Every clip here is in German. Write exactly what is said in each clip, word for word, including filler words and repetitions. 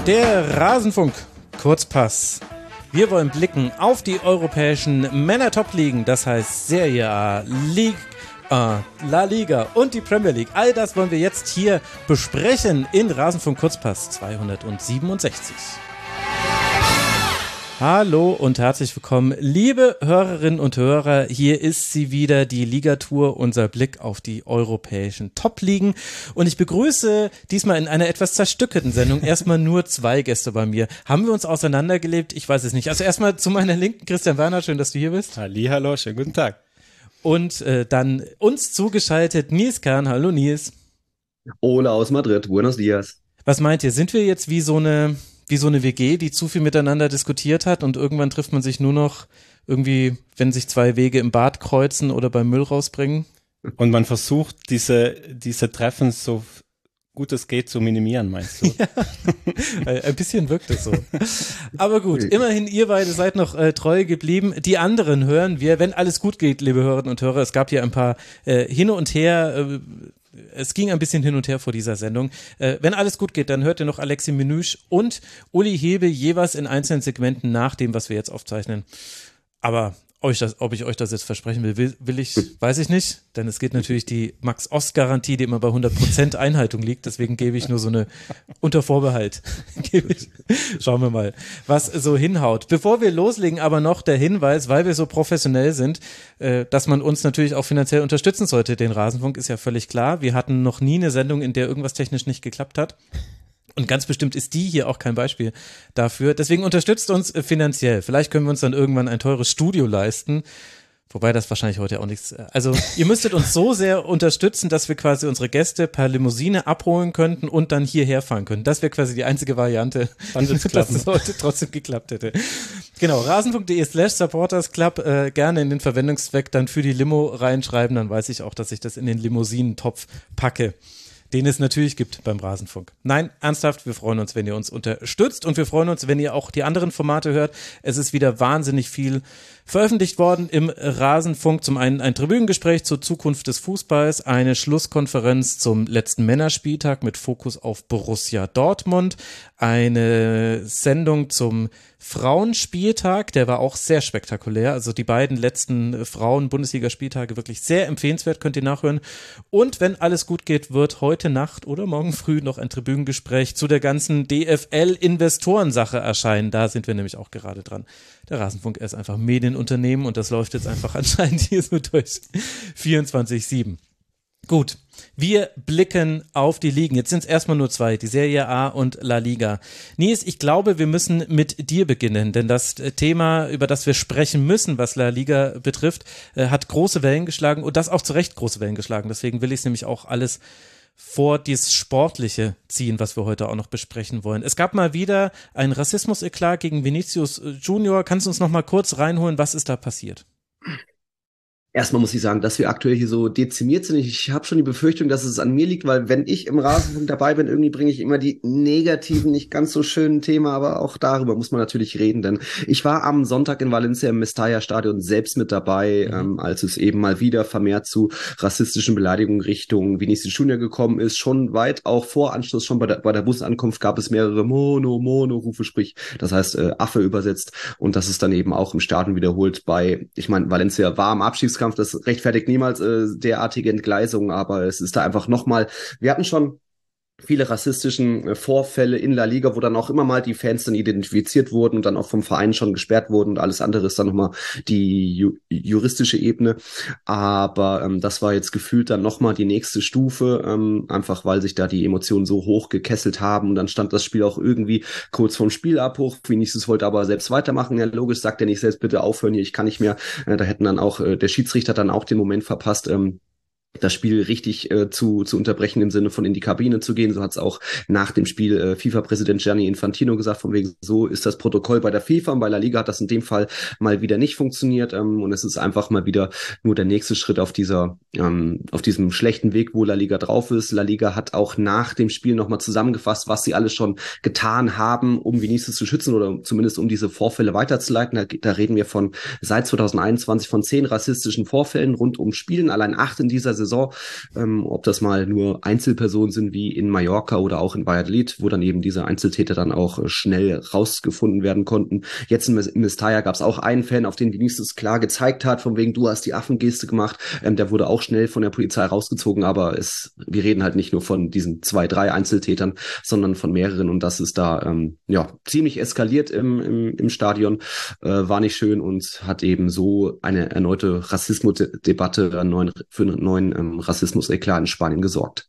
Der Rasenfunk Kurzpass. Wir wollen blicken auf die europäischen Männer-Top-Ligen, das heißt Serie A, Ligue, äh, La Liga und die Premier League. All das wollen wir jetzt hier besprechen in Rasenfunk Kurzpass zweihundertsiebenundsechzig. Hallo und herzlich willkommen, liebe Hörerinnen und Hörer. Hier ist sie wieder, die Ligatour, unser Blick auf die europäischen Top-Ligen. Und ich begrüße diesmal in einer etwas zerstückelten Sendung erstmal nur zwei Gäste bei mir. Haben wir uns auseinandergelebt? Ich weiß es nicht. Also erstmal zu meiner Linken, Christian Werner, schön, dass du hier bist. Hallihallo, schönen guten Tag. Und äh, dann uns zugeschaltet Nils Kern. Hallo Nils. Hola aus Madrid, buenos dias. Was meint ihr, sind wir jetzt wie so eine... wie so eine W G, die zu viel miteinander diskutiert hat und irgendwann trifft man sich nur noch irgendwie, wenn sich zwei Wege im Bad kreuzen oder beim Müll rausbringen? Und man versucht, diese, diese Treffen so gut es geht zu minimieren, meinst du? Ja, ein bisschen wirkt es so. Aber gut, immerhin ihr beide seid noch äh, treu geblieben. Die anderen hören wir, wenn alles gut geht, liebe Hörerinnen und Hörer. Es gab hier ein paar äh, hin und her, äh, es ging ein bisschen hin und her vor dieser Sendung. Äh, wenn alles gut geht, dann hört ihr noch Alexi Menüsch und Uli Hebel jeweils in einzelnen Segmenten nach dem, was wir jetzt aufzeichnen. Aber euch das, ob ich euch das jetzt versprechen will, will, will ich, weiß ich nicht. Denn es geht natürlich die Max-Ost-Garantie, die immer bei hundert Prozent Einhaltung liegt. Deswegen gebe ich nur so eine unter Vorbehalt. Gebe ich. Schauen wir mal, was so hinhaut. Bevor wir loslegen, aber noch der Hinweis, weil wir so professionell sind, äh, dass man uns natürlich auch finanziell unterstützen sollte. Den Rasenfunk ist ja völlig klar. Wir hatten noch nie eine Sendung, in der irgendwas technisch nicht geklappt hat. Und ganz bestimmt ist die hier auch kein Beispiel dafür. Deswegen unterstützt uns finanziell. Vielleicht können wir uns dann irgendwann ein teures Studio leisten. Wobei das wahrscheinlich heute auch nichts. Also ihr müsstet uns so sehr unterstützen, dass wir quasi unsere Gäste per Limousine abholen könnten und dann hierher fahren könnten. Das wäre quasi die einzige Variante, dann wird's dass es heute trotzdem geklappt hätte. Genau, rasen.de slash Supporters Club, äh, gerne in den Verwendungszweck dann für die Limo reinschreiben. Dann weiß ich auch, dass ich das in den Limousinentopf packe, den es natürlich gibt beim Rasenfunk. Nein, ernsthaft, wir freuen uns, wenn ihr uns unterstützt und wir freuen uns, wenn ihr auch die anderen Formate hört. Es ist wieder wahnsinnig viel veröffentlicht worden im Rasenfunk. Zum einen ein Tribünengespräch zur Zukunft des Fußballs, eine Schlusskonferenz zum letzten Männerspieltag mit Fokus auf Borussia Dortmund, eine Sendung zum Frauenspieltag, der war auch sehr spektakulär, also die beiden letzten Frauen-Bundesliga-Spieltage wirklich sehr empfehlenswert, könnt ihr nachhören. Und wenn alles gut geht, wird heute Nacht oder morgen früh noch ein Tribünengespräch zu der ganzen D F L-Investorensache erscheinen, da sind wir nämlich auch gerade dran. Der Rasenfunk ist einfach Medienunternehmen und das läuft jetzt einfach anscheinend hier so durch vierundzwanzig sieben. Gut, wir blicken auf die Ligen. Jetzt sind es erstmal nur zwei, die Serie A und La Liga. Nils, ich glaube, wir müssen mit dir beginnen, denn das Thema, über das wir sprechen müssen, was La Liga betrifft, hat große Wellen geschlagen und das auch zu Recht große Wellen geschlagen. Deswegen will ich es nämlich auch alles vor dieses Sportliche ziehen, was wir heute auch noch besprechen wollen. Es gab mal wieder ein Rassismus-Eklat gegen Vinicius Junior. Kannst du uns noch mal kurz reinholen, was ist da passiert? Erstmal muss ich sagen, dass wir aktuell hier so dezimiert sind. Ich habe schon die Befürchtung, dass es an mir liegt, weil wenn ich im Rasenfunk dabei bin, irgendwie bringe ich immer die negativen, nicht ganz so schönen Themen, aber auch darüber muss man natürlich reden, denn ich war am Sonntag in Valencia im Mestalla-Stadion selbst mit dabei, mhm. ähm, als es eben mal wieder vermehrt zu rassistischen Beleidigungen Richtung Vinicius Junior gekommen ist. Schon weit auch vor Anschluss, schon bei der, bei der Busankunft gab es mehrere Mono, Mono-Rufe, sprich, das heißt äh, Affe übersetzt, und das ist dann eben auch im Stadion wiederholt bei, ich meine, Valencia war am Abstiegskampf. Das rechtfertigt niemals äh, derartige Entgleisungen, aber es ist da einfach nochmal, wir hatten schon viele rassistischen äh, Vorfälle in La Liga, wo dann auch immer mal die Fans dann identifiziert wurden und dann auch vom Verein schon gesperrt wurden und alles andere ist dann nochmal die ju- juristische Ebene, aber ähm, das war jetzt gefühlt dann nochmal die nächste Stufe, ähm, einfach weil sich da die Emotionen so hoch gekesselt haben und dann stand das Spiel auch irgendwie kurz vorm Spielabbruch. Vinicius wollte aber selbst weitermachen, ja logisch, sagt er nicht selbst, bitte aufhören hier, ich kann nicht mehr, äh, da hätten dann auch, äh, der Schiedsrichter dann auch den Moment verpasst, ähm, das Spiel richtig äh, zu zu unterbrechen, im Sinne von in die Kabine zu gehen. So hat es auch nach dem Spiel äh, FIFA-Präsident Gianni Infantino gesagt, von wegen, so ist das Protokoll bei der FIFA, und bei La Liga hat das in dem Fall mal wieder nicht funktioniert, ähm, und es ist einfach mal wieder nur der nächste Schritt auf dieser ähm, auf diesem schlechten Weg, wo La Liga drauf ist. La Liga hat auch nach dem Spiel nochmal zusammengefasst, was sie alles schon getan haben, um Vinicius zu schützen oder zumindest um diese Vorfälle weiterzuleiten. Da, da reden wir von seit zwanzig einundzwanzig von zehn rassistischen Vorfällen rund um Spielen, allein acht in dieser Saison. Saison, ähm, ob das mal nur Einzelpersonen sind wie in Mallorca oder auch in Valladolid, wo dann eben diese Einzeltäter dann auch äh, schnell rausgefunden werden konnten. Jetzt in Mestalla gab es auch einen Fan, auf den Vinicius klar gezeigt hat, von wegen, du hast die Affengeste gemacht. Ähm, der wurde auch schnell von der Polizei rausgezogen, aber es, wir reden halt nicht nur von diesen zwei, drei Einzeltätern, sondern von mehreren, und das ist da ähm, ja ziemlich eskaliert im, im, im Stadion, äh, war nicht schön und hat eben so eine erneute Rassismusdebatte, einen neuen, für einen neuen ähm, Rassismus-Eklat in Spanien gesorgt.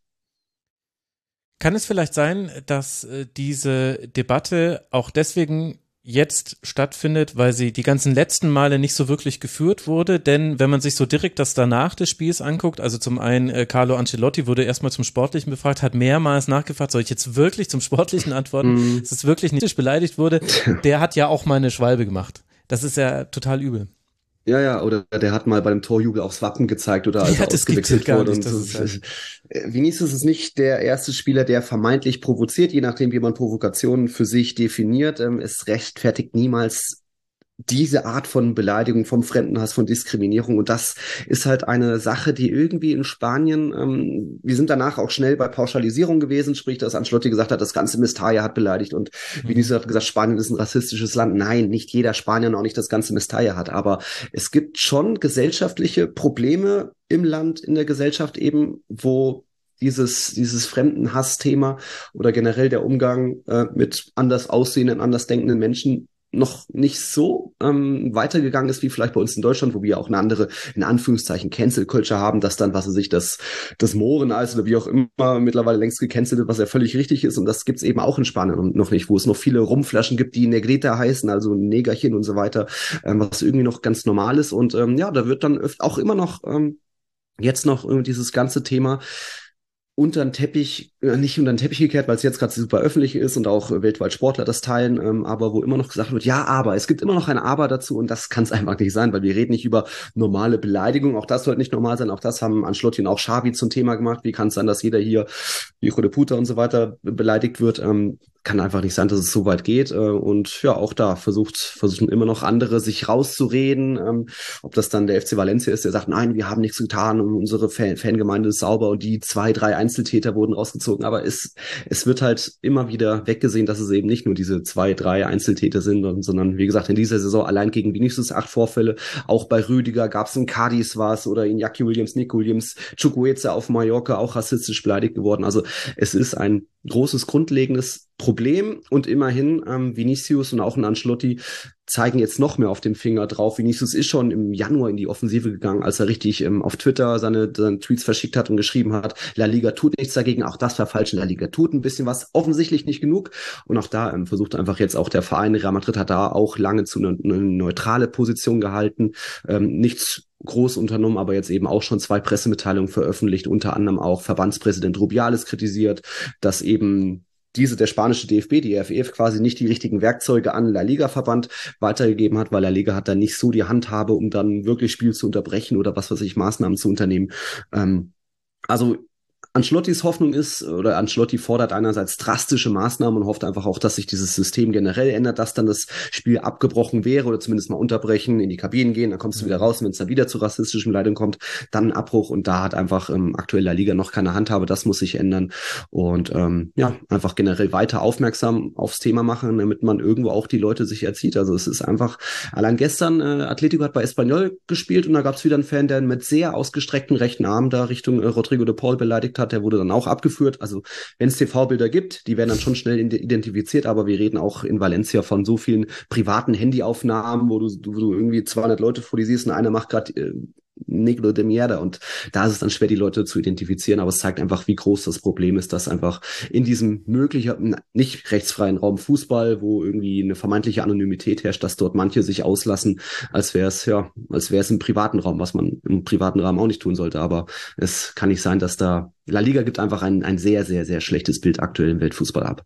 Kann es vielleicht sein, dass äh, diese Debatte auch deswegen jetzt stattfindet, weil sie die ganzen letzten Male nicht so wirklich geführt wurde? Denn wenn man sich so direkt das danach des Spiels anguckt, also zum einen äh, Carlo Ancelotti wurde erstmal zum Sportlichen befragt, hat mehrmals nachgefragt, soll ich jetzt wirklich zum Sportlichen antworten? Mm. Dass es wirklich nicht beleidigt wurde. Der hat ja auch mal eine Schwalbe gemacht. Das ist ja total übel. Ja, ja, oder der hat mal bei dem Torjubel aufs Wappen gezeigt oder als Ja, er das gibt's ja ausgewechselt gar wurde. nicht, Und das so. ist Äh, Vinicius ist nicht der erste Spieler, der vermeintlich provoziert, je nachdem, wie man Provokationen für sich definiert. Ähm, es rechtfertigt niemals diese Art von Beleidigung, vom Fremdenhass, von Diskriminierung. Und das ist halt eine Sache, die irgendwie in Spanien, ähm, wir sind danach auch schnell bei Pauschalisierung gewesen, sprich, dass Ancelotti gesagt hat, das ganze Mestalla hat beleidigt, und Mhm. Vinicius hat gesagt, Spanien ist ein rassistisches Land. Nein, nicht jeder Spanier und auch nicht das ganze Mestalla hat, aber es gibt schon gesellschaftliche Probleme im Land, in der Gesellschaft eben, wo dieses, dieses Fremdenhass-Thema oder generell der Umgang äh, mit anders aussehenden, anders denkenden Menschen noch nicht so ähm, weitergegangen ist wie vielleicht bei uns in Deutschland, wo wir auch eine andere, in Anführungszeichen, Cancel Culture haben, dass dann, was weiß ich, das, das Mohreneis oder wie auch immer mittlerweile längst gecancelt wird, was ja völlig richtig ist, und das gibt's eben auch in Spanien noch nicht, wo es noch viele Rumflaschen gibt, die Negrita heißen, also Negerchen und so weiter, ähm, was irgendwie noch ganz normal ist, und ähm, ja, da wird dann öf- auch immer noch ähm, jetzt noch äh, dieses ganze Thema unter den Teppich, äh, nicht unter den Teppich gekehrt, weil es jetzt gerade super öffentlich ist und auch äh, weltweit Sportler das teilen, ähm, aber wo immer noch gesagt wird, ja, aber, es gibt immer noch ein Aber dazu, und das kann es einfach nicht sein, weil wir reden nicht über normale Beleidigung, auch das sollte nicht normal sein, auch das haben Ancelotti und auch Xavi zum Thema gemacht, wie kann es sein, dass jeder hier, Hijo de Puta und so weiter, beleidigt wird, ähm, kann einfach nicht sein, dass es so weit geht, äh, und ja, auch da versucht, versuchen immer noch andere, sich rauszureden, ähm, ob das dann der F C Valencia ist, der sagt, nein, wir haben nichts getan und unsere Fan Fangemeinde ist sauber und die zwei, drei Einzeltäter wurden rausgezogen, aber es, es wird halt immer wieder weggesehen, dass es eben nicht nur diese zwei, drei Einzeltäter sind, und, sondern wie gesagt, in dieser Saison allein gegen Vinicius acht Vorfälle, auch bei Rüdiger gab es in Cadiz was oder in Iñaki Williams, Nick Williams, Chukwueze auf Mallorca auch rassistisch beleidigt geworden, also es ist ein großes, grundlegendes Problem, und immerhin ähm, Vinicius und auch ein Ancelotti zeigen jetzt noch mehr auf den Finger drauf. Vinicius ist schon im Januar in die Offensive gegangen, als er richtig ähm, auf Twitter seine, seine Tweets verschickt hat und geschrieben hat, La Liga tut nichts dagegen, auch das war falsch, La Liga tut ein bisschen was, offensichtlich nicht genug, und auch da ähm, versucht einfach jetzt auch der Verein, Real Madrid hat da auch lange zu einer eine neutrale Position gehalten, ähm, nichts groß unternommen, aber jetzt eben auch schon zwei Pressemitteilungen veröffentlicht, unter anderem auch Verbandspräsident Rubiales kritisiert, dass eben diese, der spanische D F B, die R F E F, quasi nicht die richtigen Werkzeuge an La Liga-Verband weitergegeben hat, weil La Liga hat da nicht so die Handhabe, um dann wirklich Spiel zu unterbrechen oder was weiß ich, Maßnahmen zu unternehmen. Ähm, also Ancelottis Hoffnung ist, oder Ancelotti fordert einerseits drastische Maßnahmen und hofft einfach auch, dass sich dieses System generell ändert, dass dann das Spiel abgebrochen wäre oder zumindest mal unterbrechen, in die Kabinen gehen, dann kommst du wieder raus, wenn es dann wieder zu rassistischen Beleidigungen kommt, dann ein Abbruch, und da hat einfach ähm, aktuell La Liga noch keine Handhabe, das muss sich ändern, und ähm, ja, einfach generell weiter aufmerksam aufs Thema machen, damit man irgendwo auch die Leute sich erzieht. Also es ist einfach, allein gestern, äh, Atletico hat bei Espanyol gespielt und da gab es wieder einen Fan, der mit sehr ausgestreckten rechten Arm da Richtung äh, Rodrigo de Paul beleidigt hat. Der wurde dann auch abgeführt. Also wenn es T V-Bilder gibt, die werden dann schon schnell identifiziert, aber wir reden auch in Valencia von so vielen privaten Handyaufnahmen, wo du, wo du irgendwie zweihundert Leute vor dir siehst und einer macht gerade äh, Negro de Mierda, und da ist es dann schwer, die Leute zu identifizieren, aber es zeigt einfach, wie groß das Problem ist, dass einfach in diesem möglichen, nicht rechtsfreien Raum Fußball, wo irgendwie eine vermeintliche Anonymität herrscht, dass dort manche sich auslassen, als wäre es, ja, als wäre es im privaten Raum, was man im privaten Rahmen auch nicht tun sollte, aber es kann nicht sein, dass da, La Liga gibt einfach ein, ein sehr, sehr, sehr schlechtes Bild aktuell im Weltfußball ab.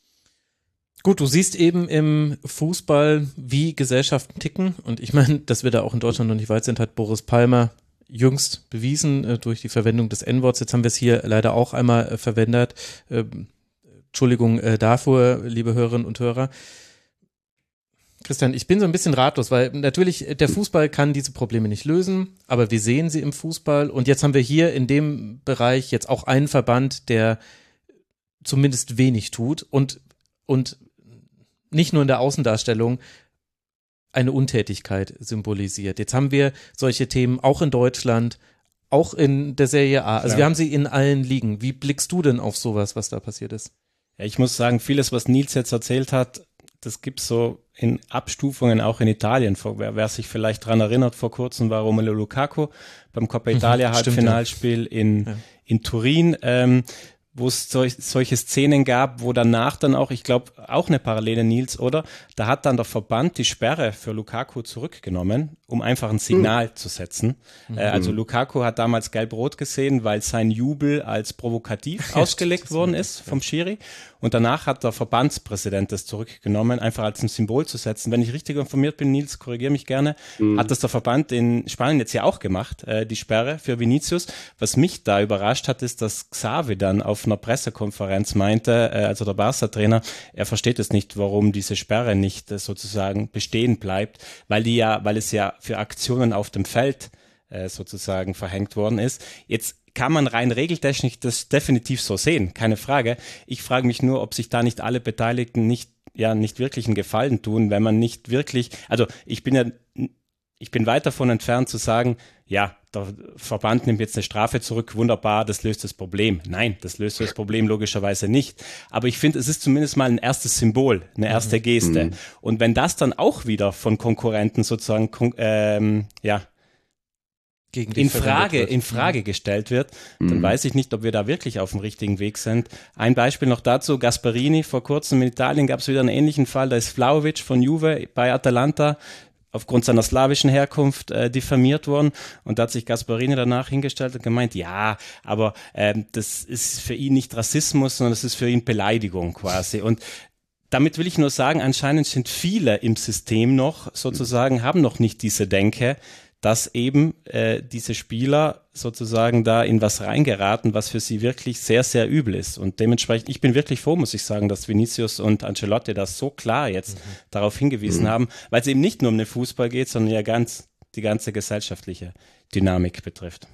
Gut, du siehst eben im Fußball, wie Gesellschaften ticken, und ich meine, dass wir da auch in Deutschland noch nicht weit sind, hat Boris Palmer jüngst bewiesen äh, durch die Verwendung des En-Worts. Jetzt haben wir es hier leider auch einmal äh, verwendet. Äh, Entschuldigung äh, dafür, liebe Hörerinnen und Hörer. Christian, ich bin so ein bisschen ratlos, weil natürlich der Fußball kann diese Probleme nicht lösen, aber wir sehen sie im Fußball und jetzt haben wir hier in dem Bereich jetzt auch einen Verband, der zumindest wenig tut und, und nicht nur in der Außendarstellung eine Untätigkeit symbolisiert. Jetzt haben wir solche Themen auch in Deutschland, auch in der Serie A. Also ja. Wir haben sie in allen Ligen. Wie blickst du denn auf sowas, was da passiert ist? Ja, ich muss sagen, vieles, was Nils jetzt erzählt hat, das gibt's so in Abstufungen auch in Italien. Wer, wer sich vielleicht dran erinnert, vor kurzem war Romelu Lukaku beim Coppa Italia Halbfinalspiel ja. in, ja. in Turin, ähm, wo es solch, solche Szenen gab, wo danach dann auch, ich glaube, auch eine Parallele, Nils, oder? Da hat dann der Verband die Sperre für Lukaku zurückgenommen, um einfach ein Signal mhm. zu setzen. Mhm. Äh, also Lukaku hat damals gelb-rot gesehen, weil sein Jubel als provokativ ausgelegt worden ist vom Schiri. Und danach hat der Verbandspräsident das zurückgenommen, einfach als ein Symbol zu setzen. Wenn ich richtig informiert bin, Nils, korrigiere mich gerne, mhm. hat das der Verband in Spanien jetzt ja auch gemacht, äh, die Sperre für Vinicius. Was mich da überrascht hat, ist, dass Xavi dann auf einer Pressekonferenz meinte, äh, also der Barca-Trainer, er versteht es nicht, warum diese Sperre nicht äh, sozusagen bestehen bleibt, weil die ja, weil es ja für Aktionen auf dem Feld äh, sozusagen verhängt worden ist. Jetzt kann man rein regeltechnisch das definitiv so sehen, keine Frage. Ich frage mich nur, ob sich da nicht alle Beteiligten nicht, ja, nicht wirklich einen Gefallen tun, wenn man nicht wirklich, also ich bin ja, ich bin weit davon entfernt zu sagen, ja, der Verband nimmt jetzt eine Strafe zurück, wunderbar, das löst das Problem. Nein, das löst das Problem logischerweise nicht. Aber ich finde, es ist zumindest mal ein erstes Symbol, eine erste Geste. Mhm. Und wenn das dann auch wieder von Konkurrenten sozusagen, ähm, ja, in Frage, in Frage gestellt wird, dann mhm. weiß ich nicht, ob wir da wirklich auf dem richtigen Weg sind. Ein Beispiel noch dazu, Gasperini, vor kurzem in Italien gab es wieder einen ähnlichen Fall, da ist Vlahovic von Juve bei Atalanta aufgrund seiner slawischen Herkunft äh, diffamiert worden und da hat sich Gasperini danach hingestellt und gemeint, ja, aber ähm, das ist für ihn nicht Rassismus, sondern das ist für ihn Beleidigung quasi und damit will ich nur sagen, anscheinend sind viele im System noch sozusagen, haben noch nicht diese Denke, dass eben äh, diese Spieler sozusagen da in was reingeraten, was für sie wirklich sehr, sehr übel ist. Und dementsprechend, ich bin wirklich froh, muss ich sagen, dass Vinicius und Ancelotti das so klar jetzt mhm. darauf hingewiesen mhm. haben, weil es eben nicht nur um den Fußball geht, sondern ja ganz die ganze gesellschaftliche Dynamik betrifft.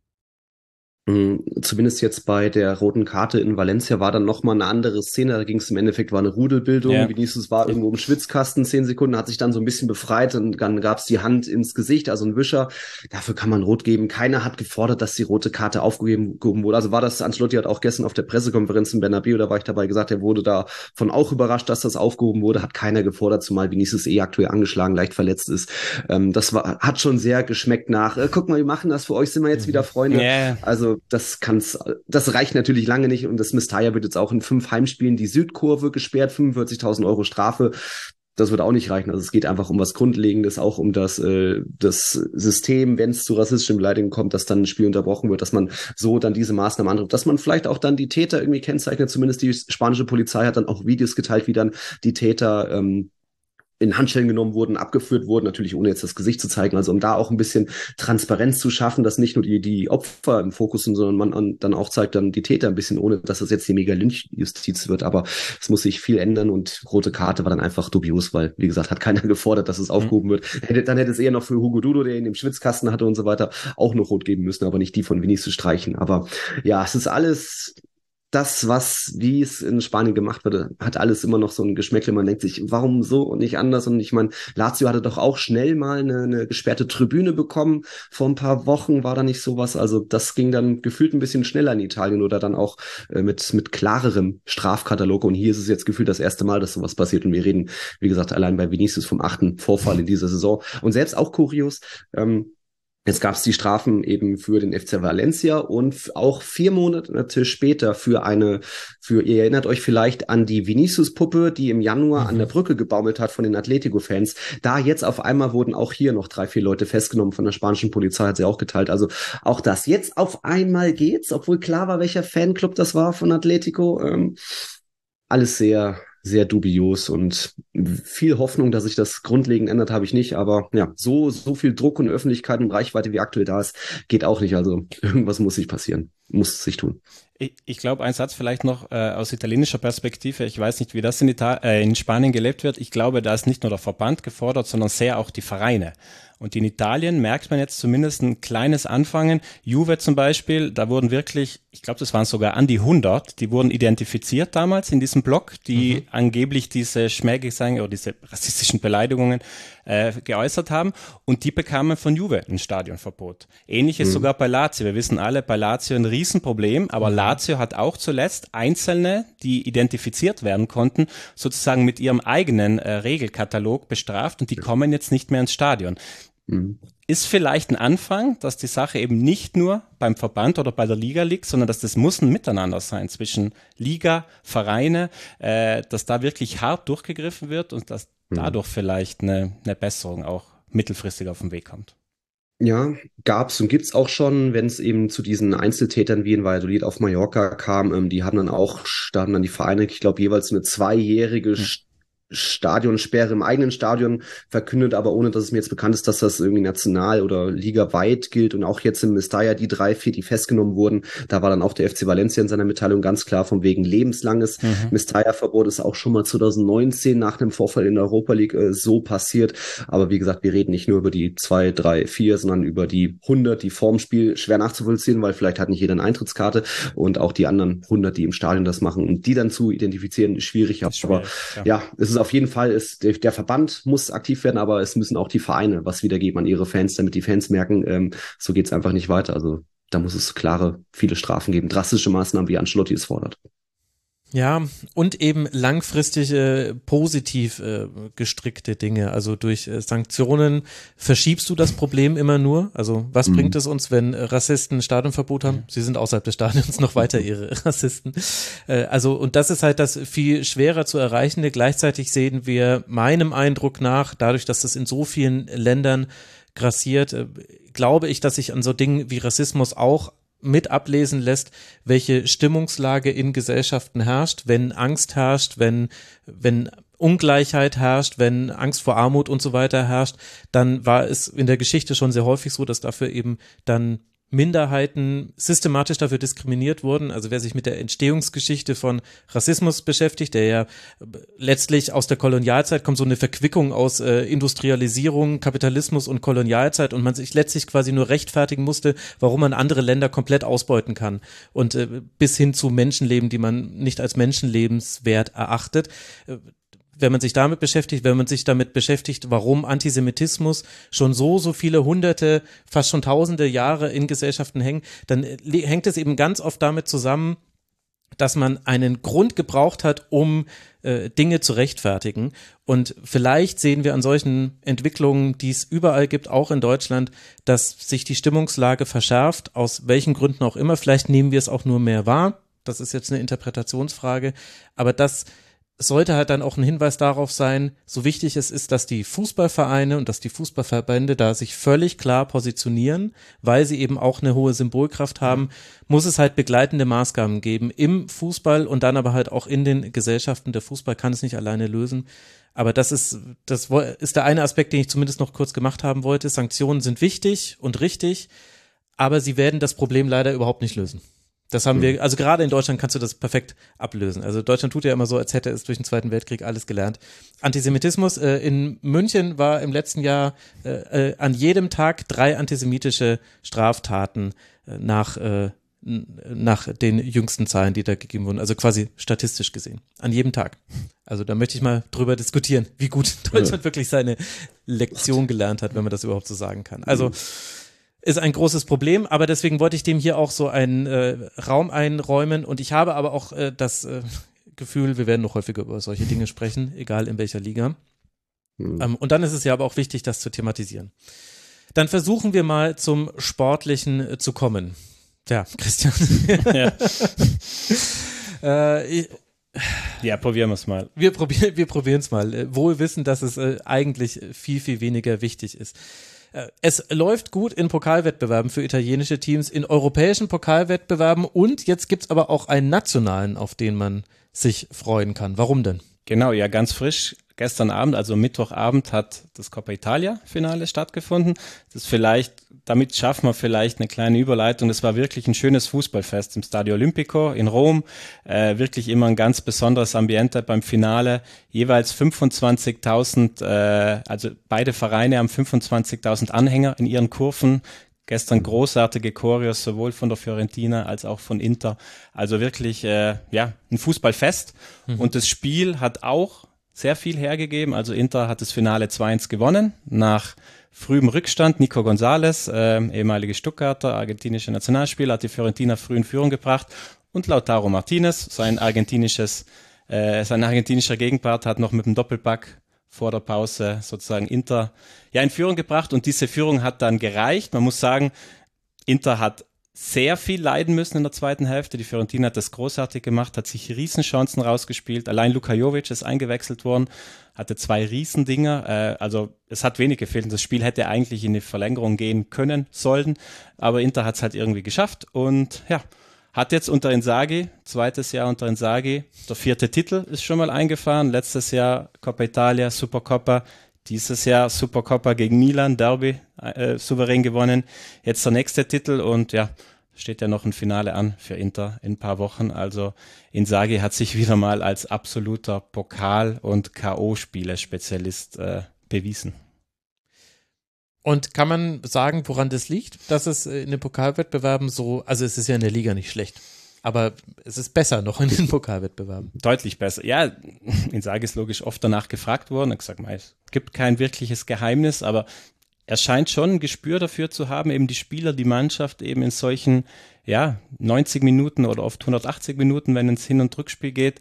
Zumindest jetzt bei der roten Karte in Valencia war dann nochmal eine andere Szene. Da ging es im Endeffekt, war eine Rudelbildung. Ja. Vinicius war irgendwo im Schwitzkasten, zehn Sekunden, hat sich dann so ein bisschen befreit und dann gab es die Hand ins Gesicht, also ein Wischer. Dafür kann man rot geben. Keiner hat gefordert, dass die rote Karte aufgegeben wurde. Also war das, Ancelotti hat auch gestern auf der Pressekonferenz in Bernabeu, da war ich dabei, gesagt, er wurde davon auch überrascht, dass das aufgehoben wurde. Hat keiner gefordert, zumal Vinicius eh aktuell angeschlagen, leicht verletzt ist. Ähm, das war, hat schon sehr geschmeckt nach, äh, guck mal, wir machen das, für euch sind wir jetzt wieder Freunde. Yeah. Also das kann's, das reicht natürlich lange nicht und das Mestalla wird jetzt auch in fünf Heimspielen die Südkurve gesperrt, fünfundvierzigtausend Euro Strafe. Das wird auch nicht reichen. Also es geht einfach um was Grundlegendes, auch um das, äh, das System, wenn es zu rassistischen Beleidigungen kommt, dass dann ein Spiel unterbrochen wird, dass man so dann diese Maßnahmen anruft, dass man vielleicht auch dann die Täter irgendwie kennzeichnet. Zumindest die spanische Polizei hat dann auch Videos geteilt, wie dann die Täter ähm, in Handschellen genommen wurden, abgeführt wurden, natürlich ohne jetzt das Gesicht zu zeigen, also um da auch ein bisschen Transparenz zu schaffen, dass nicht nur die die Opfer im Fokus sind, sondern man an, dann auch zeigt dann die Täter ein bisschen, ohne dass das jetzt die Mega-Lynch-Justiz wird, aber es muss sich viel ändern und rote Karte war dann einfach dubios, weil, wie gesagt, hat keiner gefordert, dass es aufgehoben mhm. wird. Hätte, dann hätte es eher noch für Hugo Dudo, der ihn im Schwitzkasten hatte und so weiter, auch noch rot geben müssen, aber nicht die von Vinicius streichen, aber ja, es ist alles das, was, wie es in Spanien gemacht wurde, hat alles immer noch so ein Geschmäckle. Man denkt sich, warum so und nicht anders? Und ich meine, Lazio hatte doch auch schnell mal eine, eine gesperrte Tribüne bekommen. Vor ein paar Wochen war da nicht sowas. Also das ging dann gefühlt ein bisschen schneller in Italien oder dann auch äh, mit mit klarerem Strafkatalog. Und hier ist es jetzt gefühlt das erste Mal, dass sowas passiert. Und wir reden, wie gesagt, allein bei Vinicius vom achten Vorfall in dieser Saison. Und selbst auch kurios, ähm, jetzt gab es die Strafen eben für den F C Valencia und auch vier Monate später für eine, für, ihr erinnert euch vielleicht an die Vinicius-Puppe, die im Januar mhm. an der Brücke gebaumelt hat von den Atletico-Fans. Da jetzt auf einmal wurden auch hier noch drei, vier Leute festgenommen von der spanischen Polizei, hat sie auch geteilt. Also auch das. Jetzt auf einmal geht's, obwohl klar war, welcher Fanclub das war von Atletico. Ähm, alles sehr... sehr dubios und viel Hoffnung, dass sich das grundlegend ändert, habe ich nicht, aber ja, so so viel Druck und Öffentlichkeit und Reichweite, wie aktuell da ist, geht auch nicht, also irgendwas muss sich passieren. muss es sich tun. Ich, ich glaube, ein Satz vielleicht noch äh, aus italienischer Perspektive. Ich weiß nicht, wie das in, Ital- äh, in Spanien gelebt wird. Ich glaube, da ist nicht nur der Verband gefordert, sondern sehr auch die Vereine. Und in Italien merkt man jetzt zumindest ein kleines Anfangen. Juve zum Beispiel, da wurden wirklich, ich glaube, das waren sogar an die hundert, die wurden identifiziert damals in diesem Blog, die mhm. angeblich diese Schmähgesänge oder diese rassistischen Beleidigungen äh, geäußert haben. Und die bekamen von Juve ein Stadionverbot. Ähnliches mhm. sogar bei Lazio. Wir wissen alle, bei Lazio ein Riesenproblem, aber Lazio hat auch zuletzt Einzelne, die identifiziert werden konnten, sozusagen mit ihrem eigenen äh, Regelkatalog bestraft und die kommen jetzt nicht mehr ins Stadion. Ist vielleicht ein Anfang, dass die Sache eben nicht nur beim Verband oder bei der Liga liegt, sondern dass das muss ein Miteinander sein zwischen Liga, Vereine, äh, dass da wirklich hart durchgegriffen wird und dass mhm. dadurch vielleicht eine, eine Besserung auch mittelfristig auf den Weg kommt. Ja, gab's und gibt's auch schon, wenn es eben zu diesen Einzeltätern wie in Valladolid auf Mallorca kam, ähm, die haben dann auch, da haben dann die Vereine, ich glaube, jeweils eine zweijährige mhm. Stadionsperre im eigenen Stadion verkündet, aber ohne, dass es mir jetzt bekannt ist, dass das irgendwie national oder ligaweit gilt. Und auch jetzt in Mestalla, die drei, vier, die festgenommen wurden, da war dann auch der F C Valencia in seiner Mitteilung ganz klar von wegen lebenslanges mhm. Mestalla-Verbot. Ist auch schon mal zwanzig neunzehn nach einem Vorfall in der Europa League äh, so passiert. Aber wie gesagt, wir reden nicht nur über die zwei, drei, vier, sondern über die hundert, die vorm Spiel schwer nachzuvollziehen, weil vielleicht hat nicht jeder eine Eintrittskarte und auch die anderen hundert, die im Stadion das machen. Und die dann zu identifizieren, ist schwierig. Ist aber schwierig, ja. ja, es ist auf jeden Fall, ist der, der Verband muss aktiv werden, aber es müssen auch die Vereine was wiedergeben an ihre Fans, damit die Fans merken, ähm, so geht's einfach nicht weiter. Also da muss es klare, viele Strafen geben, drastische Maßnahmen, wie Ancelotti es fordert. Ja, und eben langfristig äh, positiv äh, gestrickte Dinge. Also durch äh, Sanktionen verschiebst du das Problem immer nur. Also was mhm. bringt es uns, wenn äh, Rassisten ein Stadionverbot haben? Sie sind außerhalb des Stadions noch weiter ihre Rassisten. Äh, also und das ist halt das viel schwerer zu erreichende. Gleichzeitig sehen wir meinem Eindruck nach, dadurch, dass das in so vielen Ländern grassiert, äh, glaube ich, dass sich an so Dingen wie Rassismus auch mit ablesen lässt, welche Stimmungslage in Gesellschaften herrscht, wenn Angst herrscht, wenn, wenn Ungleichheit herrscht, wenn Angst vor Armut und so weiter herrscht, dann war es in der Geschichte schon sehr häufig so, dass dafür eben dann Minderheiten systematisch dafür diskriminiert wurden. Also wer sich mit der Entstehungsgeschichte von Rassismus beschäftigt, der ja letztlich aus der Kolonialzeit kommt, so eine Verquickung aus äh, Industrialisierung, Kapitalismus und Kolonialzeit und man sich letztlich quasi nur rechtfertigen musste, warum man andere Länder komplett ausbeuten kann und äh, bis hin zu Menschenleben, die man nicht als menschenlebenswert erachtet. Äh, Wenn man sich damit beschäftigt, wenn man sich damit beschäftigt, warum Antisemitismus schon so, so viele hunderte, fast schon tausende Jahre in Gesellschaften hängt, dann hängt es eben ganz oft damit zusammen, dass man einen Grund gebraucht hat, um äh, Dinge zu rechtfertigen. Und vielleicht sehen wir an solchen Entwicklungen, die es überall gibt, auch in Deutschland, dass sich die Stimmungslage verschärft, aus welchen Gründen auch immer. Vielleicht nehmen wir es auch nur mehr wahr. Das ist jetzt eine Interpretationsfrage. Aber das sollte halt dann auch ein Hinweis darauf sein, so wichtig es ist, dass die Fußballvereine und dass die Fußballverbände da sich völlig klar positionieren, weil sie eben auch eine hohe Symbolkraft haben, muss es halt begleitende Maßgaben geben im Fußball und dann aber halt auch in den Gesellschaften. Der Fußball kann es nicht alleine lösen. Aber das ist, das ist der eine Aspekt, den ich zumindest noch kurz gemacht haben wollte. Sanktionen sind wichtig und richtig, aber sie werden das Problem leider überhaupt nicht lösen. Das haben wir, also gerade in Deutschland kannst du das perfekt ablösen. Also Deutschland tut ja immer so, als hätte es durch den Zweiten Weltkrieg alles gelernt. Antisemitismus, äh, in München war im letzten Jahr äh, äh, an jedem Tag drei antisemitische Straftaten äh, nach, äh, nach den jüngsten Zahlen, die da gegeben wurden. Also quasi statistisch gesehen. An jedem Tag. Also da möchte ich mal drüber diskutieren, wie gut Deutschland ja. wirklich seine Lektion gelernt hat, wenn man das überhaupt so sagen kann. Also ist ein großes Problem, aber deswegen wollte ich dem hier auch so einen äh, Raum einräumen und ich habe aber auch äh, das äh, Gefühl, wir werden noch häufiger über solche Dinge sprechen, egal in welcher Liga. Mhm. Ähm, und dann ist es ja aber auch wichtig, das zu thematisieren. Dann versuchen wir mal zum Sportlichen äh, zu kommen. Tja, Christian. Ja, äh, ich, ja probieren wir es mal. Wir probieren wir probieren es mal, äh, wohl wissen, dass es äh, eigentlich viel, viel weniger wichtig ist. Es läuft gut in Pokalwettbewerben für italienische Teams, in europäischen Pokalwettbewerben und jetzt gibt's aber auch einen nationalen, auf den man sich freuen kann. Warum denn? Genau, ja, ganz frisch gestern Abend, also Mittwochabend, hat das Coppa Italia-Finale stattgefunden. Das vielleicht, damit schaffen wir vielleicht eine kleine Überleitung. Das war wirklich ein schönes Fußballfest im Stadio Olimpico in Rom. Äh, wirklich immer ein ganz besonderes Ambiente beim Finale. Jeweils fünfundzwanzigtausend, äh, also beide Vereine haben fünfundzwanzigtausend Anhänger in ihren Kurven. Gestern großartige Choreos, sowohl von der Fiorentina als auch von Inter. Also wirklich, äh, ja, ein Fußballfest. Mhm. Und das Spiel hat auch sehr viel hergegeben. Also Inter hat das Finale zwei eins gewonnen, nach frühem Rückstand. Nico González, äh, ehemalige Stuttgarter, argentinischer Nationalspieler, hat die Fiorentina früh in Führung gebracht. Und Lautaro Martinez, sein argentinisches, äh, sein argentinischer Gegenpart, hat noch mit dem Doppelpack vor der Pause sozusagen Inter ja in Führung gebracht, und diese Führung hat dann gereicht. Man muss sagen, Inter hat sehr viel leiden müssen in der zweiten Hälfte. Die Fiorentina hat das großartig gemacht, hat sich Riesenchancen rausgespielt. Allein Luka Jovic ist eingewechselt worden, hatte zwei Riesendinger. Äh, also es hat wenig gefehlt und das Spiel hätte eigentlich in die Verlängerung gehen können, sollen. Aber Inter hat es halt irgendwie geschafft und ja, hat jetzt unter Inzaghi, zweites Jahr unter Inzaghi, der vierte Titel ist schon mal eingefahren. Letztes Jahr Coppa Italia, Supercoppa, dieses Jahr Supercoppa gegen Milan, Derby, äh, souverän gewonnen. Jetzt der nächste Titel und ja, steht ja noch ein Finale an für Inter in ein paar Wochen. Also Inzaghi hat sich wieder mal als absoluter Pokal- und K O-Spiele-Spezialist äh, bewiesen. Und kann man sagen, woran das liegt, dass es in den Pokalwettbewerben so, also es ist ja in der Liga nicht schlecht, aber es ist besser noch in den Pokalwettbewerben. Deutlich besser. Ja, Inzaghi ist logisch oft danach gefragt worden. Er hat gesagt, es gibt kein wirkliches Geheimnis, aber er scheint schon ein Gespür dafür zu haben, eben die Spieler, die Mannschaft eben in solchen, ja, neunzig Minuten oder oft hundertachtzig Minuten, wenn es Hin- und Rückspiel geht,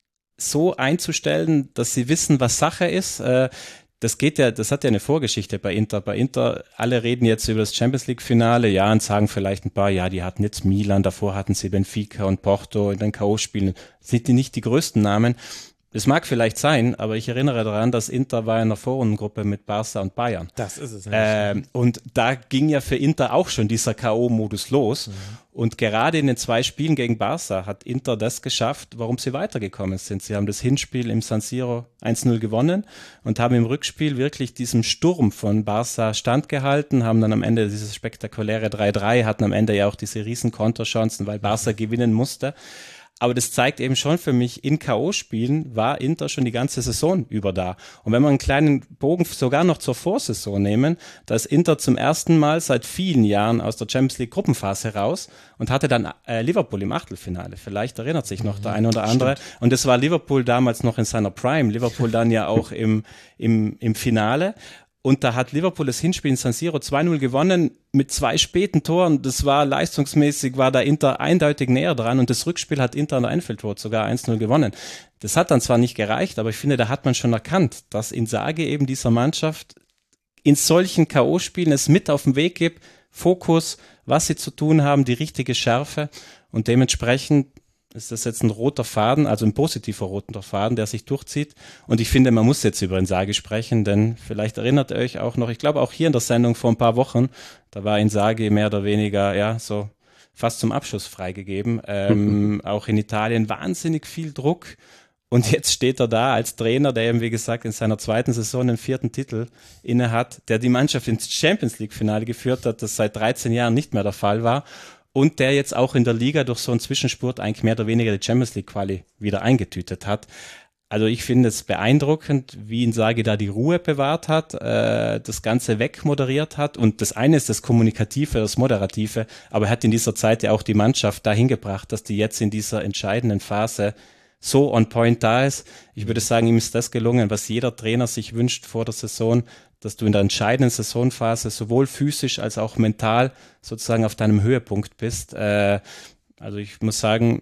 so einzustellen, dass sie wissen, was Sache ist. Äh, Das geht ja, das hat ja eine Vorgeschichte bei Inter. Bei Inter, alle reden jetzt über das Champions-League-Finale, ja, und sagen vielleicht ein paar, ja, die hatten jetzt Milan, davor hatten sie Benfica und Porto in den K O-Spielen. Sind die nicht die größten Namen? Das mag vielleicht sein, aber ich erinnere daran, dass Inter war in der Vorrundengruppe mit Barca und Bayern. Das ist es. Ähm, und da ging ja für Inter auch schon dieser K O-Modus los. Mhm. Und gerade in den zwei Spielen gegen Barca hat Inter das geschafft, warum sie weitergekommen sind. Sie haben das Hinspiel im San Siro eins null gewonnen und haben im Rückspiel wirklich diesem Sturm von Barca standgehalten, haben dann am Ende dieses spektakuläre drei drei, hatten am Ende ja auch diese riesen Konterchancen, weil Barca gewinnen musste. Aber das zeigt eben schon für mich, in K O-Spielen war Inter schon die ganze Saison über da. Und wenn wir einen kleinen Bogen sogar noch zur Vorsaison nehmen, da ist Inter zum ersten Mal seit vielen Jahren aus der Champions League Gruppenphase raus und hatte dann äh, Liverpool im Achtelfinale. Vielleicht erinnert sich noch der eine oder andere. Stimmt. Und das war Liverpool damals noch in seiner Prime. Liverpool dann ja auch im, im, im Finale. Und da hat Liverpool das Hinspiel in San Siro zwei null gewonnen mit zwei späten Toren. Das war leistungsmäßig, war da Inter eindeutig näher dran. Und das Rückspiel hat Inter an der Anfield Road sogar eins null gewonnen. Das hat dann zwar nicht gereicht, aber ich finde, da hat man schon erkannt, dass Inzaghi eben dieser Mannschaft in solchen K O-Spielen es mit auf den Weg gibt. Fokus, was sie zu tun haben, die richtige Schärfe. Und dementsprechend ist das jetzt ein roter Faden, also ein positiver roter Faden, der sich durchzieht. Und ich finde, man muss jetzt über Inzaghi sprechen, denn vielleicht erinnert ihr euch auch noch, ich glaube auch hier in der Sendung vor ein paar Wochen, da war Inzaghi mehr oder weniger, ja, so fast zum Abschluss freigegeben. Ähm, auch in Italien wahnsinnig viel Druck. Und jetzt steht er da als Trainer, der eben, wie gesagt, in seiner zweiten Saison den vierten Titel inne hat, der die Mannschaft ins Champions League-Finale geführt hat, das seit dreizehn Jahren nicht mehr der Fall war. Und der jetzt auch in der Liga durch so einen Zwischenspurt eigentlich mehr oder weniger die Champions League Quali wieder eingetütet hat. Also ich finde es beeindruckend, wie Inzaghi da die Ruhe bewahrt hat, äh, das Ganze wegmoderiert hat. Und das eine ist das Kommunikative, das Moderative, aber er hat in dieser Zeit ja auch die Mannschaft dahin gebracht, dass die jetzt in dieser entscheidenden Phase so on point da ist. Ich würde sagen, ihm ist das gelungen, was jeder Trainer sich wünscht vor der Saison, dass du in der entscheidenden Saisonphase sowohl physisch als auch mental sozusagen auf deinem Höhepunkt bist. Äh, also ich muss sagen,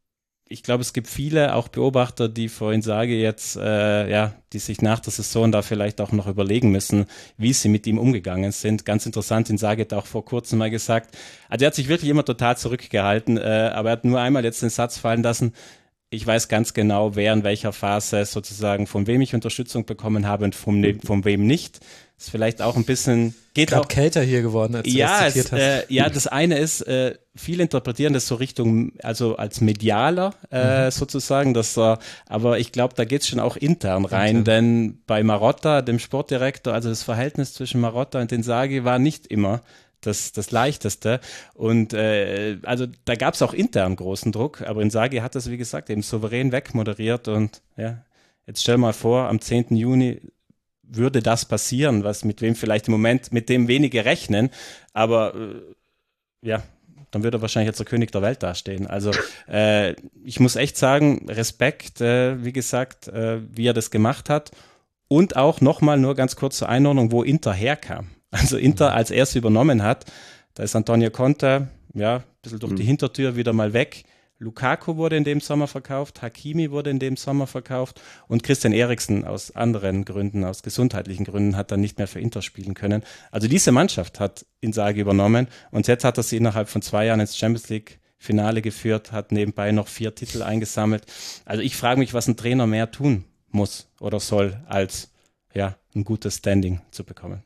ich glaube, es gibt viele auch Beobachter, die vor Inzaghi jetzt, äh, ja, die sich nach der Saison da vielleicht auch noch überlegen müssen, wie sie mit ihm umgegangen sind. Ganz interessant, Inzaghi hat auch vor kurzem mal gesagt, also er hat sich wirklich immer total zurückgehalten, äh, aber er hat nur einmal jetzt den Satz fallen lassen, ich weiß ganz genau, wer in welcher Phase sozusagen von wem ich Unterstützung bekommen habe und von, von wem nicht. Ist vielleicht auch ein bisschen, geht Grad auch kälter hier geworden, als du ja, das zitiert es, hast. äh, ja, das eine ist, äh, viele interpretieren das so Richtung, also als medialer äh, mhm. sozusagen, dass, äh, aber ich glaube, da geht's schon auch intern rein, intern. Denn bei Marotta, dem Sportdirektor, also das Verhältnis zwischen Marotta und Inzaghi war nicht immer das, das leichteste und äh, also da gab's auch intern großen Druck, aber Inzaghi hat das, wie gesagt, eben souverän wegmoderiert und ja, jetzt stell mal vor, am zehnten Juni würde das passieren, was mit wem vielleicht im Moment, mit dem wenige rechnen, aber äh, ja, dann würde er wahrscheinlich jetzt der König der Welt dastehen. Also äh, ich muss echt sagen, Respekt, äh, wie gesagt, äh, wie er das gemacht hat und auch nochmal nur ganz kurz zur Einordnung, wo Inter herkam. Also Inter, als er es übernommen hat, da ist Antonio Conte, ja, ein bisschen durch mhm. die Hintertür wieder mal weg. Lukaku wurde in dem Sommer verkauft, Hakimi wurde in dem Sommer verkauft und Christian Eriksen aus anderen Gründen, aus gesundheitlichen Gründen, hat dann nicht mehr für Inter spielen können. Also diese Mannschaft hat Inzaghi übernommen und jetzt hat er sie innerhalb von zwei Jahren ins Champions League Finale geführt, hat nebenbei noch vier Titel eingesammelt. Also ich frage mich, was ein Trainer mehr tun muss oder soll, als ja ein gutes Standing zu bekommen.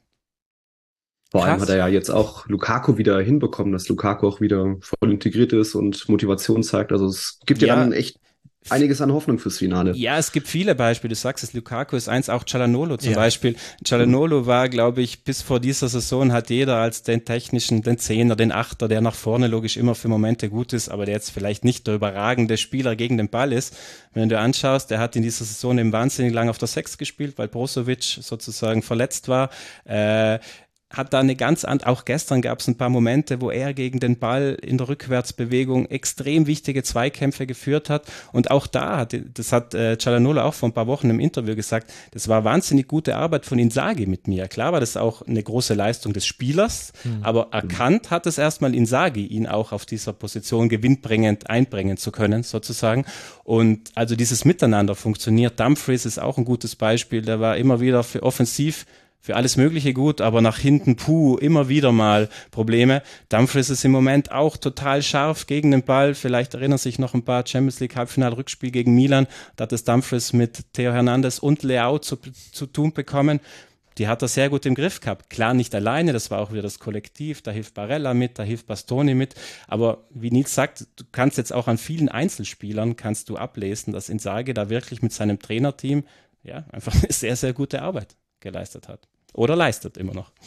Vor allem hat er ja jetzt auch Lukaku wieder hinbekommen, dass Lukaku auch wieder voll integriert ist und Motivation zeigt. Also es gibt ja, ja dann echt einiges an Hoffnung fürs Finale. Ja, es gibt viele Beispiele. Du sagst es, Lukaku ist eins, auch Çalhanoğlu zum ja. Beispiel. Çalhanoğlu war, glaube ich, bis vor dieser Saison hat jeder als den technischen, den Zehner, den Achter, der nach vorne logisch immer für Momente gut ist, aber der jetzt vielleicht nicht der überragende Spieler gegen den Ball ist. Wenn du anschaust, der hat in dieser Saison eben wahnsinnig lang auf der Sechs gespielt, weil Brozovic sozusagen verletzt war. Äh, hat da eine ganz andere, auch gestern gab es ein paar Momente, wo er gegen den Ball in der Rückwärtsbewegung extrem wichtige Zweikämpfe geführt hat und auch da hat, das hat äh, Çalhanoğlu auch vor ein paar Wochen im Interview gesagt, das war wahnsinnig gute Arbeit von Inzaghi mit mir. Klar war das auch eine große Leistung des Spielers, mhm. aber erkannt hat es erstmal Inzaghi, ihn auch auf dieser Position gewinnbringend einbringen zu können, sozusagen. Und also dieses Miteinander funktioniert. Dumfries ist auch ein gutes Beispiel, der war immer wieder für offensiv für alles Mögliche gut, aber nach hinten, puh, immer wieder mal Probleme. Dumfries ist im Moment auch total scharf gegen den Ball. Vielleicht erinnern sich noch ein paar Champions League Halbfinal-Rückspiel gegen Milan. Da hat es Dumfries mit Theo Hernandez und Leao zu, zu tun bekommen. Die hat er sehr gut im Griff gehabt. Klar, nicht alleine, das war auch wieder das Kollektiv. Da hilft Barella mit, da hilft Bastoni mit. Aber wie Nils sagt, du kannst jetzt auch an vielen Einzelspielern kannst du ablesen, dass Inzaghi da wirklich mit seinem Trainerteam ja einfach eine sehr, sehr gute Arbeit geleistet hat. Oder leistet immer noch.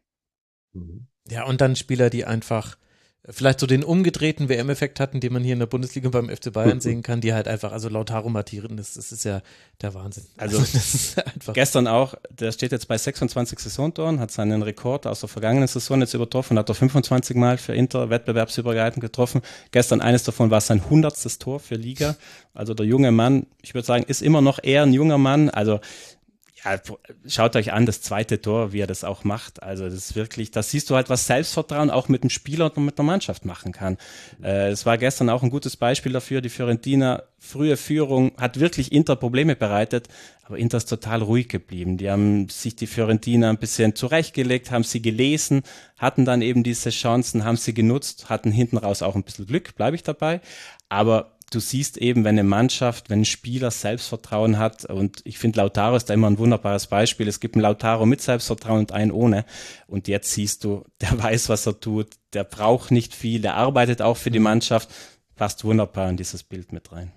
Ja, und dann Spieler, die einfach vielleicht so den umgedrehten W M-Effekt hatten, den man hier in der Bundesliga beim F C Bayern sehen kann, die halt einfach, also Lautaro Martinez, das ist ja der Wahnsinn. Also, also das ist einfach gestern auch, der steht jetzt bei sechsundzwanzig Saisontoren, hat seinen Rekord aus der vergangenen Saison jetzt übertroffen, hat er fünfundzwanzig Mal für Inter wettbewerbsübergreifend getroffen. Gestern eines davon war sein hundertstes Tor für Liga. Also der junge Mann, ich würde sagen, ist immer noch eher ein junger Mann, also ja, schaut euch an, das zweite Tor, wie er das auch macht. Also das ist wirklich, da siehst du halt, was Selbstvertrauen auch mit dem Spieler und mit der Mannschaft machen kann. Äh, es war gestern auch ein gutes Beispiel dafür. Die Fiorentina, frühe Führung, hat wirklich Inter Probleme bereitet, aber Inter ist total ruhig geblieben. Die haben sich die Fiorentina ein bisschen zurechtgelegt, haben sie gelesen, hatten dann eben diese Chancen, haben sie genutzt, hatten hinten raus auch ein bisschen Glück, bleibe ich dabei. Aber du siehst eben, wenn eine Mannschaft, wenn ein Spieler Selbstvertrauen hat, und ich finde, Lautaro ist da immer ein wunderbares Beispiel. Es gibt einen Lautaro mit Selbstvertrauen und einen ohne. Und jetzt siehst du, der weiß, was er tut, der braucht nicht viel, der arbeitet auch für die Mannschaft. Passt wunderbar in dieses Bild mit rein.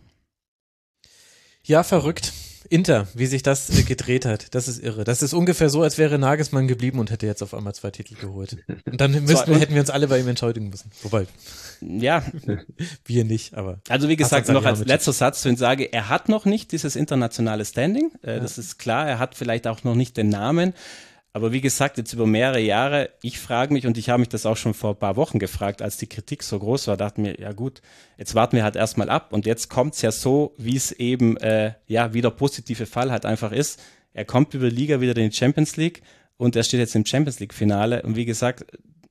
Ja, verrückt. Inter, wie sich das äh, gedreht hat, das ist irre. Das ist ungefähr so, als wäre Nagelsmann geblieben und hätte jetzt auf einmal zwei Titel geholt. Und dann müssten, hätten wir uns alle bei ihm entschuldigen müssen. Wobei, ja, wir nicht, aber. Also wie gesagt, noch als letzter Satz zu ihm sage, er hat noch nicht dieses internationale Standing, äh, ja. Das ist klar, er hat vielleicht auch noch nicht den Namen. Aber wie gesagt, jetzt über mehrere Jahre, ich frage mich, und ich habe mich das auch schon vor ein paar Wochen gefragt, als die Kritik so groß war, dachten wir, ja gut, jetzt warten wir halt erstmal ab. Und jetzt kommt es ja so, wie es eben, äh, ja, wie der positive Fall halt einfach ist. Er kommt über die Liga wieder in die Champions League und er steht jetzt im Champions League-Finale. Und wie gesagt,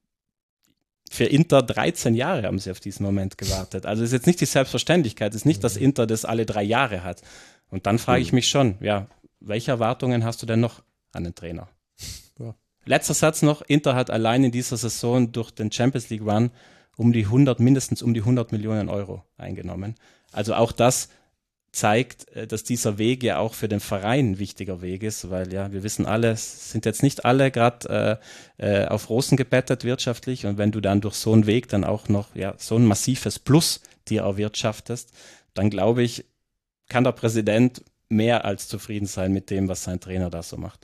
für Inter dreizehn Jahre haben sie auf diesen Moment gewartet. Also es ist jetzt nicht die Selbstverständlichkeit, es ist nicht, dass Inter das alle drei Jahre hat. Und dann frage ich mich schon, ja, welche Erwartungen hast du denn noch an den Trainer? Ja. Letzter Satz noch, Inter hat allein in dieser Saison durch den Champions League Run um die hundert, mindestens um die hundert Millionen Euro eingenommen. Also auch das zeigt, dass dieser Weg ja auch für den Verein ein wichtiger Weg ist, weil ja, wir wissen alle, es sind jetzt nicht alle gerade äh, auf Rosen gebettet wirtschaftlich, und wenn du dann durch so einen Weg dann auch noch ja so ein massives Plus dir erwirtschaftest, dann glaube ich, kann der Präsident mehr als zufrieden sein mit dem, was sein Trainer da so macht.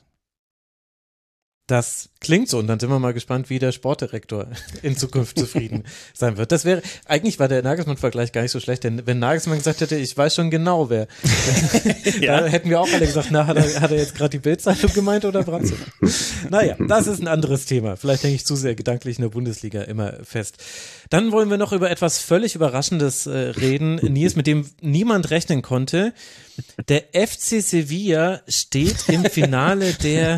Das klingt so, und dann sind wir mal gespannt, wie der Sportdirektor in Zukunft zufrieden sein wird. Das wäre, eigentlich war der Nagelsmann-Vergleich gar nicht so schlecht, denn wenn Nagelsmann gesagt hätte, ich weiß schon genau, wer, ja. Da hätten wir auch alle gesagt, na, hat er, hat er jetzt gerade die Bild-Zeitung gemeint oder Bratzo? Naja, das ist ein anderes Thema. Vielleicht hänge ich zu sehr gedanklich in der Bundesliga immer fest. Dann wollen wir noch über etwas völlig Überraschendes äh, reden, Nils, mit dem niemand rechnen konnte. Der F C Sevilla steht im Finale der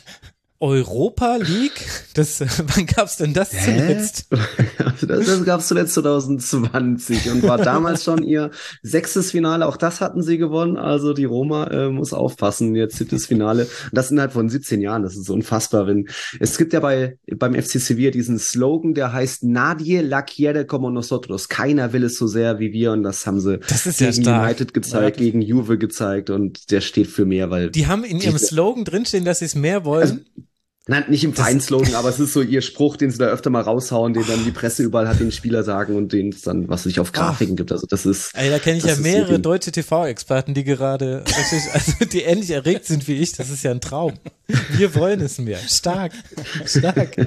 Europa League? Das, wann gab's denn das zuletzt? Das, das gab's zuletzt zwanzig zwanzig und war damals schon ihr sechstes Finale. Auch das hatten sie gewonnen. Also die Roma äh, muss aufpassen. Jetzt siebtes Finale. Das innerhalb von siebzehn Jahren. Das ist unfassbar. Wenn, es gibt ja bei beim F C Sevilla diesen Slogan, der heißt Nadie la quiere como nosotros. Keiner will es so sehr wie wir. Und das haben sie das ist gegen ja United gezeigt, ja. gegen Juve gezeigt. Und der steht für mehr, weil die haben in ihrem Slogan drinstehen, dass sie es mehr wollen. Also, nein, nicht im Vereinslogan, aber es ist so ihr Spruch, den sie da öfter mal raushauen, den dann die Presse überall hat, den Spieler sagen und den es dann, was es sich auf Grafiken oh. gibt. Also das ist. Ey, da kenne ich ja mehrere so deutsche T V-Experten, die gerade, also die ähnlich erregt sind wie ich. Das ist ja ein Traum. Wir wollen es mehr. Stark, stark.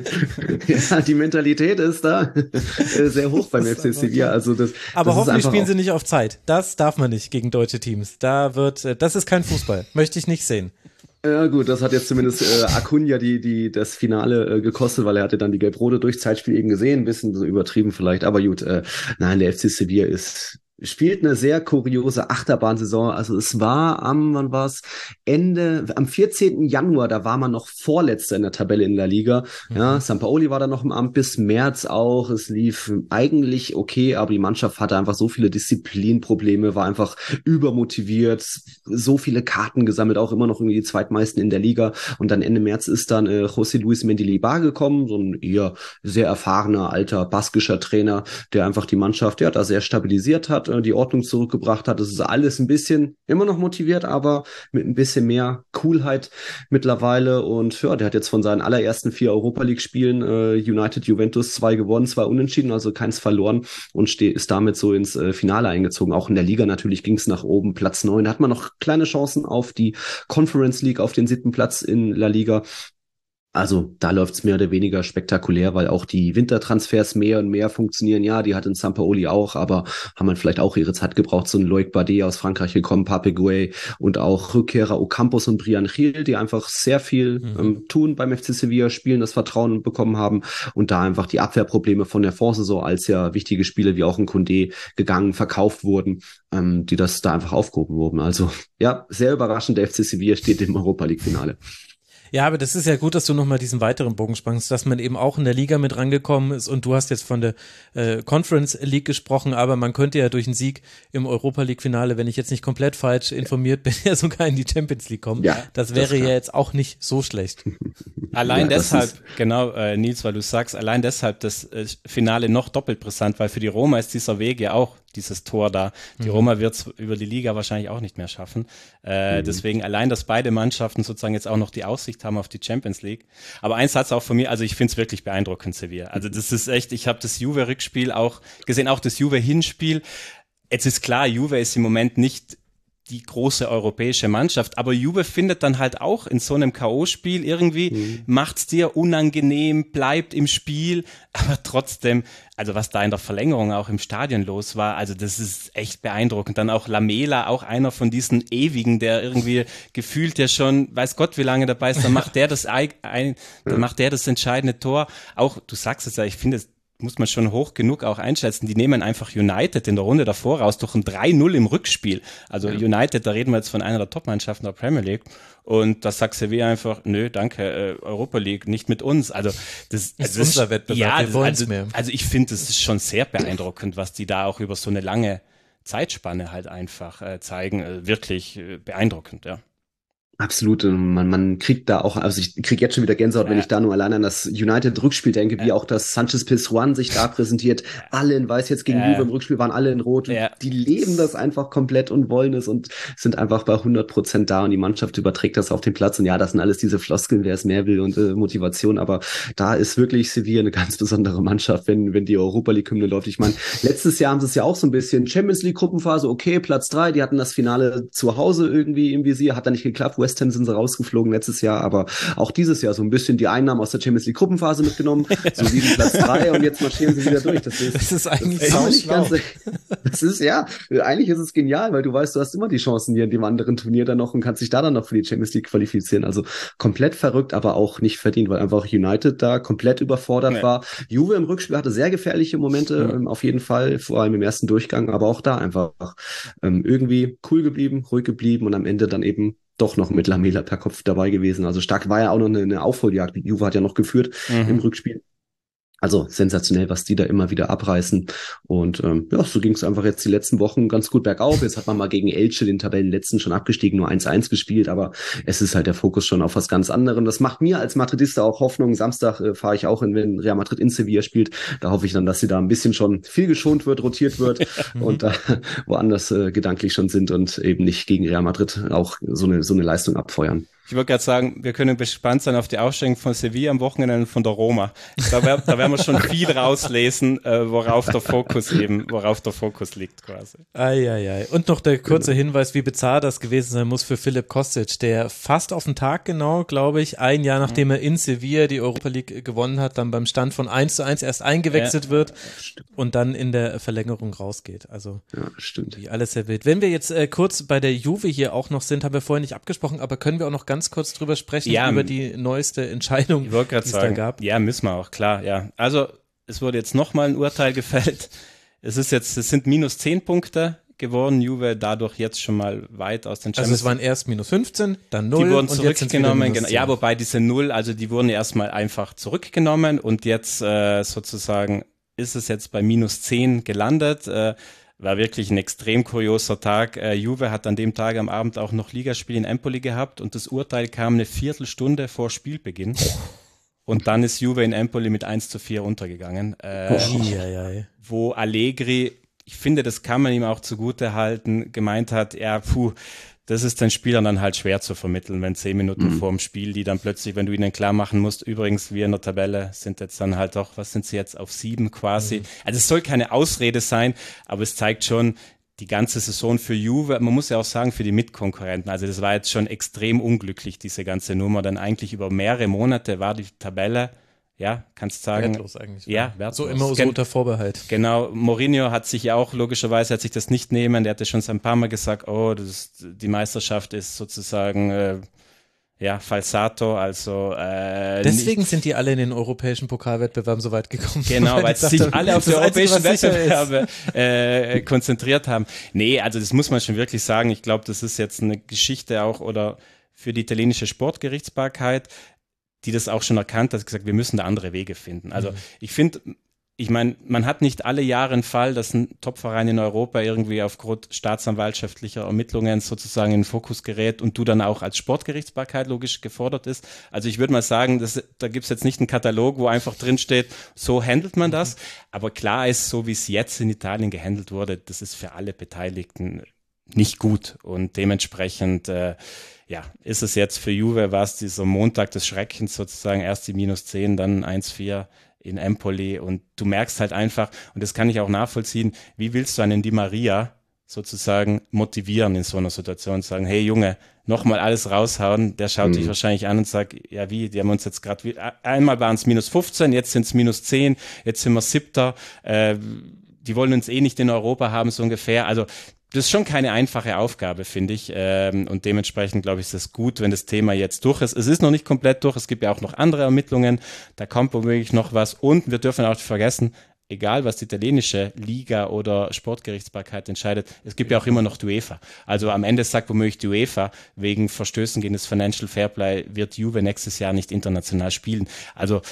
Ja, die Mentalität ist da sehr hoch beim F C Sevilla. Also das. Aber das hoffentlich spielen sie nicht auf Zeit. Das darf man nicht gegen deutsche Teams. Da wird, das ist kein Fußball. Möchte ich nicht sehen. Ja gut, das hat jetzt zumindest äh, Acuna die die das Finale äh, gekostet, weil er hatte dann die Gelb-Rote durch Zeitspiel eben gesehen, ein bisschen so übertrieben vielleicht, aber gut, äh, nein, der F C Sevilla ist spielt eine sehr kuriose Achterbahnsaison. Also es war am, wann war es? Ende, am vierzehnten Januar, da war man noch Vorletzter in der Tabelle in der Liga. Ja, mhm. Sampaoli war da noch im Amt bis März auch. Es lief eigentlich okay, aber die Mannschaft hatte einfach so viele Disziplinprobleme, war einfach übermotiviert, so viele Karten gesammelt, auch immer noch irgendwie die zweitmeisten in der Liga. Und dann Ende März ist dann äh, José Luis Mendilibar gekommen, so ein eher sehr erfahrener, alter baskischer Trainer, der einfach die Mannschaft ja da sehr stabilisiert hat, die Ordnung zurückgebracht hat. Das ist alles ein bisschen immer noch motiviert, aber mit ein bisschen mehr Coolheit mittlerweile. Und ja, der hat jetzt von seinen allerersten vier Europa-League-Spielen äh, United, Juventus zwei gewonnen, zwei unentschieden, also keins verloren und ste- ist damit so ins äh, Finale eingezogen. Auch in der Liga natürlich ging es nach oben, Platz neun. Da hat man noch kleine Chancen auf die Conference League, auf den siebten Platz in La Liga. Also da läuft's mehr oder weniger spektakulär, weil auch die Wintertransfers mehr und mehr funktionieren. Ja, die hat in Sampaoli auch, aber haben man vielleicht auch ihre Zeit gebraucht. So ein Loic Bardet aus Frankreich gekommen, Pape Gueye und auch Rückkehrer Ocampos und Brian Gil, die einfach sehr viel mhm. ähm, tun beim F C Sevilla, spielen, das Vertrauen bekommen haben und da einfach die Abwehrprobleme von der Vorsaison, als ja wichtige Spiele wie auch ein Koundé gegangen, verkauft wurden, ähm, die das da einfach aufgehoben wurden. Also ja, sehr überraschend, der F C Sevilla steht im Europa-League-Finale. Ja, aber das ist ja gut, dass du nochmal diesen weiteren Bogen spannst, dass man eben auch in der Liga mit rangekommen ist und du hast jetzt von der äh, Conference League gesprochen, aber man könnte ja durch einen Sieg im Europa League Finale, wenn ich jetzt nicht komplett falsch informiert bin, ja sogar in die Champions League kommen. Ja, das wäre das ja jetzt auch nicht so schlecht. Allein ja, deshalb, genau, äh, Nils, weil du sagst, allein deshalb das äh, Finale noch doppelt brisant, weil für die Roma ist dieser Weg ja auch dieses Tor da. Die mhm. Roma wird es über die Liga wahrscheinlich auch nicht mehr schaffen. Äh, mhm. Deswegen allein, dass beide Mannschaften sozusagen jetzt auch noch die Aussicht haben auf die Champions League. Aber ein Satz auch von mir, also ich finde es wirklich beeindruckend, Sevilla. Also das ist echt, ich habe das Juve-Rückspiel auch gesehen, auch das Juve-Hinspiel. Jetzt ist klar, Juve ist im Moment nicht die große europäische Mannschaft, aber Juve findet dann halt auch in so einem K O-Spiel irgendwie, mhm. macht's dir unangenehm, bleibt im Spiel, aber trotzdem, also was da in der Verlängerung auch im Stadion los war, also das ist echt beeindruckend. Dann auch Lamela, auch einer von diesen Ewigen, der irgendwie gefühlt ja schon, weiß Gott wie lange dabei ist, dann macht der das, ein, dann macht der das entscheidende Tor. Auch, du sagst es ja, ich finde es, muss man schon hoch genug auch einschätzen, die nehmen einfach United in der Runde davor raus durch ein drei null im Rückspiel. Also ja. United, da reden wir jetzt von einer der Top-Mannschaften der Premier League und das sagt Sevilla einfach, nö, danke, äh, Europa League, nicht mit uns. Also das, das ist unser Wettbewerb, ja, wir wollen es mehr. Also ich finde, das ist schon sehr beeindruckend, was die da auch über so eine lange Zeitspanne halt einfach äh, zeigen. Äh, wirklich äh, beeindruckend, ja. Absolut. Und Man, man kriegt da auch, also ich kriege jetzt schon wieder Gänsehaut, ja. wenn ich da nur allein an das United-Rückspiel denke, wie ja. auch das Sanchez-Pizjuan sich da präsentiert. Ja. Alle in Weiß, jetzt gegen ja. Juve im Rückspiel waren alle in Rot. Ja. Die leben das einfach komplett und wollen es und sind einfach bei hundert Prozent da und die Mannschaft überträgt das auf den Platz. Und ja, das sind alles diese Floskeln, wer es mehr will und äh, Motivation. Aber da ist wirklich Sevilla eine ganz besondere Mannschaft, wenn, wenn die Europa League-Hymne läuft. Ich meine, letztes Jahr haben sie es ja auch so ein bisschen Champions League-Gruppenphase, okay, Platz drei, die hatten das Finale zu Hause irgendwie im Visier, hat da nicht geklappt. West Ham sind sie rausgeflogen letztes Jahr, aber auch dieses Jahr so ein bisschen die Einnahmen aus der Champions League Gruppenphase mitgenommen, so wie Platz drei und jetzt marschieren sie wieder durch. Das ist, das ist eigentlich das ist nicht ganz, das ist, ja, eigentlich ist es genial, weil du weißt, du hast immer die Chancen hier in dem anderen Turnier dann noch und kannst dich da dann noch für die Champions League qualifizieren. Also komplett verrückt, aber auch nicht verdient, weil einfach United da komplett überfordert nee. war. Juve im Rückspiel hatte sehr gefährliche Momente, mhm. ähm, auf jeden Fall, vor allem im ersten Durchgang, aber auch da einfach ähm, irgendwie cool geblieben, ruhig geblieben und am Ende dann eben doch noch mit Lamela per Kopf dabei gewesen. Also stark war ja auch noch eine, eine Aufholjagd. Die Juve hat ja noch geführt mhm. im Rückspiel. Also sensationell, was die da immer wieder abreißen. Und ähm, ja, so ging es einfach jetzt die letzten Wochen ganz gut bergauf. Jetzt hat man mal gegen Elche, den Tabellenletzten, schon abgestiegen, nur eins eins gespielt. Aber es ist halt der Fokus schon auf was ganz anderem. Das macht mir als Madridista auch Hoffnung. Samstag äh, fahre ich auch hin, wenn Real Madrid in Sevilla spielt. Da hoffe ich dann, dass sie da ein bisschen schon viel geschont wird, rotiert wird und da woanders äh, gedanklich schon sind und eben nicht gegen Real Madrid auch so eine, so eine Leistung abfeuern. Ich wollte gerade sagen, wir können gespannt sein auf die Ausstellung von Sevilla am Wochenende und von der Roma. Da, wär, da werden wir schon viel rauslesen, äh, worauf der Fokus eben, worauf der Fokus liegt quasi. Eieiei. Und noch der kurze Hinweis, wie bizarr das gewesen sein muss für Philipp Kostic, der fast auf den Tag genau, glaube ich, ein Jahr nachdem er in Sevilla die Europa League gewonnen hat, dann beim Stand von eins zu eins erst eingewechselt ja. wird und dann in der Verlängerung rausgeht. Also ja, stimmt. Wie alles sehr wild. Wenn wir jetzt äh, kurz bei der Juve hier auch noch sind, haben wir vorhin nicht abgesprochen, aber können wir auch noch ganz kurz drüber sprechen, ja, über die neueste Entscheidung, ich die es da gab? Ja, müssen wir auch, klar, ja. Also, es wurde jetzt nochmal ein Urteil gefällt. Es ist jetzt, es sind minus zehn Punkte geworden, Juve dadurch jetzt schon mal weit aus den Champions. Also es waren erst minus fünfzehn, dann null. Die wurden zurückgenommen, genau. Ja, wobei diese null, also die wurden erstmal einfach zurückgenommen und jetzt äh, sozusagen ist es jetzt bei minus zehn gelandet. Äh, War wirklich ein extrem kurioser Tag. Äh, Juve hat an dem Tag am Abend auch noch Ligaspiel in Empoli gehabt und das Urteil kam eine Viertelstunde vor Spielbeginn. Und dann ist Juve in Empoli mit eins zu vier untergegangen. Äh, oh, ja, ja, ja. Wo Allegri, ich finde, das kann man ihm auch zugute halten, gemeint hat, ja, puh, das ist den Spielern dann halt schwer zu vermitteln, wenn zehn Minuten mhm. vor dem Spiel, die dann plötzlich, wenn du ihnen klar machen musst, übrigens, wir in der Tabelle sind jetzt dann halt doch, was sind sie jetzt, auf sieben quasi. Mhm. Also es soll keine Ausrede sein, aber es zeigt schon die ganze Saison für Juve, man muss ja auch sagen, für die Mitkonkurrenten. Also das war jetzt schon extrem unglücklich, diese ganze Nummer, denn eigentlich über mehrere Monate war die Tabelle, ja, kannst sagen. Wertlos eigentlich. Ja, wertlos. So immer so Gen- unter Vorbehalt. Genau, Mourinho hat sich ja auch, logischerweise hat sich das nicht nehmen, der hatte schon ein paar Mal gesagt, oh, das ist, die Meisterschaft ist sozusagen, äh, ja, Falsato, also äh, deswegen nicht, sind die alle in den europäischen Pokalwettbewerben so weit gekommen. Genau, weil sich dachte, alle auf die europäischen Wettbewerbe äh, konzentriert haben. Nee, also das muss man schon wirklich sagen. Ich glaube, das ist jetzt eine Geschichte auch oder für die italienische Sportgerichtsbarkeit, die das auch schon erkannt hat, gesagt, wir müssen da andere Wege finden. Also mhm. ich finde, ich meine, man hat nicht alle Jahre einen Fall, dass ein Topverein in Europa irgendwie aufgrund staatsanwaltschaftlicher Ermittlungen sozusagen in den Fokus gerät und du dann auch als Sportgerichtsbarkeit logisch gefordert ist. Also ich würde mal sagen, das, da gibt es jetzt nicht einen Katalog, wo einfach drin steht, so handelt man das. Mhm. Aber klar ist, so wie es jetzt in Italien gehandelt wurde, das ist für alle Beteiligten nicht gut und dementsprechend äh, ja, ist es jetzt für Juve, war es dieser Montag des Schreckens sozusagen, erst die minus zehn, dann eins vier in Empoli und du merkst halt einfach, und das kann ich auch nachvollziehen, wie willst du einen Di Maria sozusagen motivieren in so einer Situation, sagen, hey Junge, nochmal alles raushauen, der schaut mhm. dich wahrscheinlich an und sagt, ja wie, die haben uns jetzt gerade, einmal waren es minus fünfzehn, jetzt sind es minus zehn, jetzt sind wir siebter, äh, die wollen uns eh nicht in Europa haben, so ungefähr, also das ist schon keine einfache Aufgabe, finde ich. Ähm, und dementsprechend, glaube ich, ist es gut, wenn das Thema jetzt durch ist. Es ist noch nicht komplett durch. Es gibt ja auch noch andere Ermittlungen. Da kommt womöglich noch was. Und wir dürfen auch nicht vergessen, egal was die italienische Liga oder Sportgerichtsbarkeit entscheidet, es gibt ja auch immer noch die UEFA. Also am Ende sagt womöglich die UEFA, wegen Verstößen gegen das Financial Fairplay wird Juve nächstes Jahr nicht international spielen. Also,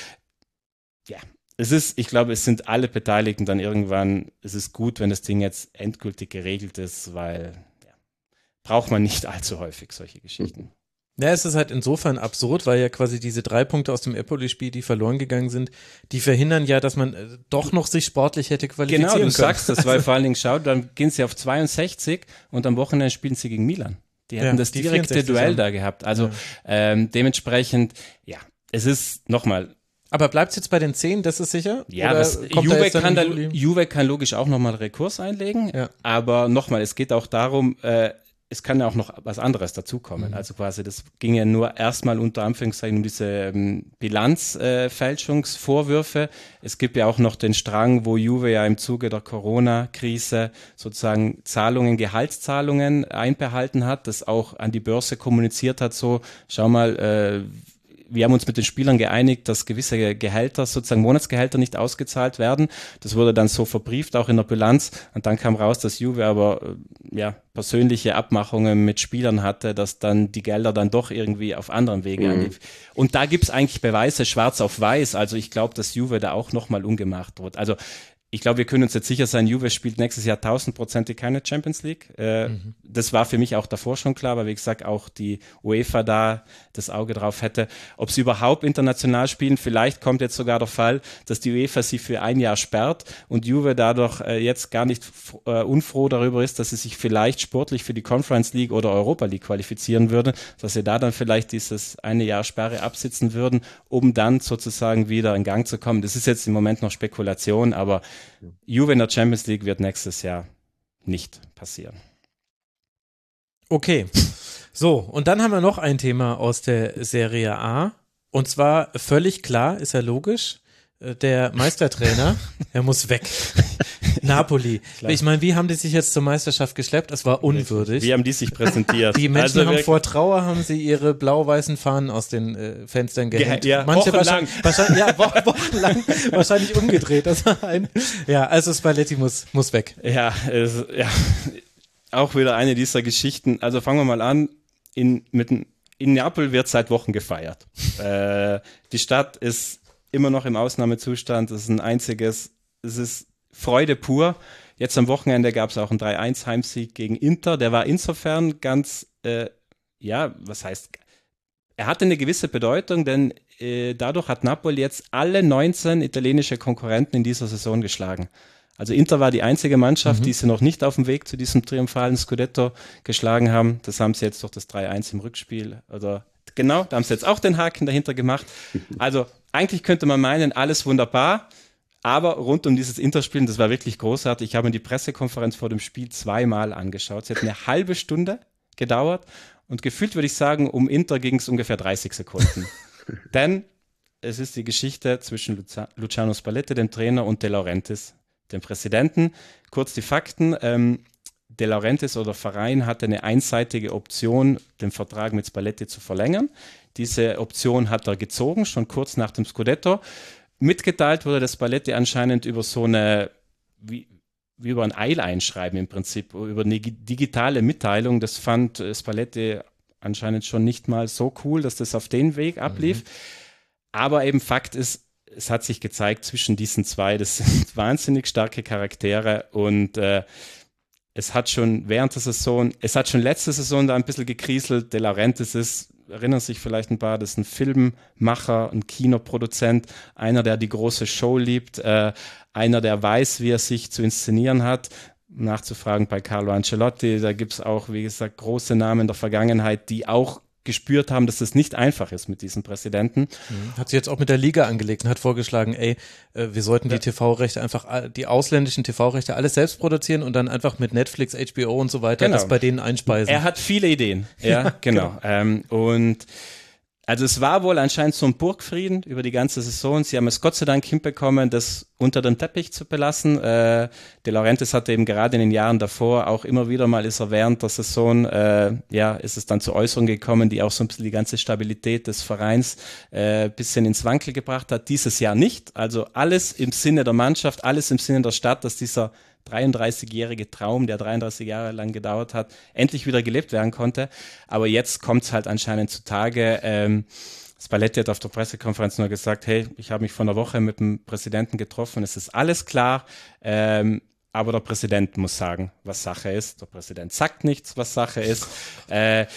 ja. Es ist, ich glaube, es sind alle Beteiligten dann irgendwann, es ist gut, wenn das Ding jetzt endgültig geregelt ist, weil ja, braucht man nicht allzu häufig solche Geschichten. Ja, es ist halt insofern absurd, weil ja quasi diese drei Punkte aus dem Empoli-Spiel, die verloren gegangen sind, die verhindern ja, dass man äh, doch noch sich sportlich hätte qualifizieren können. Genau, du können. sagst das, weil vor allen Dingen schaut, dann gehen sie auf zweiundsechzig und am Wochenende spielen sie gegen Milan. Die hätten ja, das die direkte Duell haben. da gehabt. Also ja. ähm, dementsprechend, ja, es ist nochmal. Aber bleibt es jetzt bei den zehn, das ist sicher? Ja, das, Juve, da kann da, Juve kann logisch auch nochmal Rekurs einlegen, ja. aber nochmal, es geht auch darum, äh, es kann ja auch noch was anderes dazukommen. Mhm. Also quasi, das ging ja nur erstmal unter Anführungszeichen um diese ähm, Bilanzfälschungsvorwürfe. Äh, es gibt ja auch noch den Strang, wo Juve ja im Zuge der Corona-Krise sozusagen Zahlungen, Gehaltszahlungen einbehalten hat, das auch an die Börse kommuniziert hat, so, schau mal, äh, wir haben uns mit den Spielern geeinigt, dass gewisse Gehälter, sozusagen Monatsgehälter nicht ausgezahlt werden. Das wurde dann so verbrieft, auch in der Bilanz. Und dann kam raus, dass Juve aber ja, persönliche Abmachungen mit Spielern hatte, dass dann die Gelder dann doch irgendwie auf anderen Wegen mhm. anlief. Und da gibt's eigentlich Beweise schwarz auf weiß. Also ich glaube, dass Juve da auch nochmal ungemacht wird. Also ich glaube, wir können uns jetzt sicher sein, Juve spielt nächstes Jahr tausendprozentig keine Champions League. Äh, mhm. Das war für mich auch davor schon klar, weil wie gesagt auch die UEFA da das Auge drauf hätte. Ob sie überhaupt international spielen, vielleicht kommt jetzt sogar der Fall, dass die UEFA sie für ein Jahr sperrt und Juve dadurch äh, jetzt gar nicht äh, unfroh darüber ist, dass sie sich vielleicht sportlich für die Conference League oder Europa League qualifizieren würde, dass sie da dann vielleicht dieses eine Jahr Sperre absitzen würden, um dann sozusagen wieder in Gang zu kommen. Das ist jetzt im Moment noch Spekulation, aber Juve in der Champions League wird nächstes Jahr nicht passieren. Okay, so und dann haben wir noch ein Thema aus der Serie A und zwar völlig klar, ist ja logisch, der Meistertrainer, er muss weg. Napoli. Klar. Ich meine, wie haben die sich jetzt zur Meisterschaft geschleppt? Es war unwürdig. Wie haben die sich präsentiert? Die Menschen also haben vor Trauer, haben sie ihre blau-weißen Fahnen aus den äh, Fenstern gehängt. Ja, Manche wochenlang. Wahrscheinlich, wahrscheinlich, ja, wo, wochenlang, wahrscheinlich umgedreht. Das war ein, ja, also Spalletti muss, muss weg. Ja, es, ja, auch wieder eine dieser Geschichten. Also fangen wir mal an. In, mit, in Neapel wird seit Wochen gefeiert. äh, die Stadt ist immer noch im Ausnahmezustand. Es ist ein einziges, es ist Freude pur. Jetzt am Wochenende gab es auch einen drei eins Heimsieg gegen Inter. Der war insofern ganz, äh, ja, was heißt, er hatte eine gewisse Bedeutung, denn äh, dadurch hat Napoli jetzt alle neunzehn italienische Konkurrenten in dieser Saison geschlagen. Also Inter war die einzige Mannschaft, mhm. die sie noch nicht auf dem Weg zu diesem triumphalen Scudetto geschlagen haben. Das haben sie jetzt durch das drei eins im Rückspiel oder genau, da haben sie jetzt auch den Haken dahinter gemacht. Also eigentlich könnte man meinen, alles wunderbar. Aber rund um dieses Interspielen, das war wirklich großartig. Ich habe mir die Pressekonferenz vor dem Spiel zweimal angeschaut. Sie hat eine halbe Stunde gedauert und gefühlt würde ich sagen, um Inter ging es ungefähr dreißig Sekunden. Denn es ist die Geschichte zwischen Luza- Luciano Spalletti, dem Trainer, und De Laurentiis, dem Präsidenten. Kurz die Fakten. Ähm, De Laurentiis oder Verein hatte eine einseitige Option, den Vertrag mit Spalletti zu verlängern. Diese Option hat er gezogen, schon kurz nach dem Scudetto. Mitgeteilt wurde das Spalletti anscheinend über so eine, wie, wie über ein Eileinschreiben im Prinzip, über eine digitale Mitteilung. Das fand Spalletti anscheinend schon nicht mal so cool, dass das auf den Weg ablief. Mhm. Aber eben Fakt ist, es hat sich gezeigt zwischen diesen zwei, das sind wahnsinnig starke Charaktere und äh, es hat schon während der Saison, es hat schon letzte Saison da ein bisschen gekriselt. De Laurentiis ist, erinnern sich vielleicht ein paar, das ist ein Filmmacher, ein Kinoproduzent, einer, der die große Show liebt, äh, einer, der weiß, wie er sich zu inszenieren hat. Nachzufragen bei Carlo Ancelotti, da gibt es auch, wie gesagt, große Namen der Vergangenheit, die auch gespürt haben, dass es nicht einfach ist mit diesem Präsidenten. Hat sich jetzt auch mit der Liga angelegt und hat vorgeschlagen, ey, äh, wir sollten die ja. T V-Rechte einfach, die ausländischen T V-Rechte alles selbst produzieren und dann einfach mit Netflix, H B O und so weiter genau. das bei denen einspeisen. Er hat viele Ideen. Ja, ja genau. genau. Ähm, und also es war wohl anscheinend so ein Burgfrieden über die ganze Saison. Sie haben es Gott sei Dank hinbekommen, das unter dem Teppich zu belassen. Äh, De Laurentiis hatte eben gerade in den Jahren davor auch immer wieder mal, ist er während der Saison, äh, ja, ist es dann zu Äußerungen gekommen, die auch so ein bisschen die ganze Stabilität des Vereins äh, ein bisschen ins Wankel gebracht hat. Dieses Jahr nicht. Also alles im Sinne der Mannschaft, alles im Sinne der Stadt, dass dieser dreiunddreißigjährige Traum, der dreiunddreißig Jahre lang gedauert hat, endlich wieder gelebt werden konnte. Aber jetzt kommt es halt anscheinend zutage. Ähm, Spalletti hat auf der Pressekonferenz nur gesagt, hey, ich habe mich vor einer Woche mit dem Präsidenten getroffen, es ist alles klar, ähm, aber der Präsident muss sagen, was Sache ist. Der Präsident sagt nichts, was Sache ist. Äh,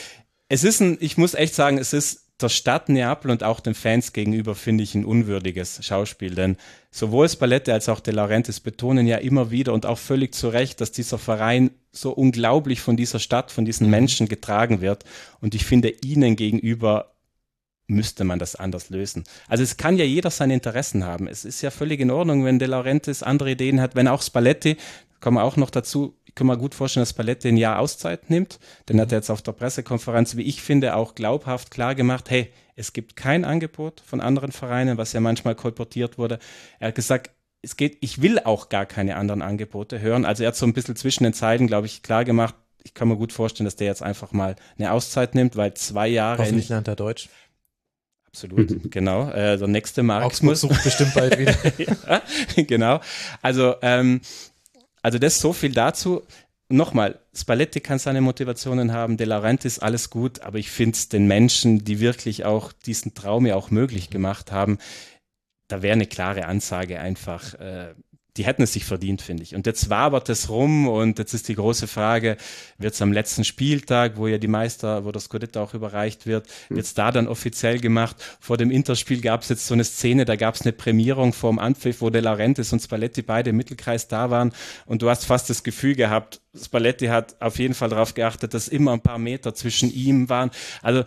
es ist ein, ich muss echt sagen, es ist der Stadt Neapel und auch den Fans gegenüber, finde ich, ein unwürdiges Schauspiel, denn sowohl Spalletti als auch De Laurentiis betonen ja immer wieder und auch völlig zu Recht, dass dieser Verein so unglaublich von dieser Stadt, von diesen Menschen getragen wird, und ich finde, ihnen gegenüber müsste man das anders lösen. Also es kann ja jeder seine Interessen haben. Es ist ja völlig in Ordnung, wenn De Laurentiis andere Ideen hat, wenn auch Spalletti, kommen wir auch noch dazu, ich kann mir gut vorstellen, dass Spalletti ein Jahr Auszeit nimmt. Den hat er jetzt auf der Pressekonferenz, wie ich finde, auch glaubhaft klar gemacht, hey, es gibt kein Angebot von anderen Vereinen, was ja manchmal kolportiert wurde. Er hat gesagt, es geht, ich will auch gar keine anderen Angebote hören. Also er hat so ein bisschen zwischen den Zeilen, glaube ich, klar gemacht, ich kann mir gut vorstellen, dass der jetzt einfach mal eine Auszeit nimmt, weil zwei Jahre... Hoffentlich lernt er Deutsch. Absolut, genau. Äh, der nächste Markt Augsburg muss... sucht bestimmt bald wieder. Ja, genau. Also, ähm, also das so viel dazu. Nochmal, Spalletti kann seine Motivationen haben, De Laurentiis alles gut, aber ich finde es den Menschen, die wirklich auch diesen Traum ja auch möglich gemacht haben, da wäre eine klare Ansage einfach, äh, die hätten es sich verdient, finde ich. Und jetzt wabert es rum und jetzt ist die große Frage, wird es am letzten Spieltag, wo ja die Meister, wo das Scudetto auch überreicht wird, wird es da dann offiziell gemacht? Vor dem Interspiel gab es jetzt so eine Szene, da gab es eine Prämierung vorm Anpfiff, wo De Laurentiis und Spalletti beide im Mittelkreis da waren und du hast fast das Gefühl gehabt, Spalletti hat auf jeden Fall darauf geachtet, dass immer ein paar Meter zwischen ihm waren. Also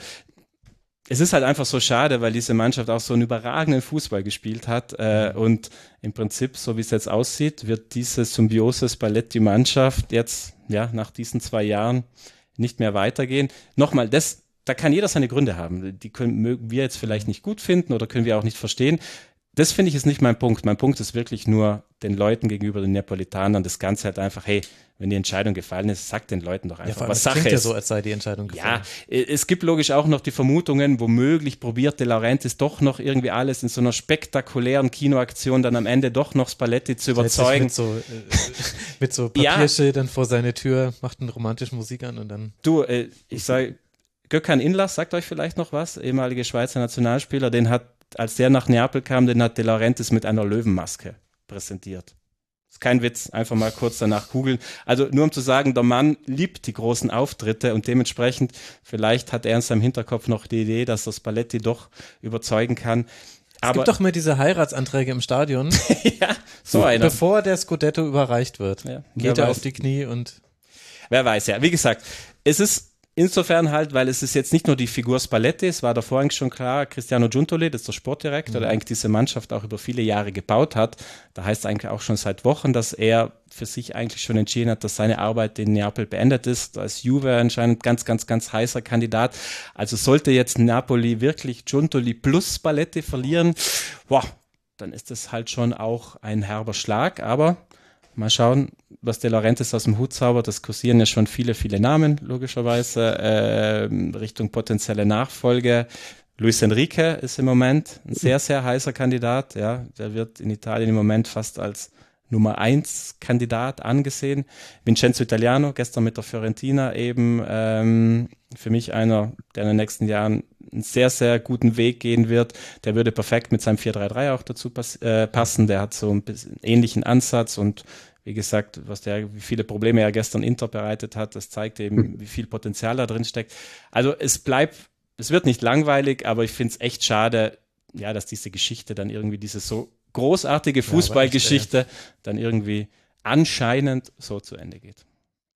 es ist halt einfach so schade, weil diese Mannschaft auch so einen überragenden Fußball gespielt hat äh, und im Prinzip, so wie es jetzt aussieht, wird diese Symbiose Spalletti-Mannschaft jetzt, ja, nach diesen zwei Jahren nicht mehr weitergehen. Nochmal, das, da kann jeder seine Gründe haben. Die können, mögen wir jetzt vielleicht nicht gut finden oder können wir auch nicht verstehen. Das finde ich ist nicht mein Punkt. Mein Punkt ist wirklich nur den Leuten gegenüber, den Neapolitanern, das Ganze halt einfach, hey, wenn die Entscheidung gefallen ist, sagt den Leuten doch einfach, ja, was es Sache klingt ist. ja so, als sei die Entscheidung gefallen. Ja, es gibt logisch auch noch die Vermutungen, womöglich probiert De Laurentiis doch noch irgendwie alles in so einer spektakulären Kinoaktion dann am Ende doch noch Spalletti zu überzeugen. Mit so, äh, mit so Papierschildern ja. vor seine Tür, macht eine romantische Musik an und dann... Du, äh, ich sage, Gökhan Inlas, sagt euch vielleicht noch was, ehemalige Schweizer Nationalspieler, den hat, als der nach Neapel kam, den hat De Laurentiis mit einer Löwenmaske präsentiert. Ist kein Witz, einfach mal kurz danach googeln. Also nur um zu sagen, der Mann liebt die großen Auftritte und dementsprechend, vielleicht hat er in seinem Hinterkopf noch die Idee, dass er Spalletti doch überzeugen kann. Es Aber gibt doch mal diese Heiratsanträge im Stadion, ja, so einer. Bevor der Scudetto überreicht wird. Ja, geht er weiß. auf die Knie und... Wer weiß, ja. Wie gesagt, es ist insofern halt, weil es ist jetzt nicht nur die Figur Spalletti, es war davor eigentlich schon klar, Cristiano Giuntoli, das ist der Sportdirektor, mhm. der eigentlich diese Mannschaft auch über viele Jahre gebaut hat. Da heißt es eigentlich auch schon seit Wochen, dass er für sich eigentlich schon entschieden hat, dass seine Arbeit in Neapel beendet ist. Da ist Juve anscheinend ganz, ganz, ganz heißer Kandidat. Also sollte jetzt Napoli wirklich Giuntoli plus Spalletti verlieren, boah, dann ist das halt schon auch ein herber Schlag, aber mal schauen, was De Laurentiis aus dem Hut zaubert. Das kursieren ja schon viele, viele Namen, logischerweise, äh, Richtung potenzielle Nachfolge. Luis Enrique ist im Moment ein sehr, sehr heißer Kandidat. Ja, der wird in Italien im Moment fast als Nummer eins Kandidat angesehen. Vincenzo Italiano, gestern mit der Fiorentina eben ähm, für mich einer, der in den nächsten Jahren einen sehr, sehr guten Weg gehen wird. Der würde perfekt mit seinem vier drei drei auch dazu pass- äh, passen. Der hat so ein bisschen einen ähnlichen Ansatz und wie gesagt, was der, wie viele Probleme er gestern Inter bereitet hat, das zeigt eben, wie viel Potenzial da drin steckt. Also es bleibt, es wird nicht langweilig, aber ich finde es echt schade, ja, dass diese Geschichte dann irgendwie, diese so großartige Fußballgeschichte ja, echt, äh, dann irgendwie anscheinend so zu Ende geht.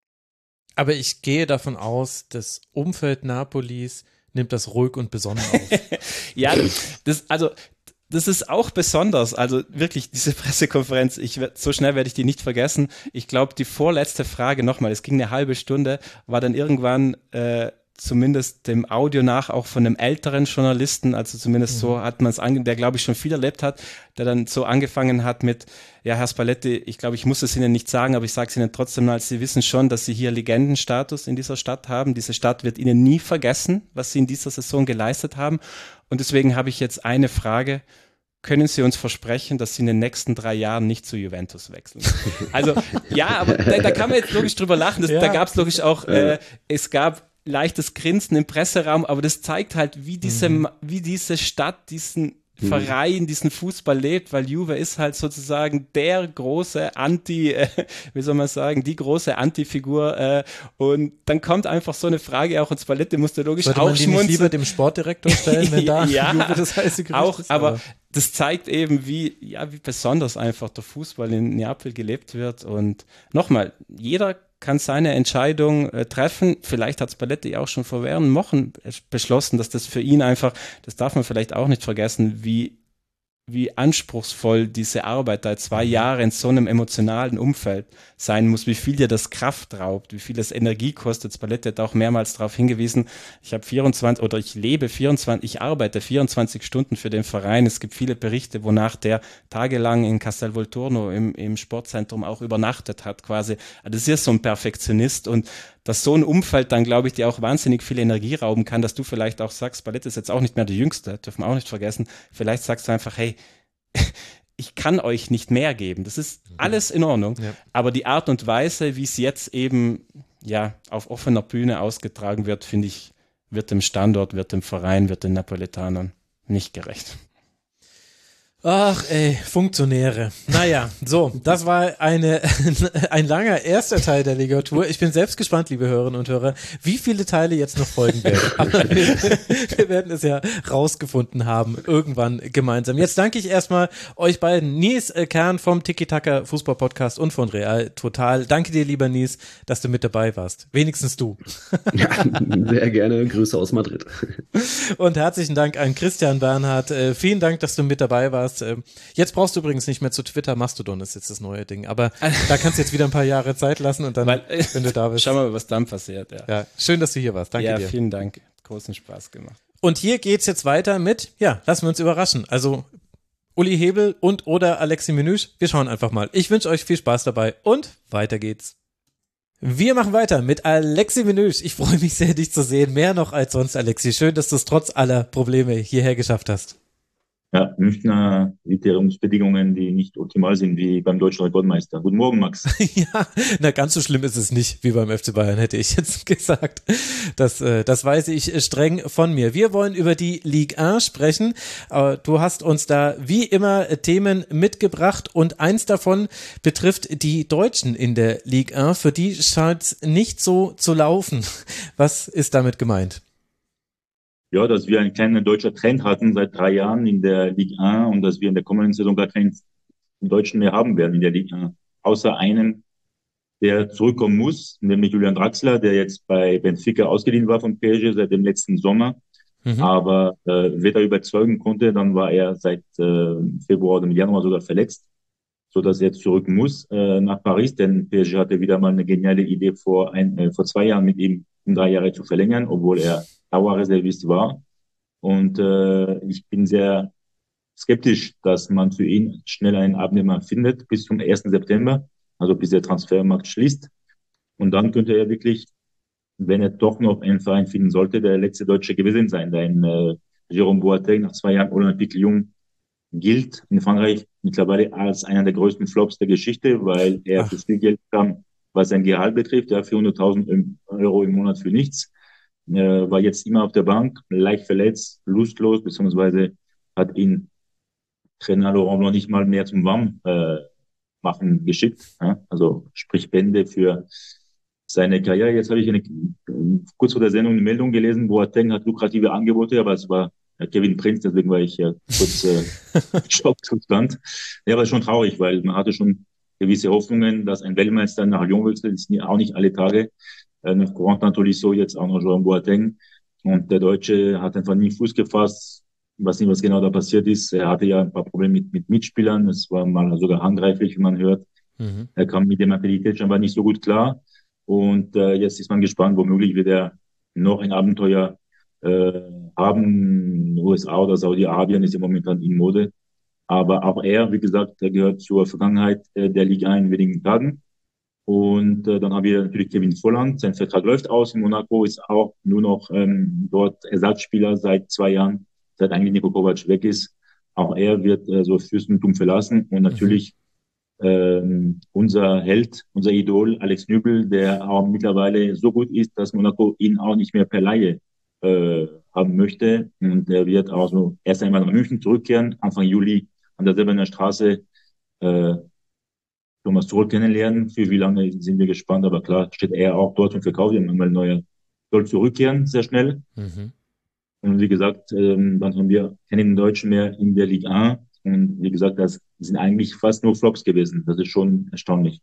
Aber ich gehe davon aus, das Umfeld Napolis nimmt das ruhig und besonnen auf. Ja, das, also das ist auch besonders, also wirklich diese Pressekonferenz, ich, so schnell werde ich die nicht vergessen. Ich glaube, die vorletzte Frage nochmal, es ging eine halbe Stunde, war dann irgendwann äh, zumindest dem Audio nach auch von einem älteren Journalisten, also zumindest mhm. so hat man es ange, der glaube ich schon viel erlebt hat, der dann so angefangen hat mit, ja Herr Spalletti, ich glaube, ich muss es Ihnen nicht sagen, aber ich sage es Ihnen trotzdem mal, Sie wissen schon, dass Sie hier Legendenstatus in dieser Stadt haben. Diese Stadt wird Ihnen nie vergessen, was Sie in dieser Saison geleistet haben. Und deswegen habe ich jetzt eine Frage. Können Sie uns versprechen, dass Sie in den nächsten drei Jahren nicht zu Juventus wechseln? Also, ja, aber da, da kann man jetzt logisch drüber lachen. Das, ja. Da gab es logisch auch, äh, es gab leichtes Grinsen im Presseraum, aber das zeigt halt, wie diese, mhm. wie diese Stadt diesen Verein diesen Fußball lebt, weil Juve ist halt sozusagen der große Anti, äh, wie soll man sagen, die große Antifigur äh, und dann kommt einfach so eine Frage auch und Spalletti musste logisch Sollte auch man die nicht schmunzeln. lieber dem Sportdirektor stellen, wenn da ja, Juve das heiße Gerücht auch, ist, aber, aber das zeigt eben, wie, ja, wie besonders einfach der Fußball in Neapel gelebt wird und nochmal, jeder kann seine Entscheidung äh, treffen. Vielleicht hat Spalletti auch schon vor mehreren Wochen beschlossen, dass das für ihn einfach, das darf man vielleicht auch nicht vergessen, wie wie anspruchsvoll diese Arbeit da zwei Jahre in so einem emotionalen Umfeld sein muss, wie viel dir das Kraft raubt, wie viel das Energie kostet. Spalletti hat auch mehrmals darauf hingewiesen, ich habe vierundzwanzig oder ich lebe vierundzwanzig, ich arbeite vierundzwanzig Stunden für den Verein. Es gibt viele Berichte, wonach der tagelang in Castel Volturno im, im Sportzentrum auch übernachtet hat quasi. Das ist so ein Perfektionist und dass so ein Umfeld dann, glaube ich, dir auch wahnsinnig viel Energie rauben kann, dass du vielleicht auch sagst, Spalletti ist jetzt auch nicht mehr der Jüngste, dürfen wir auch nicht vergessen. Vielleicht sagst du einfach, hey, ich kann euch nicht mehr geben. Das ist alles in Ordnung. Ja. Aber die Art und Weise, wie es jetzt eben ja auf offener Bühne ausgetragen wird, finde ich, wird dem Standort, wird dem Verein, wird den Napoletanern nicht gerecht. Ach ey, Funktionäre. Naja, so, das war eine ein langer erster Teil der Ligatur. Ich bin selbst gespannt, liebe Hörerinnen und Hörer, wie viele Teile jetzt noch folgen werden. Aber wir, wir werden es ja rausgefunden haben, irgendwann gemeinsam. Jetzt danke ich erstmal euch beiden, Nies Kern vom Tiki-Taka Fußball-Podcast und von Real Total. Danke dir, lieber Nies, dass du mit dabei warst. Wenigstens du. Ja, sehr gerne. Grüße aus Madrid. Und herzlichen Dank an Christian Bernhard. Äh, vielen Dank, dass du mit dabei warst. Jetzt brauchst du übrigens nicht mehr zu Twitter, Mastodon ist jetzt das neue Ding, aber da kannst du jetzt wieder ein paar Jahre Zeit lassen und dann, Weil, wenn du da bist. Schauen wir mal, was dann passiert. Ja. Ja, schön, dass du hier warst. Danke ja, dir. Ja, vielen Dank. Großen Spaß gemacht. Und hier geht's jetzt weiter mit, ja, lassen wir uns überraschen. Also Uli Hebel und oder Alexi Menüsch. Wir schauen einfach mal. Ich wünsche euch viel Spaß dabei und weiter geht's. Wir machen weiter mit Alexi Menüsch. Ich freue mich sehr, dich zu sehen. Mehr noch als sonst, Alexi. Schön, dass du es trotz aller Probleme hierher geschafft hast. Ja, Münchner Witterungsbedingungen, die nicht optimal sind, wie beim deutschen Rekordmeister. Guten Morgen, Max. Ja, na ganz so schlimm ist es nicht, wie beim F C Bayern, hätte ich jetzt gesagt. Das, äh, das weiß ich streng von mir. Wir wollen über die Ligue eins sprechen. Du hast uns da wie immer Themen mitgebracht und eins davon betrifft die Deutschen in der Ligue eins. Für die scheint es nicht so zu laufen. Was ist damit gemeint? Ja, dass wir einen kleinen deutschen Trend hatten seit drei Jahren in der Ligue eins und dass wir in der kommenden Saison gar keinen Deutschen mehr haben werden in der Ligue eins. Außer einen, der zurückkommen muss, nämlich Julian Draxler, der jetzt bei Benfica ausgeliehen war von P S G seit dem letzten Sommer, mhm. aber äh, weder überzeugen konnte, dann war er seit äh, Februar oder Januar sogar verletzt, so dass er jetzt zurück muss äh, nach Paris, denn P S G hatte wieder mal eine geniale Idee vor ein, äh, vor zwei Jahren mit ihm um drei Jahre zu verlängern, obwohl er Dauerreservist war. Und äh, ich bin sehr skeptisch, dass man für ihn schnell einen Abnehmer findet bis zum ersten September, also bis der Transfermarkt schließt. Und dann könnte er wirklich, wenn er doch noch einen Verein finden sollte, der letzte Deutsche gewesen sein. Denn äh, Jérôme Boateng nach zwei Jahren Olympique Lyon gilt in Frankreich mittlerweile als einer der größten Flops der Geschichte, weil er Ach. für viel Geld kam, was sein Gehalt betrifft, ja, vierhunderttausend Euro im Monat für nichts. Äh, war jetzt immer auf der Bank, leicht verletzt, lustlos, beziehungsweise hat ihn Trainer Laurent Blanc nicht mal mehr zum Warm äh, machen geschickt. Ja? Also sprich Bände für seine Karriere. Jetzt habe ich eine, kurz vor der Sendung eine Meldung gelesen, Boateng hat lukrative Angebote, aber es war Kevin Prinz, deswegen war ich ja kurz äh, Schockzustand. Ja, aber schon traurig, weil man hatte schon gewisse Hoffnungen, dass ein Weltmeister nach Lyon wechselt, ist auch nicht alle Tage. Äh, nach Corentin Tolisso jetzt auch noch Jérôme Boateng. Und der Deutsche hat einfach nie Fuß gefasst. Ich weiß nicht, was genau da passiert ist. Er hatte ja ein paar Probleme mit, mit Mitspielern. Es war mal sogar handgreiflich, wie man hört. Mhm. Er kam mit der Mentalität scheinbar nicht so gut klar. Und äh, jetzt ist man gespannt, womöglich wird er noch ein Abenteuer äh, haben. U S A oder Saudi-Arabien ist ja momentan in Mode. Aber auch er, wie gesagt, der gehört zur Vergangenheit äh, der Liga in wenigen Tagen. Und äh, dann haben wir natürlich Kevin Volland. Sein Vertrag läuft aus. In Monaco ist auch nur noch ähm, dort Ersatzspieler seit zwei Jahren, seit eigentlich Niko Kovac weg ist. Auch er wird äh, so Fürstentum verlassen. Und natürlich mhm. ähm, unser Held, unser Idol, Alex Nübel, der auch mittlerweile so gut ist, dass Monaco ihn auch nicht mehr per Leihe äh, haben möchte. Und er wird also erst einmal nach München zurückkehren, Anfang Juli an der Silberner Straße äh, Thomas Tuchel kennenlernen. Für wie lange sind wir gespannt, aber klar steht er auch dort und verkauft ihn einmal neuer. Soll zurückkehren, sehr schnell. Mhm. Und wie gesagt, ähm, dann haben wir keinen Deutschen mehr in der Ligue eins. Und wie gesagt, das sind eigentlich fast nur Flops gewesen. Das ist schon erstaunlich.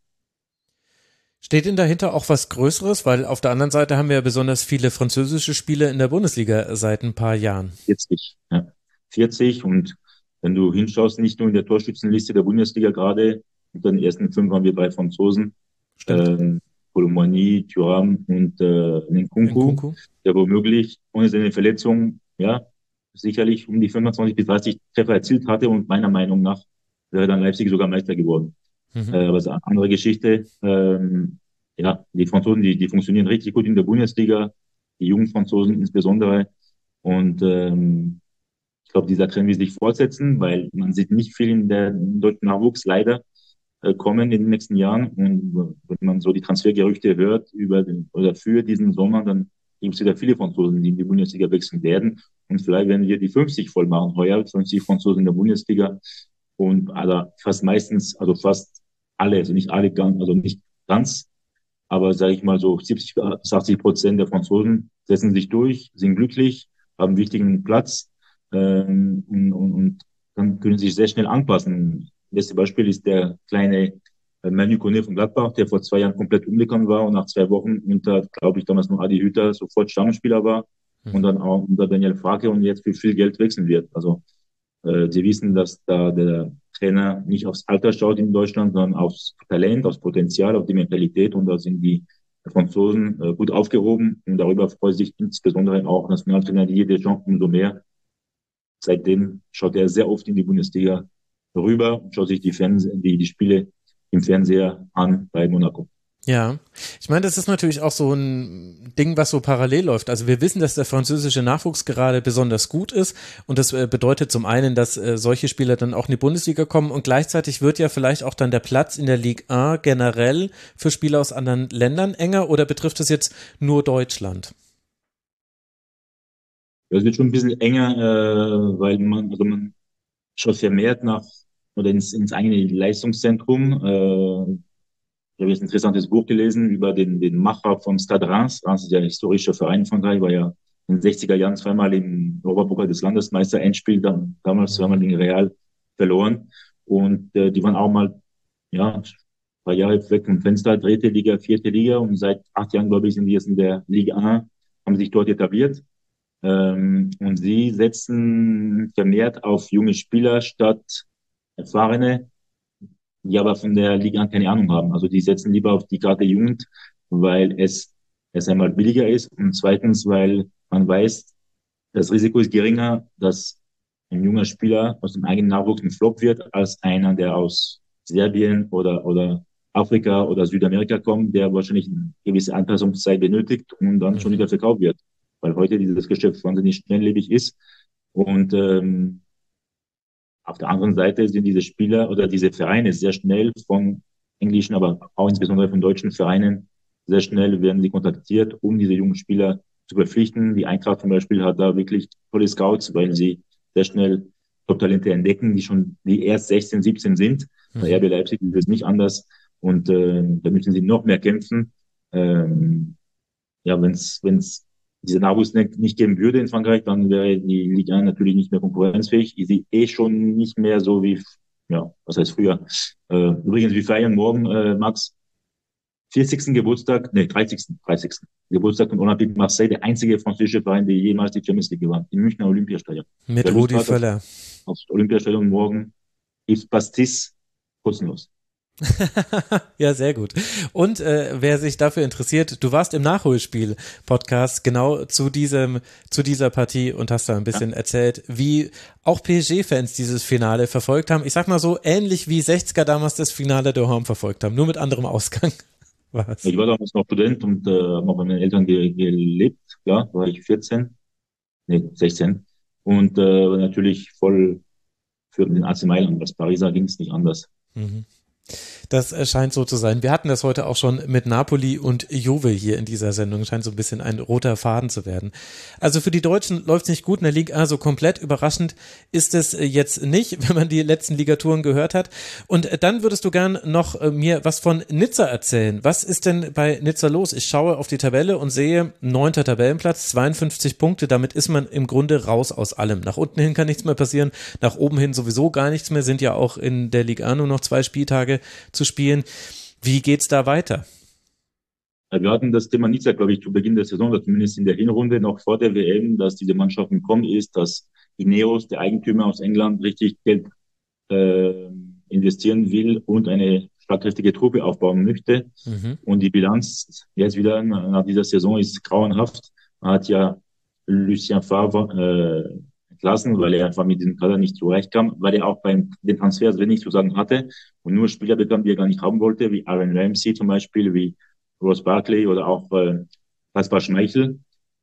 Steht Ihnen dahinter auch was Größeres? Weil auf der anderen Seite haben wir ja besonders viele französische Spieler in der Bundesliga seit ein paar Jahren. vierzig, ja. vierzig und wenn du hinschaust, nicht nur in der Torschützenliste der Bundesliga gerade, unter den ersten fünf haben wir drei Franzosen, ähm, Colomboigny, Thuram und äh, Nkunku, Nkunku, der womöglich ohne seine Verletzung, ja, sicherlich um die fünfundzwanzig bis dreißig Treffer erzielt hatte und meiner Meinung nach wäre dann Leipzig sogar Meister geworden. Mhm. Äh, aber es ist eine andere Geschichte. Ähm, ja, die Franzosen, die, die funktionieren richtig gut in der Bundesliga, die jungen Franzosen insbesondere. Und ähm, ich glaube, dieser Trend wird sich fortsetzen, weil man sieht nicht viel in der im deutschen Nachwuchs leider äh, kommen in den nächsten Jahren. Und wenn man so die Transfergerüchte hört über den oder für diesen Sommer, dann gibt es wieder viele Franzosen, die in die Bundesliga wechseln werden. Und vielleicht werden wir die fünfzig voll machen heuer, fünfzig Franzosen in der Bundesliga. Und also fast meistens, also fast alle, also nicht alle, also nicht ganz, aber sage ich mal so siebzig bis achtzig Prozent der Franzosen setzen sich durch, sind glücklich, haben einen wichtigen Platz ähm, und, und, und dann können sie sich sehr schnell anpassen. Das beste Beispiel ist der kleine äh, Manu Kone von Gladbach, der vor zwei Jahren komplett unbekannt war und nach zwei Wochen unter, glaube ich, damals noch Adi Hütter sofort Stammspieler war Mhm. und dann auch unter Daniel Farke und jetzt für viel Geld wechseln wird. Also äh, sie wissen, dass da der Trainer nicht aufs Alter schaut in Deutschland, sondern aufs Talent, aufs Potenzial, auf die Mentalität. Und da sind die Franzosen äh, gut aufgehoben. Und darüber freut sich insbesondere auch Nationaltrainer Didier Deschamps umso mehr. Seitdem schaut er sehr oft in die Bundesliga rüber und schaut sich die, Fernseh die, die Spiele im Fernseher an bei Monaco. Ja, ich meine, das ist natürlich auch so ein Ding, was so parallel läuft. Also wir wissen, dass der französische Nachwuchs gerade besonders gut ist und das bedeutet zum einen, dass äh, solche Spieler dann auch in die Bundesliga kommen und gleichzeitig wird ja vielleicht auch dann der Platz in der Ligue eins generell für Spieler aus anderen Ländern enger oder betrifft das jetzt nur Deutschland? Es wird schon ein bisschen enger, äh, weil man, also man schaut vermehrt nach oder ins, ins eigene Leistungszentrum. Äh, Ich habe jetzt ein interessantes Buch gelesen über den, den Macher von Stade Reims. Reims ist ja ein historischer Verein von Frankreich, war ja in den sechziger Jahren zweimal im Europapokal des Landesmeister Endspiel, dann, damals zweimal gegen Real verloren. Und äh, die waren auch mal, ja, ein paar Jahre weg vom Fenster, dritte Liga, vierte Liga. Und seit acht Jahren, glaube ich, sind die jetzt in der Liga eins, haben sich dort etabliert. Ähm, und sie setzen vermehrt auf junge Spieler statt erfahrene, die aber von der Liga keine Ahnung haben. Also die setzen lieber auf die Karte Jugend, weil es erst einmal billiger ist und zweitens, weil man weiß, das Risiko ist geringer, dass ein junger Spieler aus dem eigenen Nachwuchs ein Flop wird, als einer, der aus Serbien oder, oder Afrika oder Südamerika kommt, der wahrscheinlich eine gewisse Anpassungszeit benötigt und dann schon wieder verkauft wird. Weil heute dieses Geschäft wahnsinnig schnelllebig ist. Und ähm, auf der anderen Seite sind diese Spieler oder diese Vereine sehr schnell von englischen, aber auch insbesondere von deutschen Vereinen sehr schnell werden sie kontaktiert, um diese jungen Spieler zu verpflichten. Die Eintracht zum Beispiel hat da wirklich tolle Scouts, weil sie sehr schnell Top-Talente entdecken, die schon, die erst sechzehn, siebzehn sind. Bei R B Leipzig ist es nicht anders und äh, da müssen sie noch mehr kämpfen. Ähm, ja, wenn es wenn es diese Nachwuchs nicht geben würde in Frankreich, dann wäre die Liga natürlich nicht mehr konkurrenzfähig. Ist sie eh schon nicht mehr so wie, ja, was heißt früher. Äh, übrigens, wir feiern morgen, äh, Max, vierzigsten Geburtstag, nee, dreißigsten dreißigsten Geburtstag von Olympique Marseille, der einzige französische Verein, der jemals die Champions League gewann, im Münchner Olympiastadion. Mit Wer Lust Rudi hat, Völler. Aufs Olympiastadion morgen gibt's Pastis kostenlos. Ja, sehr gut. Und äh, wer sich dafür interessiert, du warst im Nachholspiel-Podcast genau zu diesem, zu dieser Partie und hast da ein bisschen ja. erzählt, wie auch P S G-Fans dieses Finale verfolgt haben. Ich sag mal so, ähnlich wie sechziger damals das Finale der Home verfolgt haben, nur mit anderem Ausgang. Was? Ich war damals noch Student und äh, habe noch bei meinen Eltern ge gelebt. Ja, war ich vierzehn, nee, sechzehn. Und äh, natürlich voll für den A C Mailand. Als Pariser ging es nicht anders. Mhm. Das äh, scheint so zu sein. Wir hatten das heute auch schon mit Napoli und Juve hier in dieser Sendung. Scheint so ein bisschen ein roter Faden zu werden. Also für die Deutschen läuft es nicht gut in der Liga A, so komplett überraschend ist es äh, jetzt nicht, wenn man die letzten Ligatouren gehört hat. Und äh, dann würdest du gern noch äh, mir was von Nizza erzählen. Was ist denn bei Nizza los? Ich schaue auf die Tabelle und sehe neunter Tabellenplatz, zweiundfünfzig Punkte. Damit ist man im Grunde raus aus allem. Nach unten hin kann nichts mehr passieren, nach oben hin sowieso gar nichts mehr. Sind ja auch in der Liga A nur noch zwei Spieltage zu spielen. Wie geht's da weiter? Wir hatten das Thema Nizza, glaube ich, zu Beginn der Saison, oder zumindest in der Hinrunde, noch vor der W M, dass diese Mannschaft gekommen ist, dass Ineos, der Eigentümer aus England, richtig Geld äh, investieren will und eine schlagkräftige Truppe aufbauen möchte. Mhm. Und die Bilanz jetzt wieder nach dieser Saison ist grauenhaft. Man hat ja Lucien Favre äh, entlassen, weil er einfach mit diesem Kader nicht zurechtkam, weil er auch beim den Transfers wenig zu sagen hatte und nur Spieler bekam, die er gar nicht haben wollte, wie Aaron Ramsey zum Beispiel, wie Ross Barkley oder auch äh, Kaspar Schmeichel.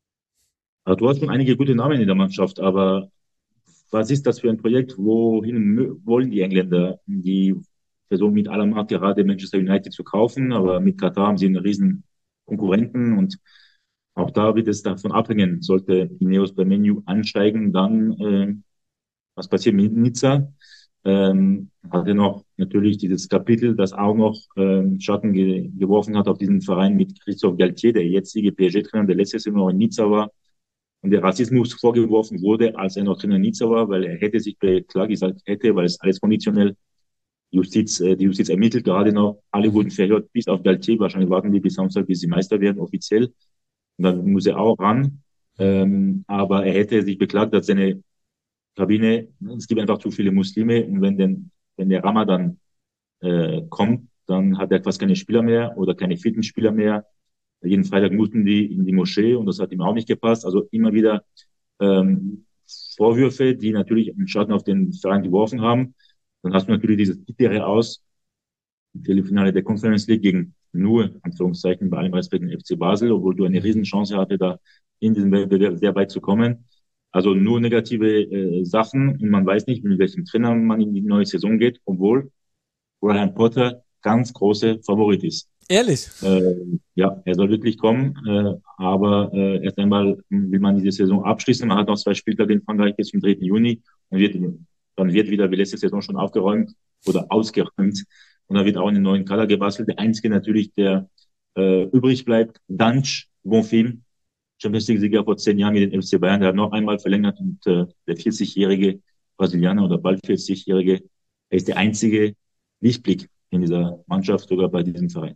Also du hast schon einige gute Namen in der Mannschaft, aber was ist das für ein Projekt? Wohin wollen die Engländer? Die versuchen mit aller Macht gerade Manchester United zu kaufen, aber mit Katar haben sie einen riesen Konkurrenten und auch da wird es davon abhängen, sollte Ineos beim Menu ansteigen, dann äh, was passiert mit Nizza? Ähm, hatte noch natürlich dieses Kapitel, das auch noch ähm, Schatten ge geworfen hat auf diesen Verein mit Christophe Galtier, der jetzige P S G-Trainer, der letzte Saison in Nizza war und der Rassismus vorgeworfen wurde, als er noch Trainer in Nizza war, weil er hätte sich beklagt, gesagt hätte, weil es alles konditionell Justiz, äh, die Justiz ermittelt gerade noch, alle wurden verhört, bis auf Galtier, wahrscheinlich warten die bis Samstag, bis sie Meister werden, offiziell. Und dann muss er auch ran. Ähm, aber er hätte sich beklagt, dass seine Kabine, es gibt einfach zu viele Muslime und wenn denn, wenn der Ramadan äh, kommt, dann hat er fast keine Spieler mehr oder keine fitten Spieler mehr. Jeden Freitag mussten die in die Moschee und das hat ihm auch nicht gepasst. Also immer wieder ähm, Vorwürfe, die natürlich einen Schatten auf den Verein geworfen haben. Dann hast du natürlich dieses bittere Aus im Viertelfinale der Conference League gegen nur, Anführungszeichen, bei allem Respekt den F C Basel, obwohl du eine Riesenchance hatte, da in diesem Wettbewerb sehr weit zu kommen. Also nur negative äh, Sachen und man weiß nicht, mit welchem Trainer man in die neue Saison geht, obwohl Graham Potter ganz große Favorit ist. Ehrlich? Äh, ja, er soll wirklich kommen, äh, aber äh, erst einmal will man diese Saison abschließen. Man hat noch zwei Spieltage in Frankreich bis zum dritten Juni und wird, dann wird wieder wie letzte Saison schon aufgeräumt oder ausgeräumt und dann wird auch in den neuen Kader gebastelt. Der einzige natürlich, der äh, übrig bleibt, Danch Bonfim, Champions League-Sieger vor zehn Jahren mit den F C Bayern, der hat noch einmal verlängert und äh, der vierzigjährige Brasilianer oder bald vierzig-jährige, er ist der einzige Lichtblick in dieser Mannschaft, sogar bei diesem Verein.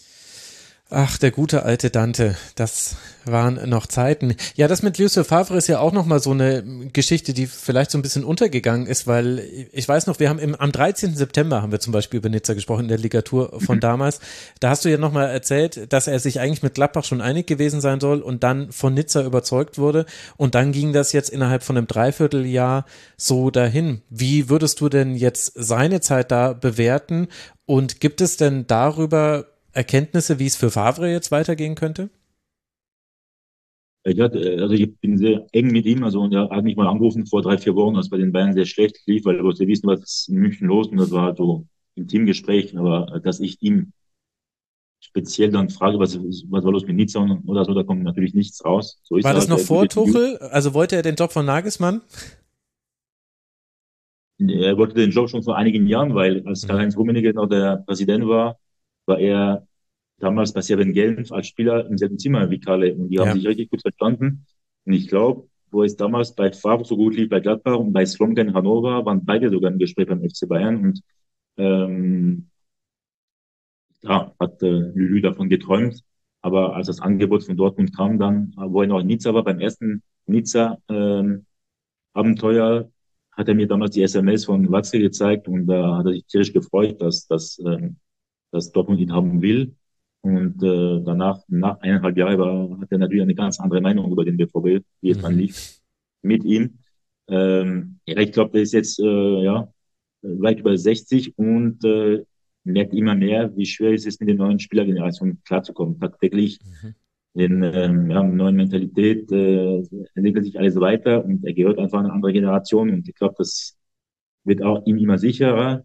Ach, der gute alte Dante, das waren noch Zeiten. Ja, das mit Lucien Favre ist ja auch nochmal so eine Geschichte, die vielleicht so ein bisschen untergegangen ist, weil ich weiß noch, wir haben im, am dreizehnten September haben wir zum Beispiel über Nizza gesprochen, in der Ligatur von damals. Da hast du ja nochmal erzählt, dass er sich eigentlich mit Gladbach schon einig gewesen sein soll und dann von Nizza überzeugt wurde und dann ging das jetzt innerhalb von einem Dreivierteljahr so dahin. Wie würdest du denn jetzt seine Zeit da bewerten und gibt es denn darüber Erkenntnisse, wie es für Favre jetzt weitergehen könnte? Ich hatte, also ich bin sehr eng mit ihm, also und er hat mich mal angerufen vor drei, vier Wochen, als bei den Bayern sehr schlecht lief, weil er wollte wissen, was ist in München los und das war so im Teamgespräch, aber dass ich ihm speziell dann frage, was, was war los mit Nizza oder so, da kommt natürlich nichts raus. So ist war das halt, noch vor Tuchel? Also wollte er den Job von Nagelsmann? Er wollte den Job schon vor einigen Jahren, weil als Karl-Heinz Rummenigge noch der Präsident war, war er damals bei Seven Genf als Spieler im selben Zimmer wie Kalle und die haben ja. sich richtig gut verstanden. Und ich glaube, wo es damals bei Favre so gut lief bei Gladbach und bei Slomka Hannover, waren beide sogar im Gespräch beim F C Bayern und ähm, ja, hat äh, Lülü davon geträumt. Aber als das Angebot von Dortmund kam dann, wo er noch in Nizza war, beim ersten Nizza ähm, Abenteuer, hat er mir damals die S M S von Watzke gezeigt und da äh, hat er sich tierisch gefreut, dass, dass, ähm, dass Dortmund ihn haben will. Und äh, danach, nach eineinhalb Jahren, war, hat er natürlich eine ganz andere Meinung über den B V B, wie es dann lief, mit ihm. Ähm, ja, ich glaube, der ist jetzt äh, ja weit über sechzig und äh, merkt immer mehr, wie schwer es ist, mit den neuen Spielergenerationen klarzukommen. Tatsächlich mhm. in ähm, ja, neuen Mentalität äh, entwickelt sich alles weiter und er gehört einfach an eine andere Generation und ich glaube, das wird auch ihm immer sicherer.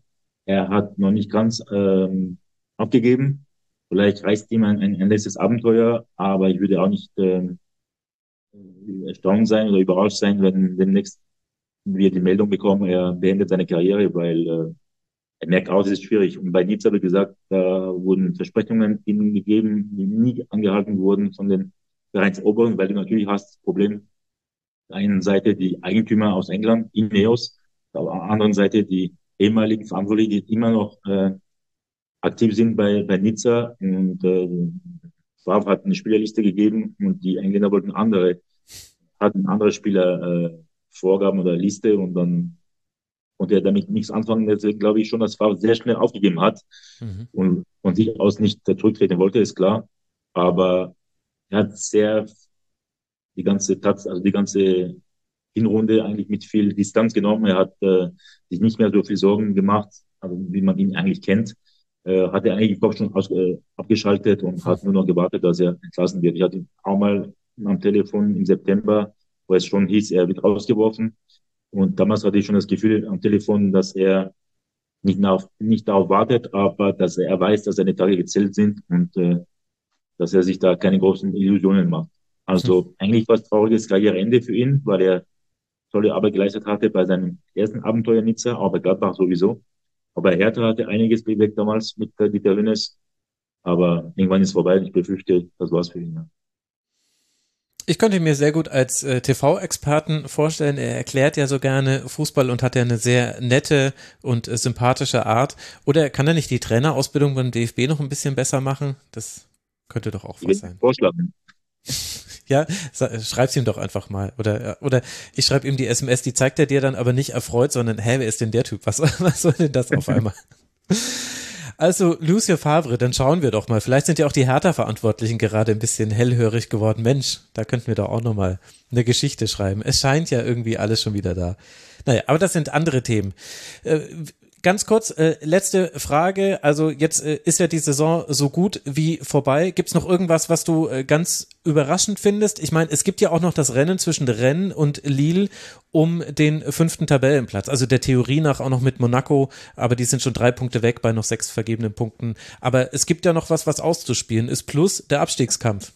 er hat noch nicht ganz ähm, abgegeben. Vielleicht reißt ihm ein, ein, ein letztes Abenteuer, aber ich würde auch nicht ähm, erstaunt sein oder überrascht sein, wenn demnächst wir die Meldung bekommen, er beendet seine Karriere, weil äh, er merkt auch, es ist schwierig. Und bei Nizza, wie gesagt, da wurden Versprechungen ihnen gegeben, die nie angehalten wurden von den Vereinsoberen, weil du natürlich hast das Problem, auf der einen Seite die Eigentümer aus England, Ineos, auf der anderen Seite die ehemaligen Verantwortlichen, die immer noch äh, aktiv sind bei, bei Nizza. Und äh, Favre hat eine Spielerliste gegeben und die Engländer wollten andere, hatten andere Spieler äh, Vorgaben oder Liste und dann konnte er damit nichts anfangen. Deswegen glaube ich schon, dass Favre sehr schnell aufgegeben hat Mhm. und von sich aus nicht zurücktreten wollte, ist klar. Aber er hat sehr die ganze Tats, also die ganze Hinrunde eigentlich mit viel Distanz genommen. Er hat äh, sich nicht mehr so viel Sorgen gemacht, also wie man ihn eigentlich kennt. Äh, hat er eigentlich den Kopf schon aus, äh, abgeschaltet und hat nur noch gewartet, dass er entlassen wird. Ich hatte ihn auch mal am Telefon im September, wo es schon hieß, er wird rausgeworfen. Und damals hatte ich schon das Gefühl am Telefon, dass er nicht, nach, nicht darauf wartet, aber dass er weiß, dass seine Tage gezählt sind und äh, dass er sich da keine großen Illusionen macht. Also eigentlich war es trauriges Karriereende für ihn, weil er tolle Arbeit geleistet hatte bei seinem ersten Abenteuer Nizza, auch bei Gladbach sowieso. Aber Hertha hatte einiges bewegt damals mit äh, Dieter Hönes. Aber irgendwann ist es vorbei und ich befürchte, das war's für ihn. Ja. Ich könnte ihn mir sehr gut als äh, T V-Experten vorstellen. Er erklärt ja so gerne Fußball und hat ja eine sehr nette und äh, sympathische Art. Oder kann er nicht die Trainerausbildung beim D F B noch ein bisschen besser machen? Das könnte doch auch Ich was würde sein. vorschlagen. Ja, sa- schreib's ihm doch einfach mal. Oder, oder ich schreibe ihm die S M S, die zeigt er dir dann aber nicht erfreut, sondern, hä, wer ist denn der Typ? Was, was soll denn das auf einmal? Also, Lucien Favre, dann schauen wir doch mal. Vielleicht sind ja auch die Hertha-Verantwortlichen gerade ein bisschen hellhörig geworden. Mensch, da könnten wir doch auch nochmal eine Geschichte schreiben. Es scheint ja irgendwie alles schon wieder da. Naja, aber das sind andere Themen. Äh, Ganz kurz, äh, letzte Frage. Also jetzt äh, ist ja die Saison so gut wie vorbei. Gibt's noch irgendwas, was du äh, ganz überraschend findest? Ich meine, es gibt ja auch noch das Rennen zwischen Rennes und Lille um den fünften Tabellenplatz. Also der Theorie nach auch noch mit Monaco, aber die sind schon drei Punkte weg bei noch sechs vergebenen Punkten. Aber es gibt ja noch was, was auszuspielen ist, plus der Abstiegskampf.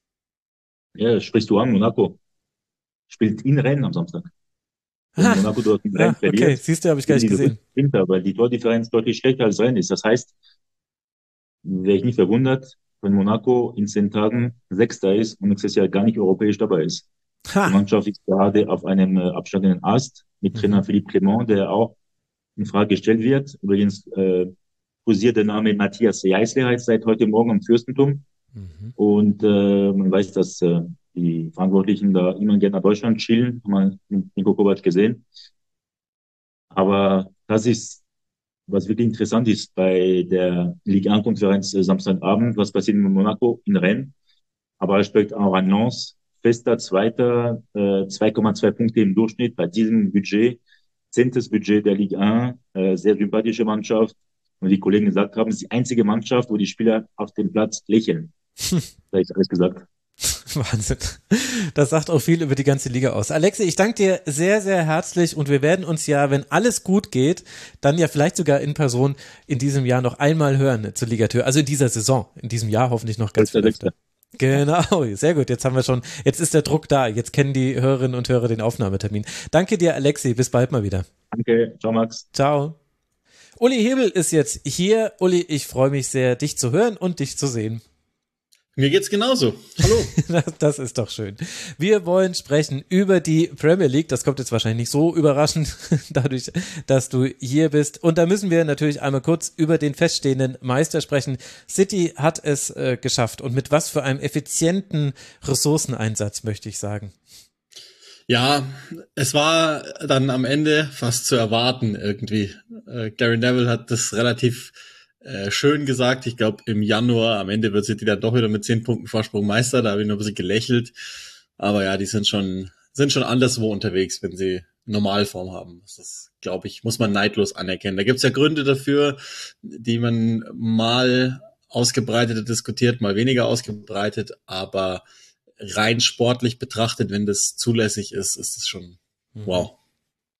Ja, sprichst du an, Monaco spielt in Rennes am Samstag. Wenn Ha, Monaco dort in ah, Rennes okay, verliert, siehst du, habe ich gar sind nicht die gesehen. hinter, weil die Tordifferenz deutlich schlechter als Rennes ist. Das heißt, wäre ich nicht verwundert, wenn Monaco in zehn Tagen Sechster ist und nächstes Jahr gar nicht europäisch dabei ist. Die Ha. Mannschaft ist gerade auf einem äh, absteigenden Ast mit Mhm. Trainer Philippe Clement, der auch in Frage gestellt wird. Übrigens äh, kursiert der Name Matthias Jeißle seit heute Morgen am Fürstentum. Mhm. Und äh, man weiß, dass äh, die Verantwortlichen da immer gerne nach Deutschland chillen, haben wir mit Niko Kovac gesehen. Aber das ist, was wirklich interessant ist bei der Ligue eins Konferenz äh, Samstagabend, was passiert in Monaco, in Rennes, aber Respekt auch an Lens, fester Zweiter, äh, zwei Komma zwei Punkte im Durchschnitt bei diesem Budget, zehntes Budget der Ligue eins, äh, sehr sympathische Mannschaft. Und die Kollegen gesagt haben, es ist die einzige Mannschaft, wo die Spieler auf dem Platz lächeln. Da ist alles gesagt. Wahnsinn. Das sagt auch viel über die ganze Liga aus. Alexi, ich danke dir sehr, sehr herzlich und wir werden uns ja, wenn alles gut geht, dann ja vielleicht sogar in Person in diesem Jahr noch einmal hören zur Ligatür. Also in dieser Saison, in diesem Jahr hoffentlich noch ganz viel öfter. Genau, sehr gut. Jetzt haben wir schon, jetzt ist der Druck da. Jetzt kennen die Hörerinnen und Hörer den Aufnahmetermin. Danke dir, Alexi. Bis bald mal wieder. Danke. Ciao, Max. Ciao. Uli Hebel ist jetzt hier. Uli, ich freue mich sehr, dich zu hören und dich zu sehen. Mir geht's genauso. Hallo. Das, das ist doch schön. Wir wollen sprechen über die Premier League. Das kommt jetzt wahrscheinlich nicht so überraschend, dadurch, dass du hier bist. Und da müssen wir natürlich einmal kurz über den feststehenden Meister sprechen. City hat es äh, geschafft. Und mit was für einem effizienten Ressourceneinsatz, möchte ich sagen. Ja, es war dann am Ende fast zu erwarten irgendwie. Äh, Gary Neville hat das relativ Äh, schön gesagt, ich glaube im Januar, am Ende wird City dann doch wieder mit zehn Punkten Vorsprung Meister, da habe ich nur ein bisschen gelächelt, aber ja, die sind schon sind schon anderswo unterwegs, wenn sie Normalform haben. Das ist, glaube ich, muss man neidlos anerkennen. Da gibt's ja Gründe dafür, die man mal ausgebreitet diskutiert, mal weniger ausgebreitet, aber rein sportlich betrachtet, wenn das zulässig ist, ist es schon wow.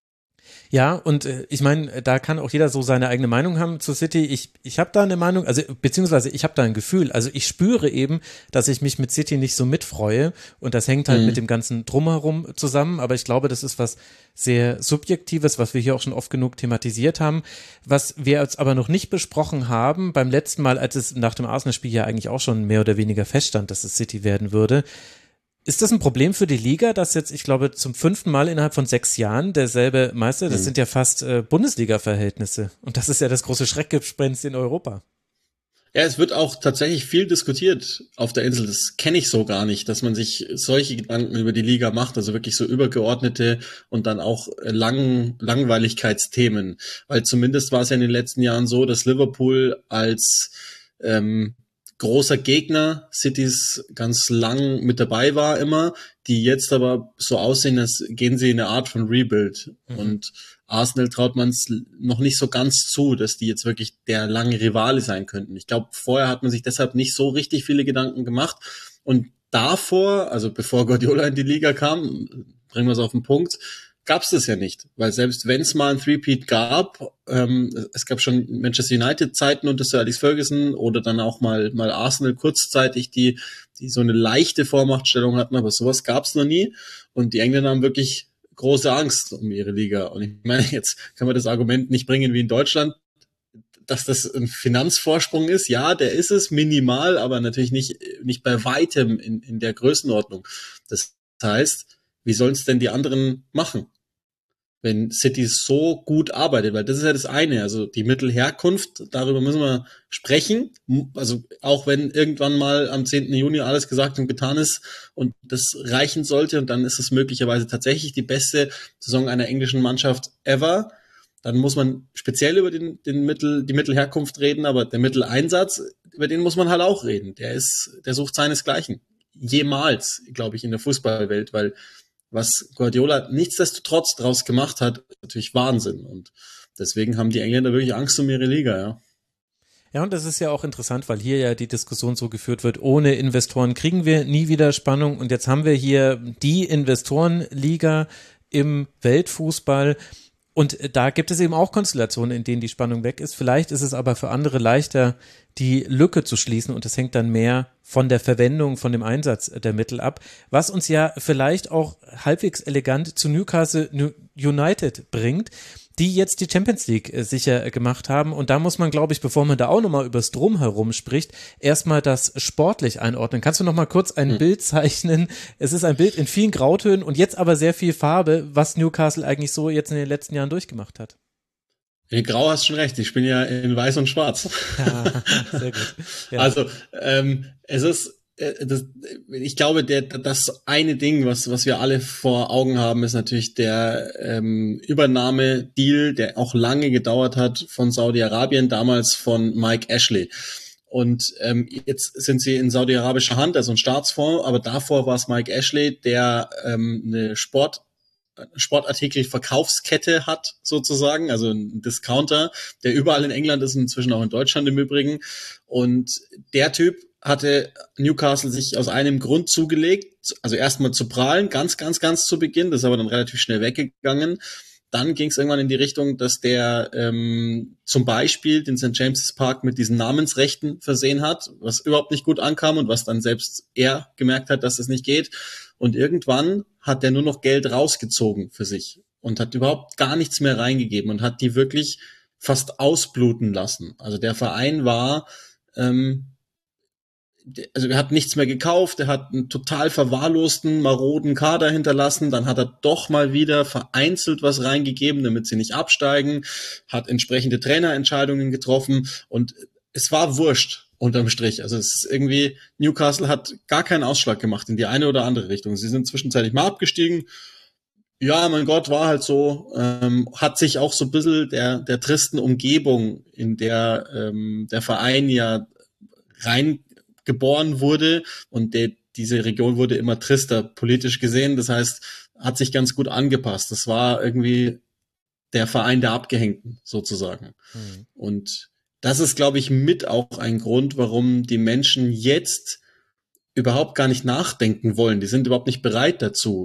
Ja, und äh, ich meine, da kann auch jeder so seine eigene Meinung haben zu City. Ich, ich habe da eine Meinung, also beziehungsweise ich habe da ein Gefühl. Also ich spüre eben, dass ich mich mit City nicht so mitfreue und das hängt halt mhm. mit dem ganzen Drumherum zusammen. Aber ich glaube, das ist was sehr Subjektives, was wir hier auch schon oft genug thematisiert haben. Was wir jetzt aber noch nicht besprochen haben, beim letzten Mal, als es nach dem Arsenal-Spiel ja eigentlich auch schon mehr oder weniger feststand, dass es City werden würde. Ist das ein Problem für die Liga, dass jetzt, ich glaube, zum fünften Mal innerhalb von sechs Jahren derselbe Meister, das mhm. sind ja fast äh, Bundesliga-Verhältnisse und das ist ja das große Schreckgespenst in Europa. Ja, es wird auch tatsächlich viel diskutiert auf der Insel, das kenne ich so gar nicht, dass man sich solche Gedanken über die Liga macht, also wirklich so übergeordnete und dann auch lang, Langweiligkeitsthemen, weil zumindest war es ja in den letzten Jahren so, dass Liverpool als ähm, großer Gegner Citys ganz lang mit dabei war immer, die jetzt aber so aussehen, als gehen sie in eine Art von Rebuild. Mhm. Und Arsenal traut man es noch nicht so ganz zu, dass die jetzt wirklich der lange Rivale sein könnten. Ich glaube, vorher hat man sich deshalb nicht so richtig viele Gedanken gemacht. Und davor, also bevor Guardiola in die Liga kam, bringen wir es auf den Punkt, gab es das ja nicht, weil selbst wenn es mal ein Three-Peat gab, ähm, es gab schon Manchester United-Zeiten unter Sir Alex Ferguson oder dann auch mal mal Arsenal kurzzeitig, die die so eine leichte Vormachtstellung hatten, aber sowas gab es noch nie und die Engländer haben wirklich große Angst um ihre Liga und ich meine, jetzt kann man das Argument nicht bringen wie in Deutschland, dass das ein Finanzvorsprung ist, ja, der ist es minimal, aber natürlich nicht nicht bei weitem in, in der Größenordnung. Das heißt, wie sollen es denn die anderen machen? Wenn City so gut arbeitet, weil das ist ja das eine, also die Mittelherkunft, darüber müssen wir sprechen, also auch wenn irgendwann mal am zehnten Juni alles gesagt und getan ist und das reichen sollte und dann ist es möglicherweise tatsächlich die beste Saison einer englischen Mannschaft ever, dann muss man speziell über den, den Mittel, die Mittelherkunft reden, aber der Mitteleinsatz, über den muss man halt auch reden, der ist, der sucht seinesgleichen. Jemals, glaube ich, in der Fußballwelt, weil was Guardiola nichtsdestotrotz draus gemacht hat, ist natürlich Wahnsinn. Und deswegen haben die Engländer wirklich Angst um ihre Liga, ja. Ja, und das ist ja auch interessant, weil hier ja die Diskussion so geführt wird, ohne Investoren kriegen wir nie wieder Spannung. Und jetzt haben wir hier die Investorenliga im Weltfußball. Und da gibt es eben auch Konstellationen, in denen die Spannung weg ist. Vielleicht ist es aber für andere leichter, die Lücke zu schließen und es hängt dann mehr von der Verwendung, von dem Einsatz der Mittel ab, was uns ja vielleicht auch halbwegs elegant zu Newcastle United bringt, die jetzt die Champions League sicher gemacht haben. Und da muss man, glaube ich, bevor man da auch nochmal übers Drumherum spricht, erstmal das sportlich einordnen. Kannst du nochmal kurz ein mhm. Bild zeichnen? Es ist ein Bild in vielen Grautönen und jetzt aber sehr viel Farbe, was Newcastle eigentlich so jetzt in den letzten Jahren durchgemacht hat. In Grau hast schon recht, ich bin ja in Weiß und Schwarz. Ja, sehr gut. Ja. Also ähm, es ist Das, ich glaube, der, das eine Ding, was, was wir alle vor Augen haben, ist natürlich der ähm, Übernahmedeal, der auch lange gedauert hat von Saudi-Arabien, damals von Mike Ashley. Und ähm, jetzt sind sie in saudi-arabischer Hand, also ein Staatsfonds, aber davor war es Mike Ashley, der ähm, eine Sport Sportartikel-Verkaufskette hat, sozusagen, also ein Discounter, der überall in England ist, inzwischen auch in Deutschland im Übrigen. Und der Typ hatte Newcastle sich aus einem Grund zugelegt, also erstmal zu prahlen, ganz, ganz, ganz zu Beginn, das ist aber dann relativ schnell weggegangen. Dann ging es irgendwann in die Richtung, dass der ähm, zum Beispiel den Sankt James's Park mit diesen Namensrechten versehen hat, was überhaupt nicht gut ankam und was dann selbst er gemerkt hat, dass das nicht geht. Und irgendwann hat er nur noch Geld rausgezogen für sich und hat überhaupt gar nichts mehr reingegeben und hat die wirklich fast ausbluten lassen. Also der Verein war... Ähm, also er hat nichts mehr gekauft, er hat einen total verwahrlosten, maroden Kader hinterlassen, dann hat er doch mal wieder vereinzelt was reingegeben, damit sie nicht absteigen, hat entsprechende Trainerentscheidungen getroffen und es war wurscht unterm Strich. Also es ist irgendwie, Newcastle hat gar keinen Ausschlag gemacht in die eine oder andere Richtung. Sie sind zwischenzeitlich mal abgestiegen. Ja, mein Gott, war halt so, ähm, hat sich auch so ein bisschen der, der tristen Umgebung, in der ähm, der Verein ja rein geboren wurde und der, diese Region wurde immer trister politisch gesehen. Das heißt, hat sich ganz gut angepasst. Das war irgendwie der Verein der Abgehängten sozusagen. Mhm. Und das ist, glaube ich, mit auch ein Grund, warum die Menschen jetzt überhaupt gar nicht nachdenken wollen. Die sind überhaupt nicht bereit dazu,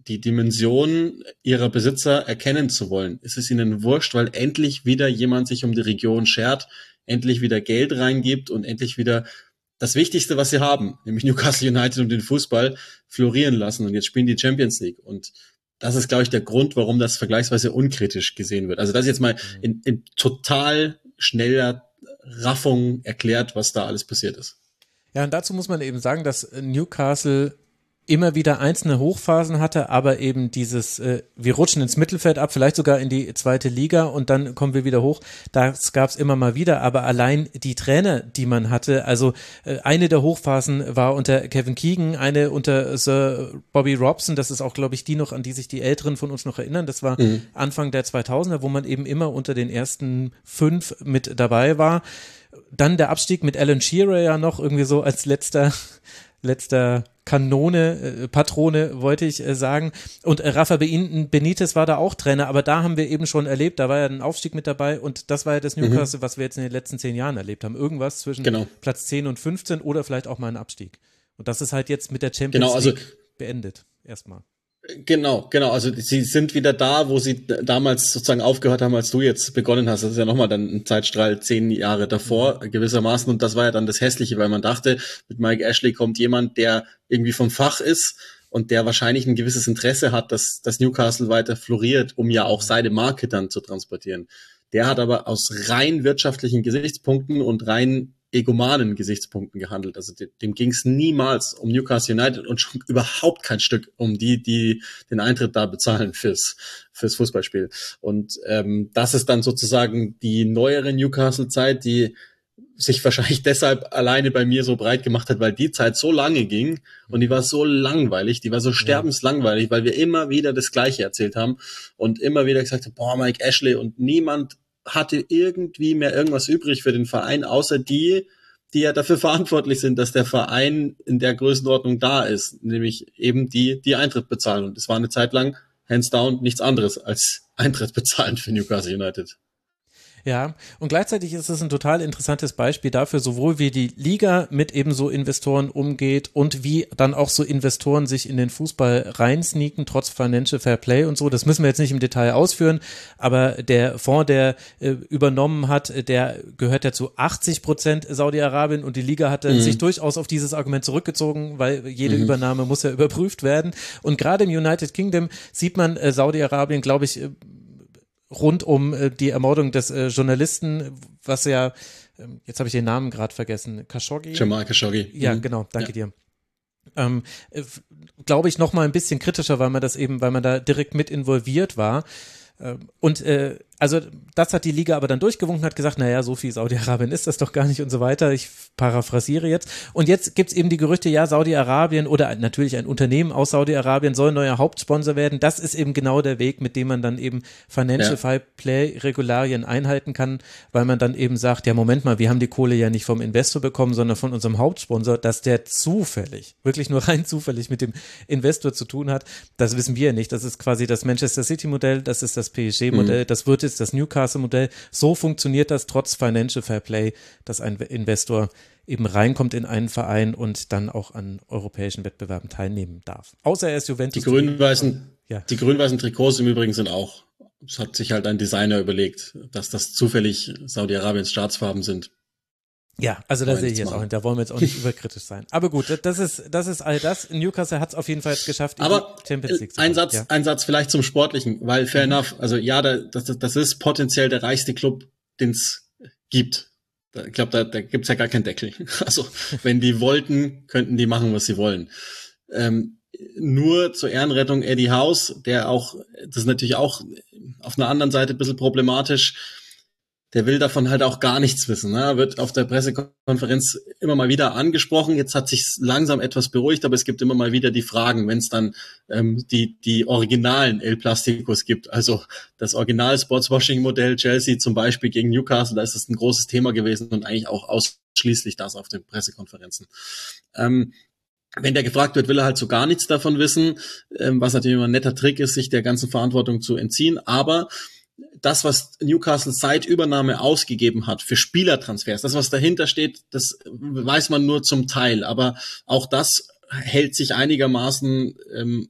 die Dimension ihrer Besitzer erkennen zu wollen. Es ist ihnen wurscht, weil endlich wieder jemand sich um die Region schert, endlich wieder Geld reingibt und endlich wieder das Wichtigste, was sie haben, nämlich Newcastle United und den Fußball, florieren lassen. Und jetzt spielen die Champions League. Und das ist, glaube ich, der Grund, warum das vergleichsweise unkritisch gesehen wird. Also das ist jetzt mal in, in total schneller Raffung erklärt, was da alles passiert ist. Ja, und dazu muss man eben sagen, dass Newcastle immer wieder einzelne Hochphasen hatte, aber eben dieses, äh, wir rutschen ins Mittelfeld ab, vielleicht sogar in die zweite Liga und dann kommen wir wieder hoch. Das gab es immer mal wieder, aber allein die Trainer, die man hatte, also äh, eine der Hochphasen war unter Kevin Keegan, eine unter Sir Bobby Robson, das ist auch, glaube ich, die noch, an die sich die Älteren von uns noch erinnern, das war mhm. Anfang der zweitausender, wo man eben immer unter den ersten fünf mit dabei war. Dann der Abstieg mit Alan Shearer ja noch irgendwie so als letzter letzter Kanone, äh, Patrone, wollte ich äh, sagen. Und äh, Rafa Benitez war da auch Trainer, aber da haben wir eben schon erlebt, da war ja ein Aufstieg mit dabei und das war ja das Newcastle, mhm. was wir jetzt in den letzten zehn Jahren erlebt haben. Irgendwas zwischen genau. Platz zehn und fünfzehn oder vielleicht auch mal ein Abstieg. Und das ist halt jetzt mit der Champions genau, also, League beendet. Erstmal. Genau, genau. Also sie sind wieder da, wo sie damals sozusagen aufgehört haben, als du jetzt begonnen hast. Das ist ja nochmal dann ein Zeitstrahl zehn Jahre davor gewissermaßen. Und das war ja dann das Hässliche, weil man dachte, mit Mike Ashley kommt jemand, der irgendwie vom Fach ist und der wahrscheinlich ein gewisses Interesse hat, dass das Newcastle weiter floriert, um ja auch seine Marke dann zu transportieren. Der hat aber aus rein wirtschaftlichen Gesichtspunkten und rein egomanen Gesichtspunkten gehandelt. Also dem ging es niemals um Newcastle United und schon überhaupt kein Stück um die, die den Eintritt da bezahlen fürs fürs Fußballspiel. Und ähm, das ist dann sozusagen die neuere Newcastle-Zeit, die sich wahrscheinlich deshalb alleine bei mir so breit gemacht hat, weil die Zeit so lange ging und die war so langweilig, die war so sterbenslangweilig, weil wir immer wieder das Gleiche erzählt haben und immer wieder gesagt haben, boah, Mike Ashley, und niemand hatte irgendwie mehr irgendwas übrig für den Verein, außer die, die ja dafür verantwortlich sind, dass der Verein in der Größenordnung da ist, nämlich eben die, die Eintritt bezahlen. Und es war eine Zeit lang, hands down, nichts anderes als Eintritt bezahlen für Newcastle United. Ja, und gleichzeitig ist es ein total interessantes Beispiel dafür, sowohl wie die Liga mit eben so Investoren umgeht und wie dann auch so Investoren sich in den Fußball reinsneaken, trotz Financial Fair Play und so. Das müssen wir jetzt nicht im Detail ausführen, aber der Fonds, der äh, übernommen hat, der gehört ja zu achtzig Prozent Saudi-Arabien und die Liga hatte mhm. sich durchaus auf dieses Argument zurückgezogen, weil jede mhm. Übernahme muss ja überprüft werden. Und gerade im United Kingdom sieht man äh, Saudi-Arabien, glaube ich, äh, rund um äh, die Ermordung des äh, Journalisten, was ja, äh, jetzt habe ich den Namen gerade vergessen, Khashoggi? Jamal Khashoggi. Ja, mhm. genau, danke ja. dir. Ähm, äh, glaube ich noch mal ein bisschen kritischer, weil man das eben, weil man da direkt mit involviert war. Ähm, und äh, also das hat die Liga aber dann durchgewunken, hat gesagt, naja, so viel Saudi-Arabien ist das doch gar nicht und so weiter. Ich paraphrasiere jetzt. Und jetzt gibt's eben die Gerüchte, ja, Saudi-Arabien oder natürlich ein Unternehmen aus Saudi-Arabien soll neuer Hauptsponsor werden. Das ist eben genau der Weg, mit dem man dann eben Financial ja. Fair Play Regularien einhalten kann, weil man dann eben sagt, ja, Moment mal, wir haben die Kohle ja nicht vom Investor bekommen, sondern von unserem Hauptsponsor, dass der zufällig, wirklich nur rein zufällig mit dem Investor zu tun hat. Das wissen wir nicht. Das ist quasi das Manchester City Modell, das ist das P S G-Modell, mhm. das wird jetzt das Newcastle-Modell. So funktioniert das trotz Financial Fair Play, dass ein Investor eben reinkommt in einen Verein und dann auch an europäischen Wettbewerben teilnehmen darf. Außer er ist Juventus. Die grün-weißen, ja. die grün-weißen Trikots im Übrigen sind auch, es hat sich halt ein Designer überlegt, dass das zufällig Saudi-Arabiens Staatsfarben sind. Ja, also da sehe ich jetzt auch nicht, da wollen wir jetzt auch nicht überkritisch sein. Aber gut, das ist, das ist all das. Newcastle hat es auf jeden Fall geschafft, in Aber die Champions League zu kommen. Ein Satz, ja. ein Satz vielleicht zum Sportlichen, weil fair mhm. enough, also ja, das, das ist potenziell der reichste Club, den es gibt. Ich glaube, da, da gibt's ja gar keinen Deckel. Also wenn die wollten, könnten die machen, was sie wollen. Ähm, nur zur Ehrenrettung Eddie Howe, der auch, das ist natürlich auch auf einer anderen Seite ein bisschen problematisch, der will davon halt auch gar nichts wissen. Ne? Er wird auf der Pressekonferenz immer mal wieder angesprochen. Jetzt hat sich langsam etwas beruhigt, aber es gibt immer mal wieder die Fragen, wenn es dann ähm, die die originalen El Plásticos gibt. Also das Original Sportswashing-Modell Chelsea zum Beispiel gegen Newcastle, da ist das ein großes Thema gewesen und eigentlich auch ausschließlich das auf den Pressekonferenzen. Ähm, Wenn der gefragt wird, will er halt so gar nichts davon wissen, ähm, was natürlich immer ein netter Trick ist, sich der ganzen Verantwortung zu entziehen. Aber das, was Newcastle seit Übernahme ausgegeben hat für Spielertransfers, das, was dahinter steht, das weiß man nur zum Teil. Aber auch das hält sich einigermaßen ähm,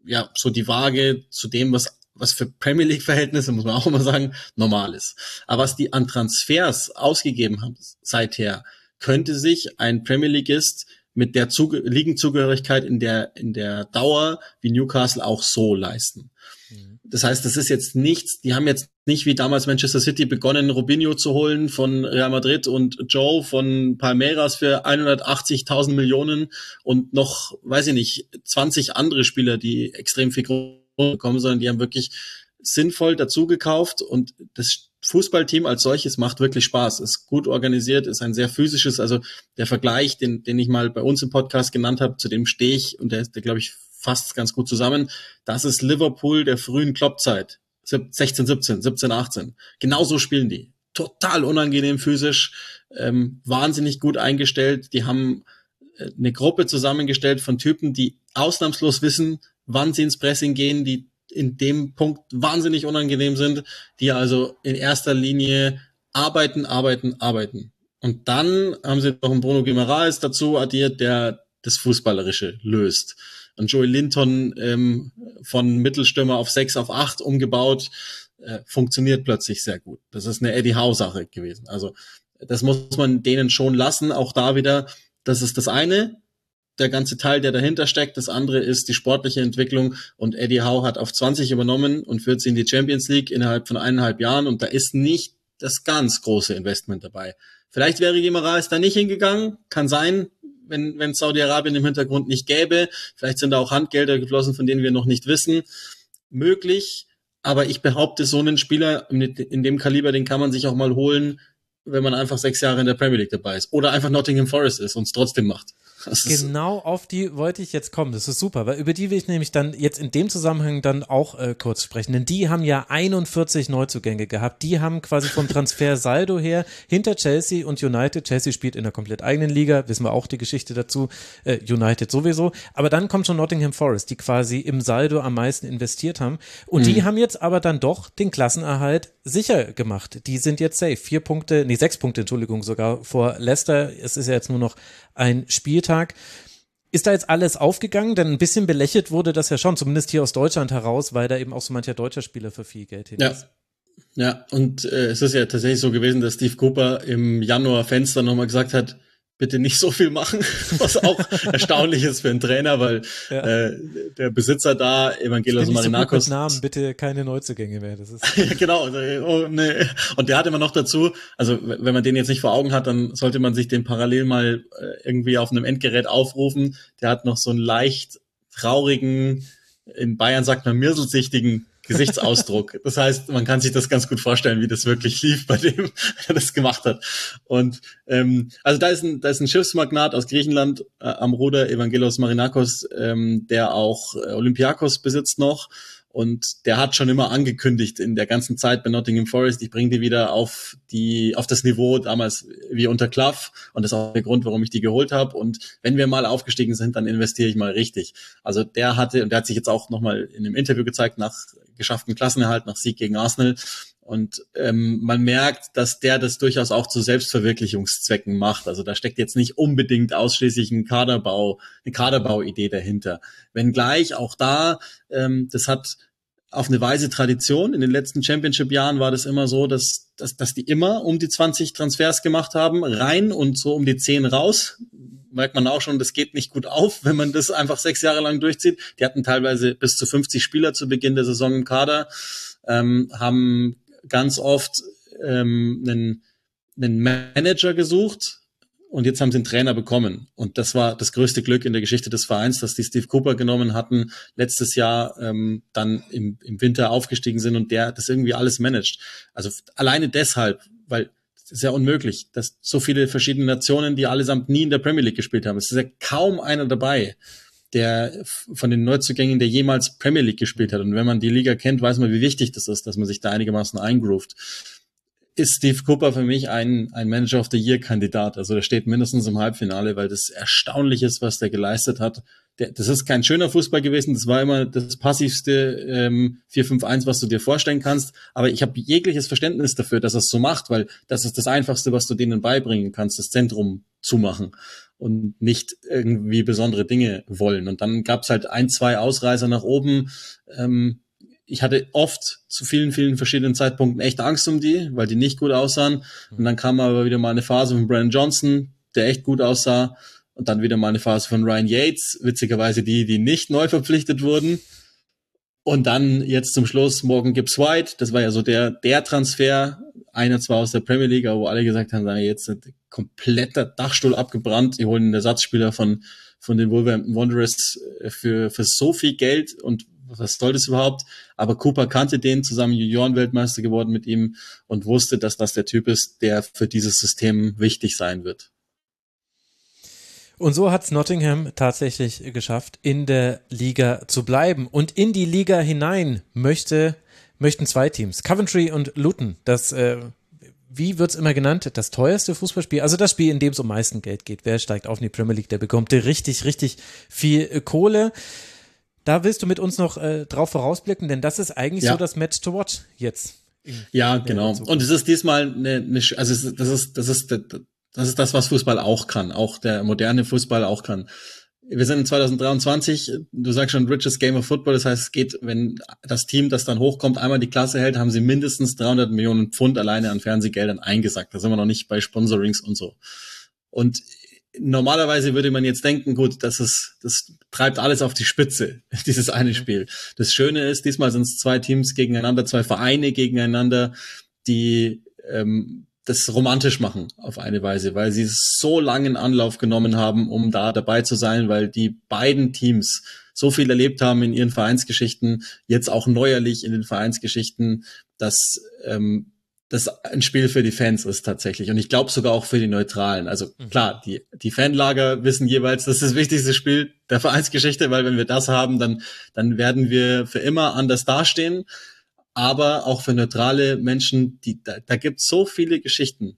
ja so die Waage zu dem, was was für Premier League Verhältnisse, muss man auch immer sagen, normal ist. Aber was die an Transfers ausgegeben haben seither, könnte sich ein Premier Leagueist mit der Zuge- Ligenzugehörigkeit in der in der Dauer wie Newcastle auch so leisten. Das heißt, das ist jetzt nichts, die haben jetzt nicht wie damals Manchester City begonnen, Robinho zu holen von Real Madrid und Joe von Palmeiras für hundertachtzigtausend Millionen und noch, weiß ich nicht, zwanzig andere Spieler, die extrem viel Grund bekommen, sondern die haben wirklich sinnvoll dazu gekauft und das Fußballteam als solches macht wirklich Spaß, ist gut organisiert, ist ein sehr physisches, also der Vergleich, den, den ich mal bei uns im Podcast genannt habe, zu dem stehe ich und der, der glaube ich, fasst ganz gut zusammen. Das ist Liverpool der frühen Klopp-Zeit. sechzehn, siebzehn, siebzehn, achtzehn. Genauso spielen die. Total unangenehm physisch, ähm, wahnsinnig gut eingestellt. Die haben äh, eine Gruppe zusammengestellt von Typen, die ausnahmslos wissen, wann sie ins Pressing gehen, die in dem Punkt wahnsinnig unangenehm sind, die also in erster Linie arbeiten, arbeiten, arbeiten. Und dann haben sie noch einen Bruno Guimaraes dazu addiert, der das Fußballerische löst. Und Joey Linton ähm, von Mittelstürmer auf sechs auf acht umgebaut, äh, funktioniert plötzlich sehr gut. Das ist eine Eddie Howe-Sache gewesen. Also das muss man denen schon lassen. Auch da wieder, das ist das eine, der ganze Teil, der dahinter steckt. Das andere ist die sportliche Entwicklung. Und Eddie Howe hat auf zwanzig übernommen und führt sie in die Champions League innerhalb von eineinhalb Jahren. Und da ist nicht das ganz große Investment dabei. Vielleicht wäre Guimaraes da nicht hingegangen, kann sein, wenn wenn Saudi-Arabien im Hintergrund nicht gäbe. Vielleicht sind da auch Handgelder geflossen, von denen wir noch nicht wissen. Möglich, aber ich behaupte, so einen Spieler in dem Kaliber, den kann man sich auch mal holen, wenn man einfach sechs Jahre in der Premier League dabei ist. Oder einfach Nottingham Forest ist und es trotzdem macht. Das genau auf die wollte ich jetzt kommen. Das ist super, weil über die will ich nämlich dann jetzt in dem Zusammenhang dann auch äh, kurz sprechen. Denn die haben ja einundvierzig Neuzugänge gehabt. Die haben quasi vom Transfer-Saldo her hinter Chelsea und United. Chelsea spielt in einer komplett eigenen Liga, wissen wir auch die Geschichte dazu. Äh, United sowieso. Aber dann kommt schon Nottingham Forest, die quasi im Saldo am meisten investiert haben. Und mhm. die haben jetzt aber dann doch den Klassenerhalt sicher gemacht. Die sind jetzt safe. Vier Punkte, nee, sechs Punkte, Entschuldigung, sogar vor Leicester. Es ist ja jetzt nur noch ein Spieltag. Ist da jetzt alles aufgegangen? Denn ein bisschen belächelt wurde das ja schon, zumindest hier aus Deutschland heraus, weil da eben auch so mancher deutscher Spieler für viel Geld hin ist. Ja, ja. Und äh, es ist ja tatsächlich so gewesen, dass Steve Cooper im Januar-Fenster nochmal gesagt hat, bitte nicht so viel machen, was auch erstaunlich ist für einen Trainer, weil ja. äh, der Besitzer da, Evangelos Marinakos. So Namen, bitte keine Neuzugänge mehr. Das ist ja, genau. Oh, nee. Und der hat immer noch dazu, also wenn man den jetzt nicht vor Augen hat, dann sollte man sich den parallel mal äh, irgendwie auf einem Endgerät aufrufen. Der hat noch so einen leicht traurigen, in Bayern sagt man mirselsichtigen Gesichtsausdruck. Das heißt, man kann sich das ganz gut vorstellen, wie das wirklich lief bei dem, der das gemacht hat. Und ähm, also da ist ein, da ist ein Schiffsmagnat aus Griechenland äh, am Ruder, Evangelos Marinakos, ähm, der auch äh, Olympiakos besitzt noch. Und der hat schon immer angekündigt in der ganzen Zeit bei Nottingham Forest, ich bringe die wieder auf die auf das Niveau damals wie unter Clough. Und das ist auch der Grund, warum ich die geholt habe. Und wenn wir mal aufgestiegen sind, dann investiere ich mal richtig. Also der hatte, und der hat sich jetzt auch nochmal in einem Interview gezeigt, nach geschafften Klassenerhalt, nach Sieg gegen Arsenal. Und ähm, man merkt, dass der das durchaus auch zu Selbstverwirklichungszwecken macht. Also da steckt jetzt nicht unbedingt ausschließlich ein Kaderbau, eine Kaderbauidee dahinter. Wenngleich auch da, ähm, das hat auf eine Weise Tradition. In den letzten Championship-Jahren war das immer so, dass, dass, dass die immer um die zwanzig Transfers gemacht haben, rein und so um die zehn raus. Merkt man auch schon, das geht nicht gut auf, wenn man das einfach sechs Jahre lang durchzieht. Die hatten teilweise bis zu fünfzig Spieler zu Beginn der Saison im Kader, ähm, haben ganz oft ähm, einen, einen Manager gesucht und jetzt haben sie einen Trainer bekommen. Und das war das größte Glück in der Geschichte des Vereins, dass die Steve Cooper genommen hatten, letztes Jahr ähm, dann im, im Winter aufgestiegen sind und der das irgendwie alles managt. Also alleine deshalb, weil es ist ja unmöglich, dass so viele verschiedene Nationen, die allesamt nie in der Premier League gespielt haben, es ist ja kaum einer dabei, der von den Neuzugängen, der jemals Premier League gespielt hat. Und wenn man die Liga kennt, weiß man, wie wichtig das ist, dass man sich da einigermaßen eingroovt. Ist Steve Cooper für mich ein, ein Manager of the Year-Kandidat. Also der steht mindestens im Halbfinale, weil das erstaunlich ist, was der geleistet hat. Der, das ist kein schöner Fußball gewesen, das war immer das passivste ähm, vier fünf eins, was du dir vorstellen kannst. Aber ich habe jegliches Verständnis dafür, dass er es so macht, weil das ist das Einfachste, was du denen beibringen kannst, das Zentrum zu machen. und nicht irgendwie besondere Dinge wollen. Und dann gab es halt ein, zwei Ausreißer nach oben. Ähm, ich hatte oft zu vielen, vielen verschiedenen Zeitpunkten echt Angst um die, weil die nicht gut aussahen. Und dann kam aber wieder mal eine Phase von Brandon Johnson, der echt gut aussah. Und dann wieder mal eine Phase von Ryan Yates, witzigerweise die, die nicht neu verpflichtet wurden. Und dann jetzt zum Schluss Morgan Gibbs-White, das war ja so der der Transfer, einer zwar aus der Premier League, aber wo alle gesagt haben, jetzt ist kompletter Dachstuhl abgebrannt, die holen einen Ersatzspieler von von den Wolverhampton Wanderers für für so viel Geld und was soll das überhaupt? Aber Cooper kannte den, zusammen Juniorenweltmeister geworden mit ihm und wusste, dass das der Typ ist, der für dieses System wichtig sein wird. Und so hat's Nottingham tatsächlich geschafft, in der Liga zu bleiben. Und in die Liga hinein möchte, möchten zwei Teams, Coventry und Luton. Das, äh, wie wird's immer genannt, das teuerste Fußballspiel. Also das Spiel, in dem es um meisten Geld geht. Wer steigt auf in die Premier League, der bekommt richtig, richtig viel äh, Kohle. Da willst du mit uns noch äh, drauf vorausblicken, denn das ist eigentlich ja. so das Match to watch jetzt. Ja, genau. Und es ist diesmal eine, eine also das ist, das ist, das ist Das ist das, was Fußball auch kann, auch der moderne Fußball auch kann. Wir sind in zwanzig dreiundzwanzig, du sagst schon, richest Game of Football, das heißt, es geht, wenn das Team, das dann hochkommt, einmal die Klasse hält, haben sie mindestens dreihundert Millionen Pfund alleine an Fernsehgeldern eingesackt. Da sind wir noch nicht bei Sponsorings und so. Und normalerweise würde man jetzt denken, gut, das ist, das treibt alles auf die Spitze, dieses eine Spiel. Das Schöne ist, diesmal sind es zwei Teams gegeneinander, zwei Vereine gegeneinander, die ähm, das romantisch machen auf eine Weise, weil sie so langen Anlauf genommen haben, um da dabei zu sein, weil die beiden Teams so viel erlebt haben in ihren Vereinsgeschichten, jetzt auch neuerlich in den Vereinsgeschichten, dass ähm, das ein Spiel für die Fans ist tatsächlich. Und ich glaube sogar auch für die Neutralen. Also klar, die die Fanlager wissen jeweils, das ist das wichtigste Spiel der Vereinsgeschichte, weil wenn wir das haben, dann dann werden wir für immer anders dastehen. Aber auch für neutrale Menschen, die da, da gibt es so viele Geschichten.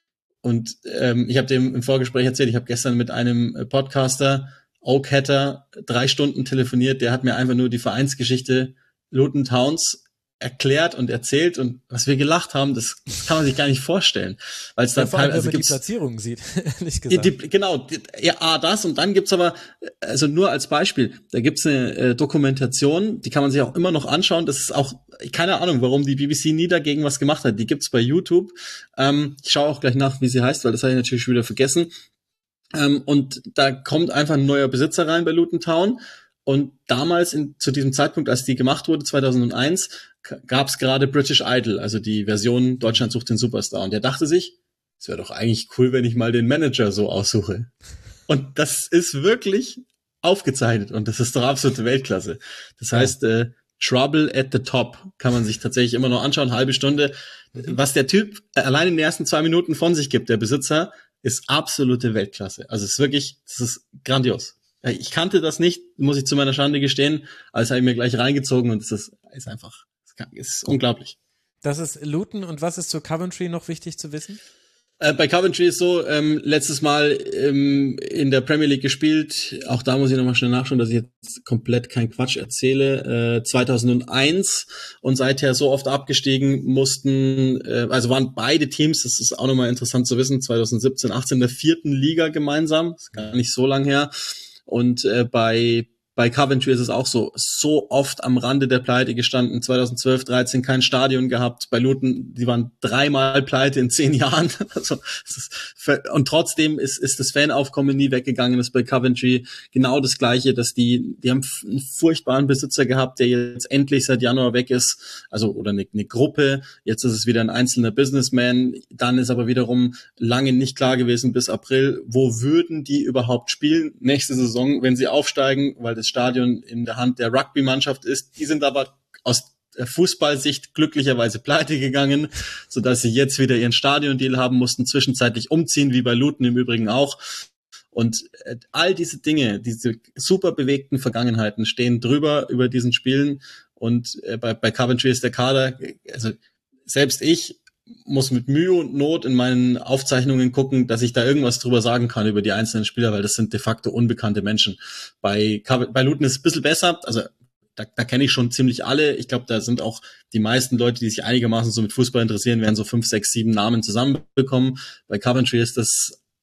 Und ähm, ich habe dem im Vorgespräch erzählt, ich habe gestern mit einem Podcaster, Oak Hatter, drei Stunden telefoniert, der hat mir einfach nur die Vereinsgeschichte Luton Towns erklärt und erzählt und was wir gelacht haben, das, das kann man sich gar nicht vorstellen. Weil es ja, da vor allem, also wenn man gibt's, die Platzierung sieht, ehrlich gesagt. Die, die, genau, die, ja, A, das und dann gibt's aber, also nur als Beispiel, da gibt's eine äh, Dokumentation, die kann man sich auch immer noch anschauen, das ist auch, keine Ahnung, warum die B B C nie dagegen was gemacht hat, die gibt's bei YouTube, ähm, ich schaue auch gleich nach, wie sie heißt, weil das habe ich natürlich schon wieder vergessen, ähm, und da kommt einfach ein neuer Besitzer rein bei Luton Town. Und damals, in, zu diesem Zeitpunkt, als die gemacht wurde, zweitausendeins, gab es gerade British Idol, also die Version Deutschland sucht den Superstar. Und der dachte sich, es wäre doch eigentlich cool, wenn ich mal den Manager so aussuche. Und das ist wirklich aufgezeichnet und das ist doch absolute Weltklasse. Das ja. heißt, äh, Trouble at the Top kann man sich tatsächlich immer noch anschauen, halbe Stunde. Mhm. Was der Typ allein in den ersten zwei Minuten von sich gibt, der Besitzer, ist absolute Weltklasse. Also es ist wirklich, es ist grandios. Ich kannte das nicht, muss ich zu meiner Schande gestehen, aber das habe ich mir gleich reingezogen und es ist, ist einfach, es ist unglaublich. Das ist Luton und was ist zu Coventry noch wichtig zu wissen? Äh, bei Coventry ist so, ähm, letztes Mal ähm, in der Premier League gespielt, auch da muss ich nochmal schnell nachschauen, dass ich jetzt komplett keinen Quatsch erzähle, äh, zweitausendeins und seither so oft abgestiegen mussten, äh, also waren beide Teams, das ist auch nochmal interessant zu wissen, zweitausendsiebzehn, achtzehn in der vierten Liga gemeinsam, ist gar nicht so lang her. Und äh, bei bei Coventry ist es auch so, so oft am Rande der Pleite gestanden, zweitausendzwölf, dreizehn kein Stadion gehabt, bei Luton, die waren dreimal pleite in zehn Jahren, also es ist für, und trotzdem ist ist das Fanaufkommen nie weggegangen, das ist bei Coventry genau das Gleiche, dass die, die haben einen furchtbaren Besitzer gehabt, der jetzt endlich seit Januar weg ist, also oder eine, eine Gruppe, jetzt ist es wieder ein einzelner Businessman, dann ist aber wiederum lange nicht klar gewesen bis April, wo würden die überhaupt spielen nächste Saison, wenn sie aufsteigen, weil das Stadion in der Hand der Rugby-Mannschaft ist. Die sind aber aus der Fußballsicht glücklicherweise pleite gegangen, sodass sie jetzt wieder ihren Stadiondeal haben mussten, zwischenzeitlich umziehen, wie bei Luton im Übrigen auch. Und äh, all diese Dinge, diese super bewegten Vergangenheiten stehen drüber über diesen Spielen. Und äh, bei, bei Coventry ist der Kader, also selbst ich muss mit Mühe und Not in meinen Aufzeichnungen gucken, dass ich da irgendwas drüber sagen kann über die einzelnen Spieler, weil das sind de facto unbekannte Menschen. Bei, bei Luton ist es ein bisschen besser, also da, da kenne ich schon ziemlich alle. Ich glaube, da sind auch die meisten Leute, die sich einigermaßen so mit Fußball interessieren, werden so fünf, sechs, sieben Namen zusammenbekommen. Bei Coventry ist das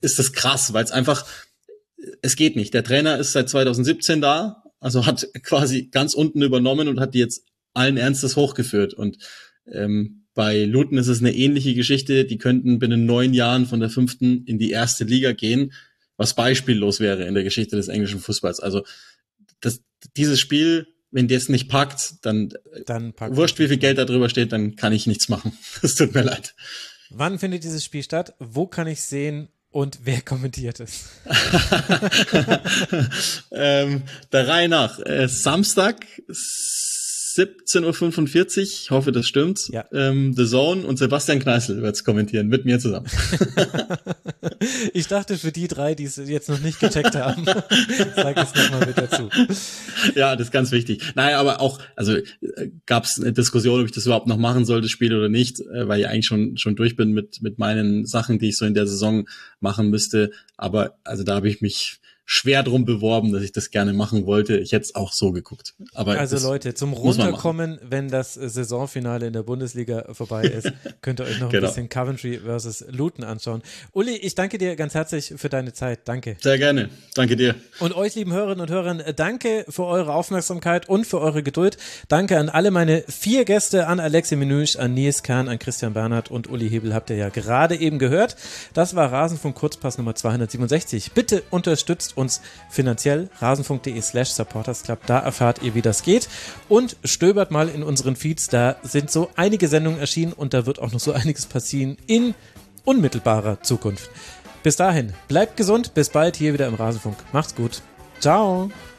ist das krass, weil es einfach, es geht nicht. Der Trainer ist seit zwanzig siebzehn da, also hat quasi ganz unten übernommen und hat die jetzt allen Ernstes hochgeführt. Und ähm, bei Luton ist es eine ähnliche Geschichte. Die könnten binnen neun Jahren von der fünften in die erste Liga gehen, was beispiellos wäre in der Geschichte des englischen Fußballs. Also das, dieses Spiel, wenn der es nicht packt, dann, dann packt wurscht, wie viel Geld da drüber steht, dann kann ich nichts machen. Es tut mir leid. Wann findet dieses Spiel statt? Wo kann ich sehen? Und wer kommentiert es? ähm, der Reihe nach. Äh, Samstag, siebzehn Uhr fünfundvierzig, ich hoffe, das stimmt. Ja. Ähm, The Zone und Sebastian Kneißl wird's kommentieren, mit mir zusammen. Ich dachte, für die drei, die es jetzt noch nicht gecheckt haben, sag es nochmal mit dazu. Ja, das ist ganz wichtig. Naja, aber auch, also äh, gab es eine Diskussion, ob ich das überhaupt noch machen soll, das Spiel oder nicht, äh, weil ich eigentlich schon schon durch bin mit mit meinen Sachen, die ich so in der Saison machen müsste. Aber also da habe ich mich schwer drum beworben, dass ich das gerne machen wollte. Ich hätte es auch so geguckt. Aber also Leute, zum Runterkommen, wenn das Saisonfinale in der Bundesliga vorbei ist, könnt ihr euch noch genau. ein bisschen Coventry versus Luton anschauen. Uli, ich danke dir ganz herzlich für deine Zeit. Danke. Sehr gerne. Danke dir. Und euch, lieben Hörerinnen und Hörern, danke für eure Aufmerksamkeit und für eure Geduld. Danke an alle meine vier Gäste, an Alexi Menüsch, an Nils Kern, an Christian Bernhard und Uli Hebel, habt ihr ja gerade eben gehört. Das war Rasenfunk Kurzpass Nummer zweihundertsiebenundsechzig. Bitte unterstützt uns finanziell, rasenfunk.de slash supportersclub, da erfahrt ihr, wie das geht, und stöbert mal in unseren Feeds, da sind so einige Sendungen erschienen und da wird auch noch so einiges passieren in unmittelbarer Zukunft. Bis dahin, bleibt gesund, bis bald hier wieder im Rasenfunk. Macht's gut. Ciao.